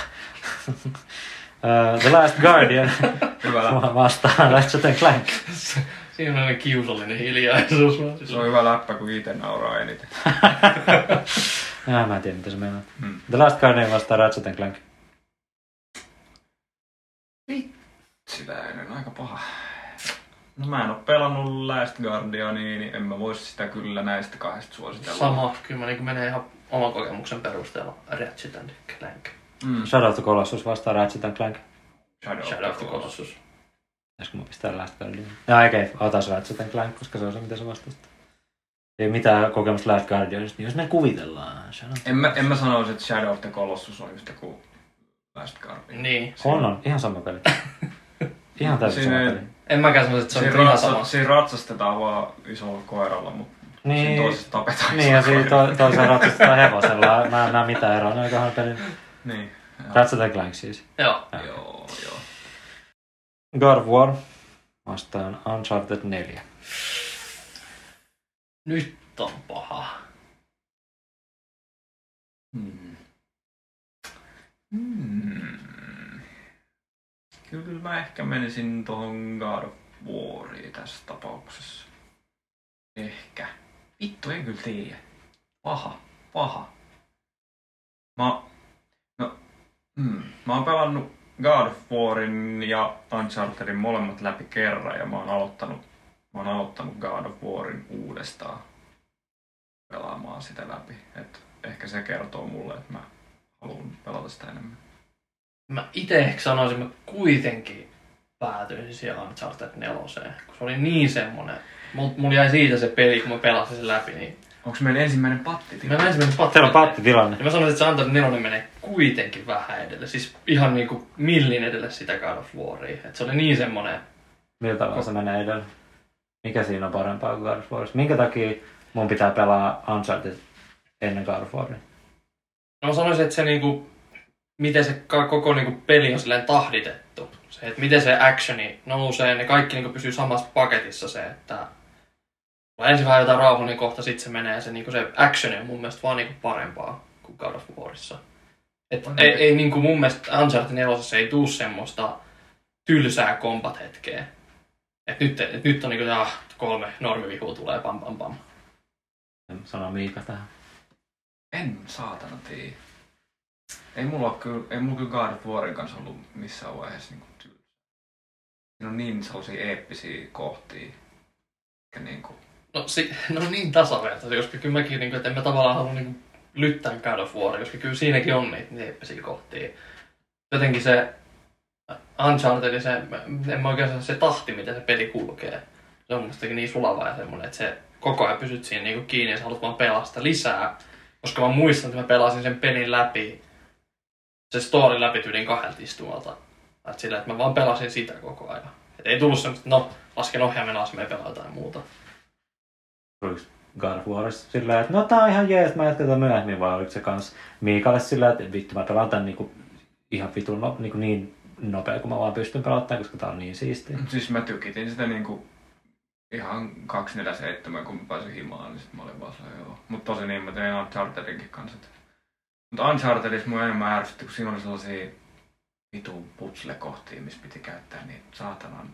The Last Guardian vastaan Ratchet & Clank. Siinä on kiusallinen hiljaisuus. Se on hyvä läppä, kun itse nauraa eniten. Mä en tiedä, mitä se meinaa. The Last Guardian vastaan Ratchet & Clank. Vitsiläinen, aika paha. No mä en oo pelannut Last Guardiania, niin en mä vois sitä kyllä näistä kahdesta suositella. Sama, kyllä mä niin menee ihan oman kokemuksen perusteella Ratchet & Clank. Shadow of the Colossus vastaan Ratchet & Clank. Shadow of the Colossus. Pitäisikö mä pistää Last Guardian? Okei, otas Ratchet & Clank, koska se on se, mitä sä vastasit. Ei mitään kokemusta Last Guardianista, niin jos me kuvitellaan Shadow. En mä sanoisi, että Shadow of the Colossus on yhtä kuin Last Guardian. Niin. On, ihan sama peli. Ihan täysin sama peli. En mäkään sanoisi, että se on ihan sama. Siinä ratsastetaan vaan isolla koiralla, mutta siinä toisessa tapetaan. Niin, ja siinä toisella ratsastetaan hevosella. Mä en näe mitään eroa noin kahden pelin. Niin. Ratchet & Clank siis. Joo. God of War vastaan Uncharted 4. Nyt on paha. Kyllä mä ehkä menisin tohon God of Wariin tässä tapauksessa. Ehkä. Vittu, en kyllä tiedä. Paha. Mä oon pelannut God of Warin ja Unchartedin molemmat läpi kerran ja mä oon aloittanut God of Warin uudestaan pelaamaan sitä läpi. Et ehkä se kertoo mulle, että mä haluan pelata sitä enemmän. Mä ite ehkä sanoisin, että mä kuitenkin päätyisin siihen Uncharted 4, kun se oli niin semmonen. Mulla jäi siitä se peli, kun mä pelasin sen läpi, niin... Onks meillä ensimmäinen pattitilanne? Meillä on ensimmäinen Teillä on pattitilanne. Ja mä sanoisin, että se Uncharted 4 menee kuitenkin vähän edelle. Siis ihan niinku millin edelle sitä God of Waria. Et se oli niin semmonen... Millä tavalla se menee edelle? Mikä siinä on parempaa kuin God of War? Minkä takia mun pitää pelaa Uncharted ennen God of Waria? No mä sanoisin, että se niinku... Miten se koko niinku peli on silleen tahditettu. Se, että miten se actioni nousee, ne kaikki niinku pysyy samassa paketissa se, että... Ensin vähän jotain rauhallinen kohta, sit se menee se, niinku se actioni on mun mielestä vaan niinku parempaa kuin God of Warissa. Et ei niinku mun mielestä Uncharted 4 ei tuu semmoista tylsää combat-hetkeä. Et nyt on niinku 3 normivihua tulee pam pam pam. Sano Miika tähän. En saatana tiedä. Ei mulla kyllä God of Warin kanssa ollut missään vaiheessa niinku tylsää. Siinä on niin sellaisia eeppisiä kohtia. Niinku... No niin tasavertaisia, koska kyllä mäkin, niinku, että en mä tavallaan halua niinku lyttää God of Waria, koska kyllä siinäkin on niitä eeppisiä kohtia. Jotenkin se Uncharted, en mä oikein se tahti, miten se peli kulkee. Se on mun mielestä niin sulava ja semmonen, että se koko ajan pysyt siinä niinku kiinni ja sä haluat vaan pelaa sitä lisää. Koska mä muistan, että mä pelasin sen pelin läpi, se story läpi tyylin 2 istumalta. Että sillä, että mä vaan pelasin sitä koko ajan. Et ei tullut semmoista, että lasken ohjaimen alas, me pelaa jotain muuta. Oliko God of Warissa sillä että no tää on ihan jees, mä jatketaan myöhemmin, vai oliko se kans Miikalle sillä että vittu mä pelaan tän niinku ihan vitun niin nopea, kun mä vaan pystyn pelaamaan, koska tää on niin siistiä. Siis mä tykitin sitä niinku ihan 247, kun mä pääsin himaan, niin sit mä olin vaan joo. Mut tosi niin, mä tein Unchartedinkin kanssa. Mutta Unchartedissa mua enemmän ärsytti, kun siinä oli sellaisia vitun putsle-kohtia, missä piti käyttää niitä saatanan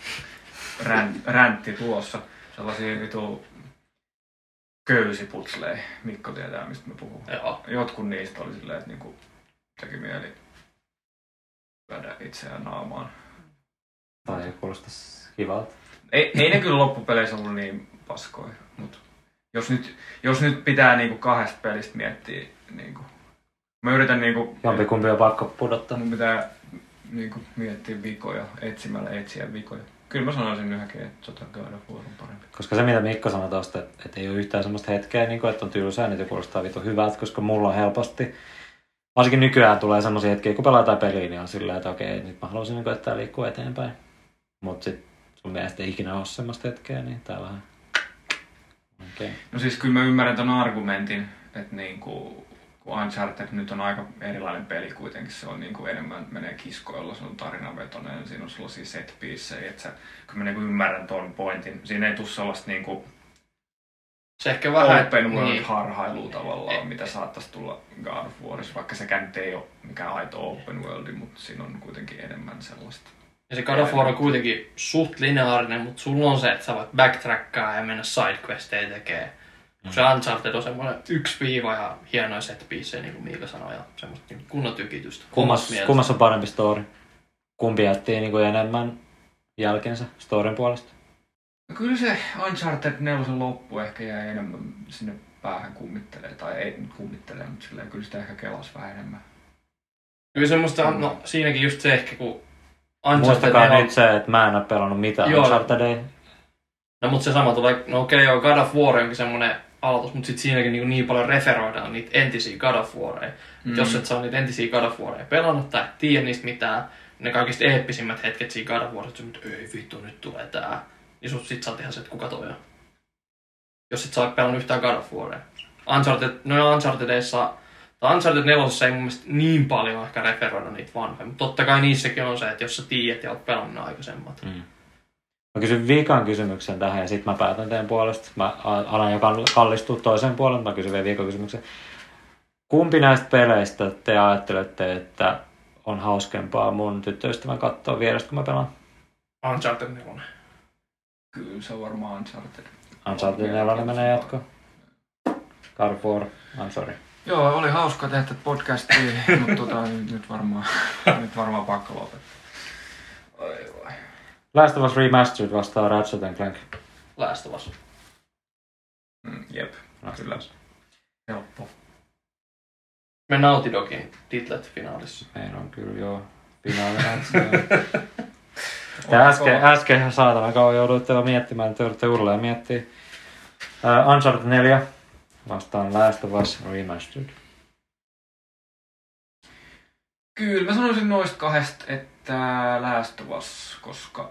räntti tulossa. Sellaisia vitu köysiputsleja. Mikko tietää, mistä mä puhun. Joo. Jotkut niistä oli silleen, että niinku teki mieli lyödä itseään naamaan. Tai ei kuulostaisi kivalta. Ei ne kyllä loppupeleissä ollut niin paskoja, mutta jos nyt pitää niinku kahdesta pelistä miettiä, niinku, mä yritän niinku... Jompikumpi on pakko pudottaa. Mun pitää niinku miettiä vikoja, etsiä vikoja. Kyllä mä sanoisin yhdenkin, että God of War on parempi. Koska se mitä Mikko sanoi tosta, että ei ole yhtään semmoista hetkeä, niin kuin, että on tylsää, niin se kuulostaa vitu hyvältä, koska mulla on helposti, varsinkin nykyään tulee semmoisia hetkiä, kun pelaa jotain peliä, niin on silleen, että okei, nyt mä haluaisin koettaa liikkua eteenpäin. Mut sit sun mielestä ei ikinä ole semmoista hetkeä, niin tää vähän... Okay. No siis kyllä mä ymmärrän ton argumentin, että niinku, kun Uncharted nyt on aika erilainen peli kuitenkin, se on niinku enemmän menee kiskoilla, se on tarinavetoinen, siinä on sellaisia set-piecejä, että kyllä mä niinku ymmärrän ton pointin. Siinä ei tule sellaista niinku se ehkä vähän open world niin. harhailua tavallaan, mitä saattaisi tulla God of Warissa, vaikka sekään nyt ei ole mikään aito open world, mutta siinä on kuitenkin enemmän sellaista. Ja se God of War on kuitenkin suht lineaarinen, mutta sulla on se, että sä voit backtrackaa ja mennä sidequesteja tekee. Se Uncharted on semmoinen yksi viiva ja hienoja set-piecejä, niin kuin Miika sanoi, ja semmoista niin kunnon tykitystä. Kummassa on parempi story? Kumpi jättiin niin kuin enemmän jälkensä storin puolesta? No kyllä se Uncharted 4 loppu ehkä jäi enemmän sinne päähän kummittelee, tai ei nyt kummittelee, mutta silleen kyllä sitä ehkä kelasi vähän enemmän. Kyllä semmoista, no siinäkin just se ehkä, kun Muistakaa nyt se, että mä en ole pelannut mitään Unchartedia. No mutta se sama tulee, no okei joo, God of War onkin semmonen aloitus, mutta sit siinäkin niin paljon referoidaan niitä entisiä God of Wareja. Jos et saa niitä entisiä God of Wareja pelannut tai et tiedä niistä mitään, ne kaikista eeppisimmät hetket siinä God of Warissa, että ei vittu, nyt tulee tää. Niin sit sä oot ihan se, että kuka toi on. Jos et saa pelannut yhtään God of Wareja. Unchartedissa, tai Uncharted 4 ei mun mielestä niin paljon ehkä referoida niitä vanhoja, mutta totta kai niissäkin on se, että jos sä tiedät ja oot pelannut aikaisemmat. Mä kysyn viikan kysymyksen tähän ja sit mä päätän teidän puolesta. Mä alan jo kallistua toiseen puolelle, mä kysyn vielä viikan kysymyksen. Kumpi näistä peleistä te ajattelette, että on hauskempaa mun tyttöystävän katsoa vierestä, kun mä pelaan? Uncharted 4. Kyllä se on varmaan Uncharted. Uncharted 4 menee jatkoon. God of War, I'm sorry. Joo, oli hauska tehdä podcastia, mutta nyt varmaan pakko lopettaa. Oi vai. Last of Us Remastered vastaa Ratchet & Clank. Last of Us. Jep, kyllä. Helppo. Me Naughty Dogin titlet finaalissa. Meillä on kyllä joo finaalissa. Äsken saatana kauan jouduitte miettimään, että joudutte uudelleen miettiä. Uncharted 4 vastaan Last of Us Remastered. Kyllä, mä sanoisin noista kahdesta, että Last of Us, koska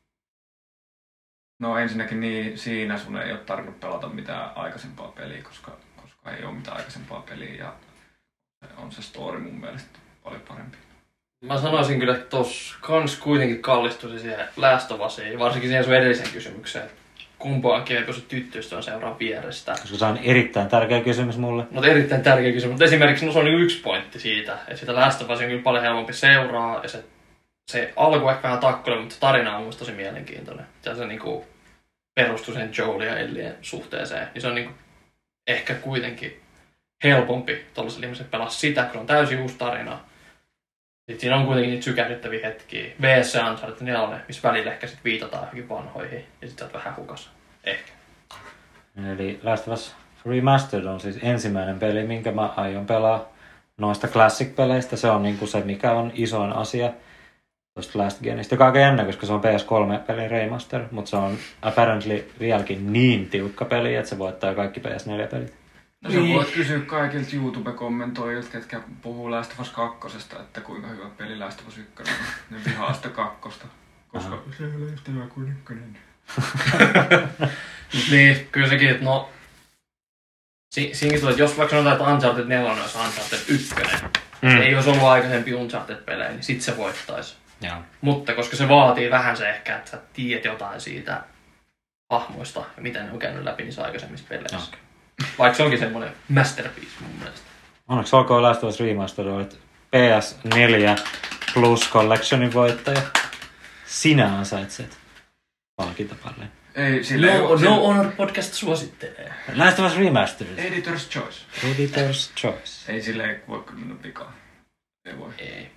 no ensinnäkin niin, siinä sun ei ole tarvinnut pelata mitään aikaisempaa peliä, koska ei ole mitään aikaisempaa peliä ja on se story mun mielestä paljon parempi. Mä sanoisin kyllä, että tossa kans kuitenkin kallistuisi siihen Last of Usiin, varsinkin siihen sun edellisen kysymykseen. Kumpaankin ei pysy tyttöystävän seuraa vierestä. Koska se on erittäin tärkeä kysymys mulle. No erittäin tärkeä kysymys, mutta esimerkiksi no, se on niin yksi pointti siitä, että sitä Last of Usia on kyllä paljon helpompi seuraa ja se alku ehkä vähän takkoille, mutta se tarina on mun mielestä tosi mielenkiintoinen. Ja se niinku perustuu sen Joel ja Ellien suhteeseen, niin se on niinku ehkä kuitenkin helpompi tuollaiselle ihmiselle pelaa sitä, kun on täysin uusi tarina. Sitten siinä on kuitenkin niitä sykähdyttäviä hetkiä. VS Uncharted 4, missä välillä ehkä sit viitataan johonkin vanhoihin. Ja sit sä oot vähän hukas. Ehkä. Eli Last of Us Remastered on siis ensimmäinen peli, minkä mä aion pelaa noista Classic-peleistä. Se on niinku se, mikä on isoin asia tuosta Last Genistä. Joka on aika jännä, koska se on PS3-pelin remaster, mutta se on apparently vieläkin niin tiukka peli, että se voittaa kaikki PS4-pelit. No sä voit kysyä kaikilta YouTube-kommentoijilta, ketkä puhuu Last of Us 2, että kuinka hyvä peli Last of Us 1 on. Ne vihaa sitä 2, koska se ei ole yhtä hyvä kuin 1. Niin, kyllä sekin, että no... Siinäkin tulee, että jos vaikka sanotaan, että Uncharted 4 on Uncharted 1, ei olisi ollut aikaisempi Uncharted-pelejä, niin sit se voittaisi. Joo. Mutta koska se vaatii vähän se ehkä, että sä tiedät jotain siitä hahmoista ja mitä ne on käynyt läpi niissä aikaisemmissa peleissä. Okay. Vaikka se onkin semmoinen masterpiece mun mielestä. Onneksi olkoon Last of Us Remastered, PS4 Plus Collectionin voittaja. Sinä ansaitset palkintapalleen. Ei, No Honor Podcast suosittelee. Last of Us Remastered. Editor's Choice. Editor's Choice. Ei silleen voi kyllä mennä vikaan. Ei voi. Ei.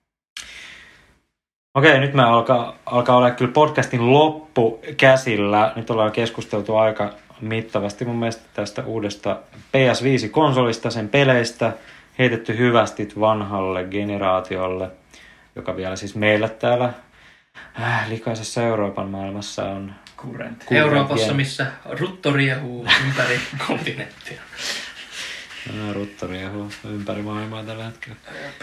Okei, nyt me alkaa olla kyllä podcastin loppu käsillä. Nyt ollaan keskusteltu aika mittavasti mun mielestä tästä uudesta PS5-konsolista, sen peleistä. Heitetty hyvästit vanhalle generaatiolle, joka vielä siis meillä täällä likaisessa Euroopan maailmassa on Kurrent. Euroopassa, missä rutto riehuu ympäri kontinenttia. Rutto riehuu ympäri maailmaa tällä hetkellä.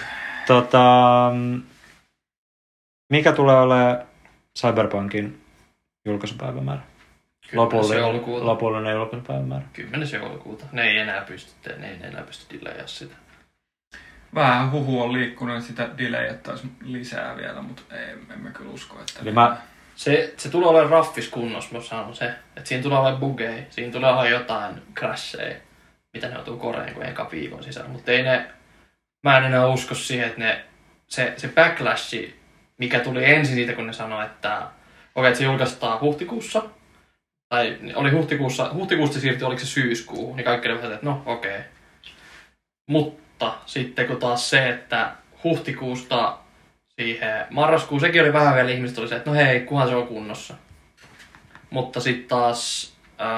Mikä tulee olemaan Cyberpunkin julkaisupäivämäärä? Lopullinen julkaisupäivämäärä. 10. joulukuuta. Ne ei enää pysty delayä sitä. Vähän huhu on liikkunut, että sitä delayjattaisi lisää vielä, mutta emme kyllä usko, että... Se tulee olemaan raffis kunnossa, mä sanon se. Että siinä tulee olemaan bugeja, siinä tulee olemaan jotain crasheja, mitä ne joutuu korjaamaan kuin eka viikon sisällä. Mutta mä en enää usko siihen, että se backlash, mikä tuli ensin siitä, kun ne sanoi, että okei, että se julkaistaan huhtikuussa, tai oli huhtikuusta siirtyi, oliko se syyskuuhun, niin kaikki olivat, että no okei. Mutta sitten kun taas se, että huhtikuusta siihen marraskuun, sekin oli vähän vielä, ihmiset oli se, että no hei, kunhan se on kunnossa. Mutta sitten taas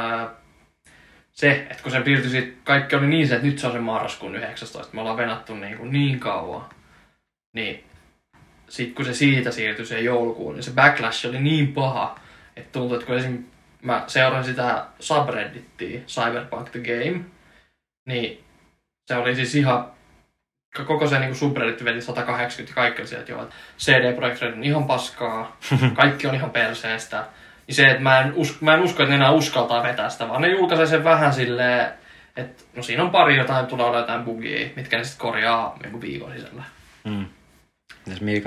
se, että kun se piirtyi siitä, kaikki oli niin se, että nyt se on se marraskuun 19, me ollaan venattu niin kauan, niin sitten kun se siitä siirtyi se joulukuun, niin se backlash oli niin paha, että tuntui, että kun esim. Mä seurasin sitä subreddittiä, Cyberpunk the Game, niin se oli siis ihan, koko se niin subredditti veti 180 ja kaikki oli sieltä, että joo, CD Projekt Red on ihan paskaa, kaikki on ihan perseestä. Niin se, että mä en usko, että ne enää uskaltaa vetää sitä, vaan ne julkaisee sen vähän silleen, että no siinä on pari jotain, tulee olla jotain bugia, mitkä ne sitten korjaa niin viikon sisällä. Mitäs Miika?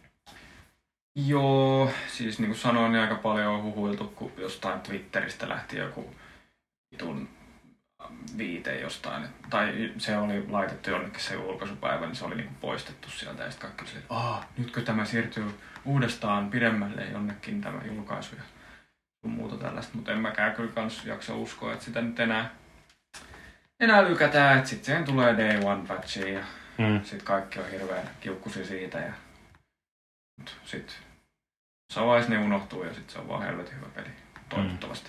Joo, siis niin kuin sanoin, niin aika paljon on huhuiltu, kun jostain Twitteristä lähti joku vitun viite jostain. Tai se oli laitettu jonnekin se julkaisupäivä, niin se oli niin kuin poistettu sieltä. Ja sitten kaikki oli se, että nytkö tämä siirtyy uudestaan pidemmälle jonnekin tämä julkaisu ja muuta tällaista. Mutta en mäkään kyllä kans jaksa uskoa, että sitä nyt enää lykätään. Että sitten siihen tulee Day One patchi ja sitten kaikki on hirveän kiukkuisia siitä. Ja sitten jossain vaiheessa ne unohtuu ja sitten se on vaan helvetin hyvä peli. Toivottavasti.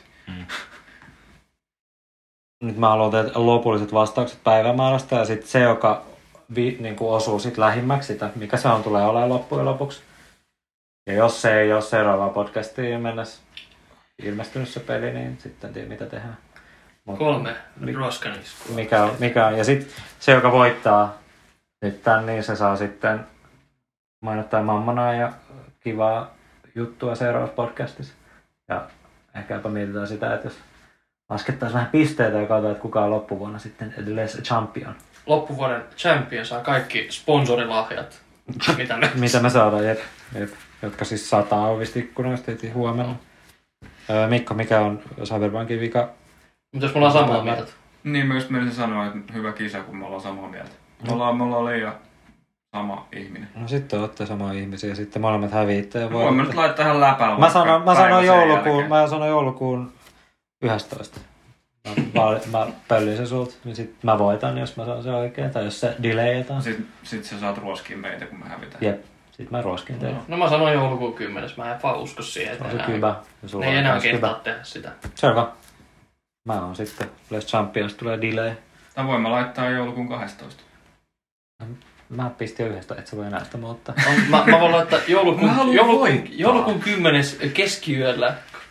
Nyt mä haluan tehdä lopulliset vastaukset päivämäärästä ja sitten se, joka niin osuu sit lähimmäksi sitä, mikä se on, tulee olemaan loppujen lopuksi. Ja jos se ei ole seuraavaan podcastiin mennessä ilmestynyt se peli, niin sitten en tiedä mitä tehdään. 3 roskaniskua. Mikä on. Ja sitten se, joka voittaa nyt tän, niin se saa sitten mainottaa mammanaa ja kivaa juttua seuraavassa podcastissa. Ja ehkä jopa mietitään sitä, että jos laskettaisiin vähän pisteitä ja katsotaan, että kuka on loppuvuonna sitten edelleen champion. Loppuvuoden champion saa kaikki sponsorilahjat, mitä me saadaan, jep. Jotka siis 100 ovista ikkunoista heti huomenna. Mikko, mikä on Cyberpunkin vika? Mutta jos me ollaan samaa mieltä. Niin, myös meidän sanoa, että hyvä kisa, kun me ollaan samaa mieltä. Me ollaan liian sama ihminen. No sitten olette samaa ihmisiä, sitten molemmat häviitte ja voimme nyt laittaa tähän läpällä. Mä sanon joulukuun 11. Mä pöllin sen sulta, niin sit mä voitan, jos mä saan sen oikein, tai jos se delayataan. Sit sä saat ruoskia meitä, kun me hävitään. Jep, sit mä ruoskin teille. No mä sanoin joulukuun 10. Mä en vaan usko siihen, että ne ei enää kehtaa tehdä sitä. Selvä. Mä oon sitten, Les Champions tulee delay. Tai voimme laittaa joulukuun 12. Mä pistin 1, et sä voi enää sitä muuttaa. Mä voin laittaa joulukuun 10. keskiyöllä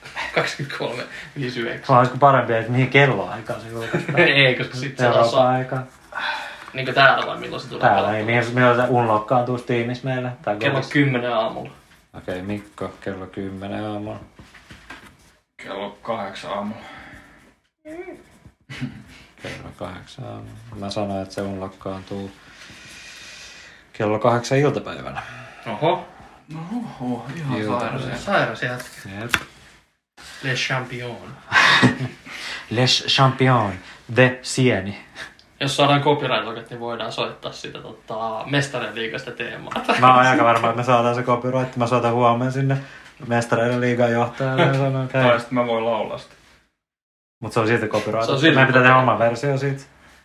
23.59. Olisiko parempi, että mihin kelloaikaan se julkaistaan? Ei, koska sit se on aikaa. Niinkö täällä vai milloin se tulee? Täällä ei, milloin se unlockkaantuu Steamissa meillä? Kello 10 aamulla. Okei, Mikko, kello 10 aamulla. Kello 8 aamulla. Kello 8 aamulla. Mä sanoin, että se unlockkaantuu kello 8 iltapäivänä. Oho. Ihan sairas jätkä. Jep. Les Champions. Les Champions de Sieni. Jos saadaan copyright niin voidaan soittaa sitä Mestarien liigasta teemaa. Mä oon aika varma, että me saadaan se copyright. Mä soitan huomenna sinne Mestareiden liigan johtajalle ja sanon, Tai sitten mä voin laulaa sitä. Mut se on silti copyright. Se on silti meidän pitää tehdä oma versio siitä.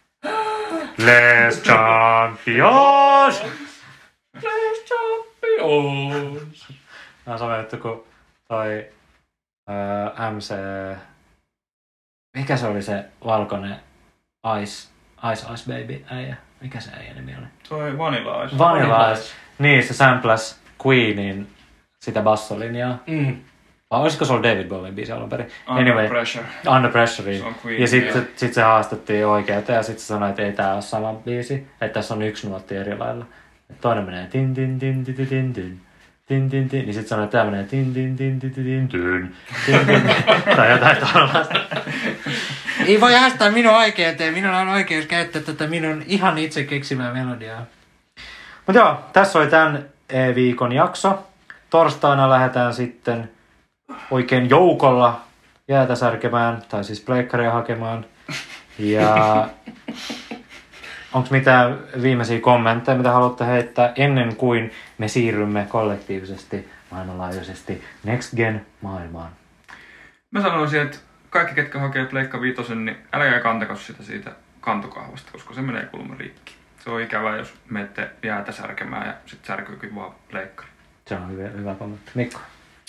Les Champions! Les Champions! Nää on sama juttu kuin toi MC... Mikä se oli se valkoinen Ice Baby äijä? Mikä se äijä nimi oli? Toi Vanilla Ice. Vanilla Ice. Niin, se samplas Queenin sitä bassolinjaa. Vai olisiko se ollut David Bowien biisi alun perin? Under Pressure. Under Pressure. Se on Queen, Ja sit se haastettiin oikeuteen ja sit se sanoi, että ei tää ole sama biisi. Että tässä on yksi nuotti eri lailla. Et toinen menee tin tin tin tin tin tin tin. Tin, tin, tin. Niin sit sanoo, että tää menee tin tin tin tin tin tin tin tin tai jotain tollaista. Ei voi haastaa minun oikeuteen. Minulla on oikeus käyttää tätä minun ihan itse keksimää melodiaa. Mut joo, tässä oli tämän viikon jakso. Torstaina lähdetään sitten oikein joukolla jäätä särkemään, tai siis pleikkaria hakemaan. Ja onko mitään viimeisiä kommentteja, mitä haluatte heittää ennen kuin me siirrymme kollektiivisesti, maailmanlaajuisesti Next Gen maailmaan? Mä sanoisin, että kaikki, ketkä hakee Pleikka Vitosen, niin älkää kantako sitä siitä kantokahvasta, koska se menee kulma rikki. Se on ikävää, jos menette jäätä särkemään ja sit särkyykin vaan pleikkari. Se on hyvä kommentti. Mikko?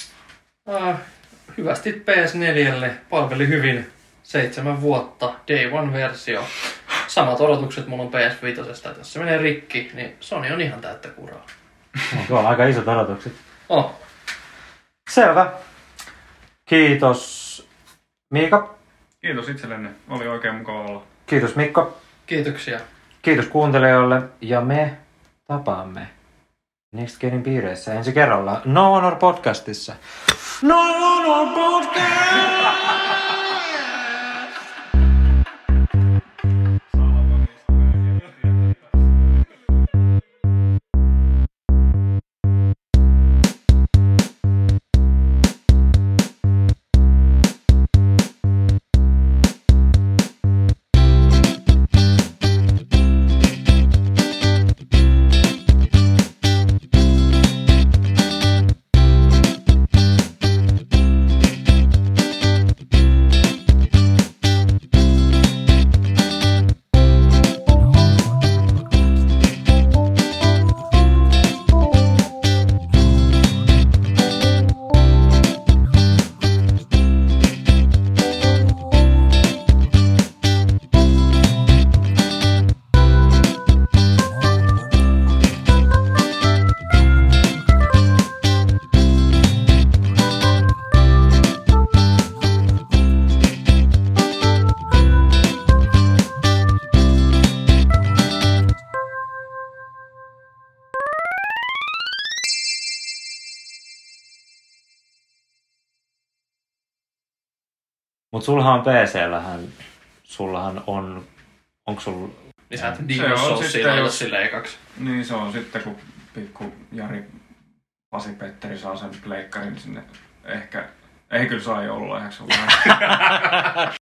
Hyvästi PS4 palveli hyvin 7 vuotta, Day One-versio. Samat odotukset mulla on PS5, että jos se menee rikki, niin Sony on ihan täyttä kuraa. Tuo on aika isot odotukset. Oh. Selvä. Kiitos Miika. Kiitos itsellenne. Oli oikein mukava olla. Kiitos Mikko. Kiitoksia. Kiitos kuuntelijoille ja me tapaamme Next Genin piireissä ensi kerralla No Honor podcastissa. No Honor podcast! Mut sullahan on PC-lähän, sullahan on, onko sulla... Niin sä et Se Demon's on Soulsia sitten, laita jos- silleen ekaksi. Niin se on sitten, kun pikku Jari Pasi-Petteri saa sen pleikkarin sinne. Ehkä, ei kyllä saa joululahjaksi olla.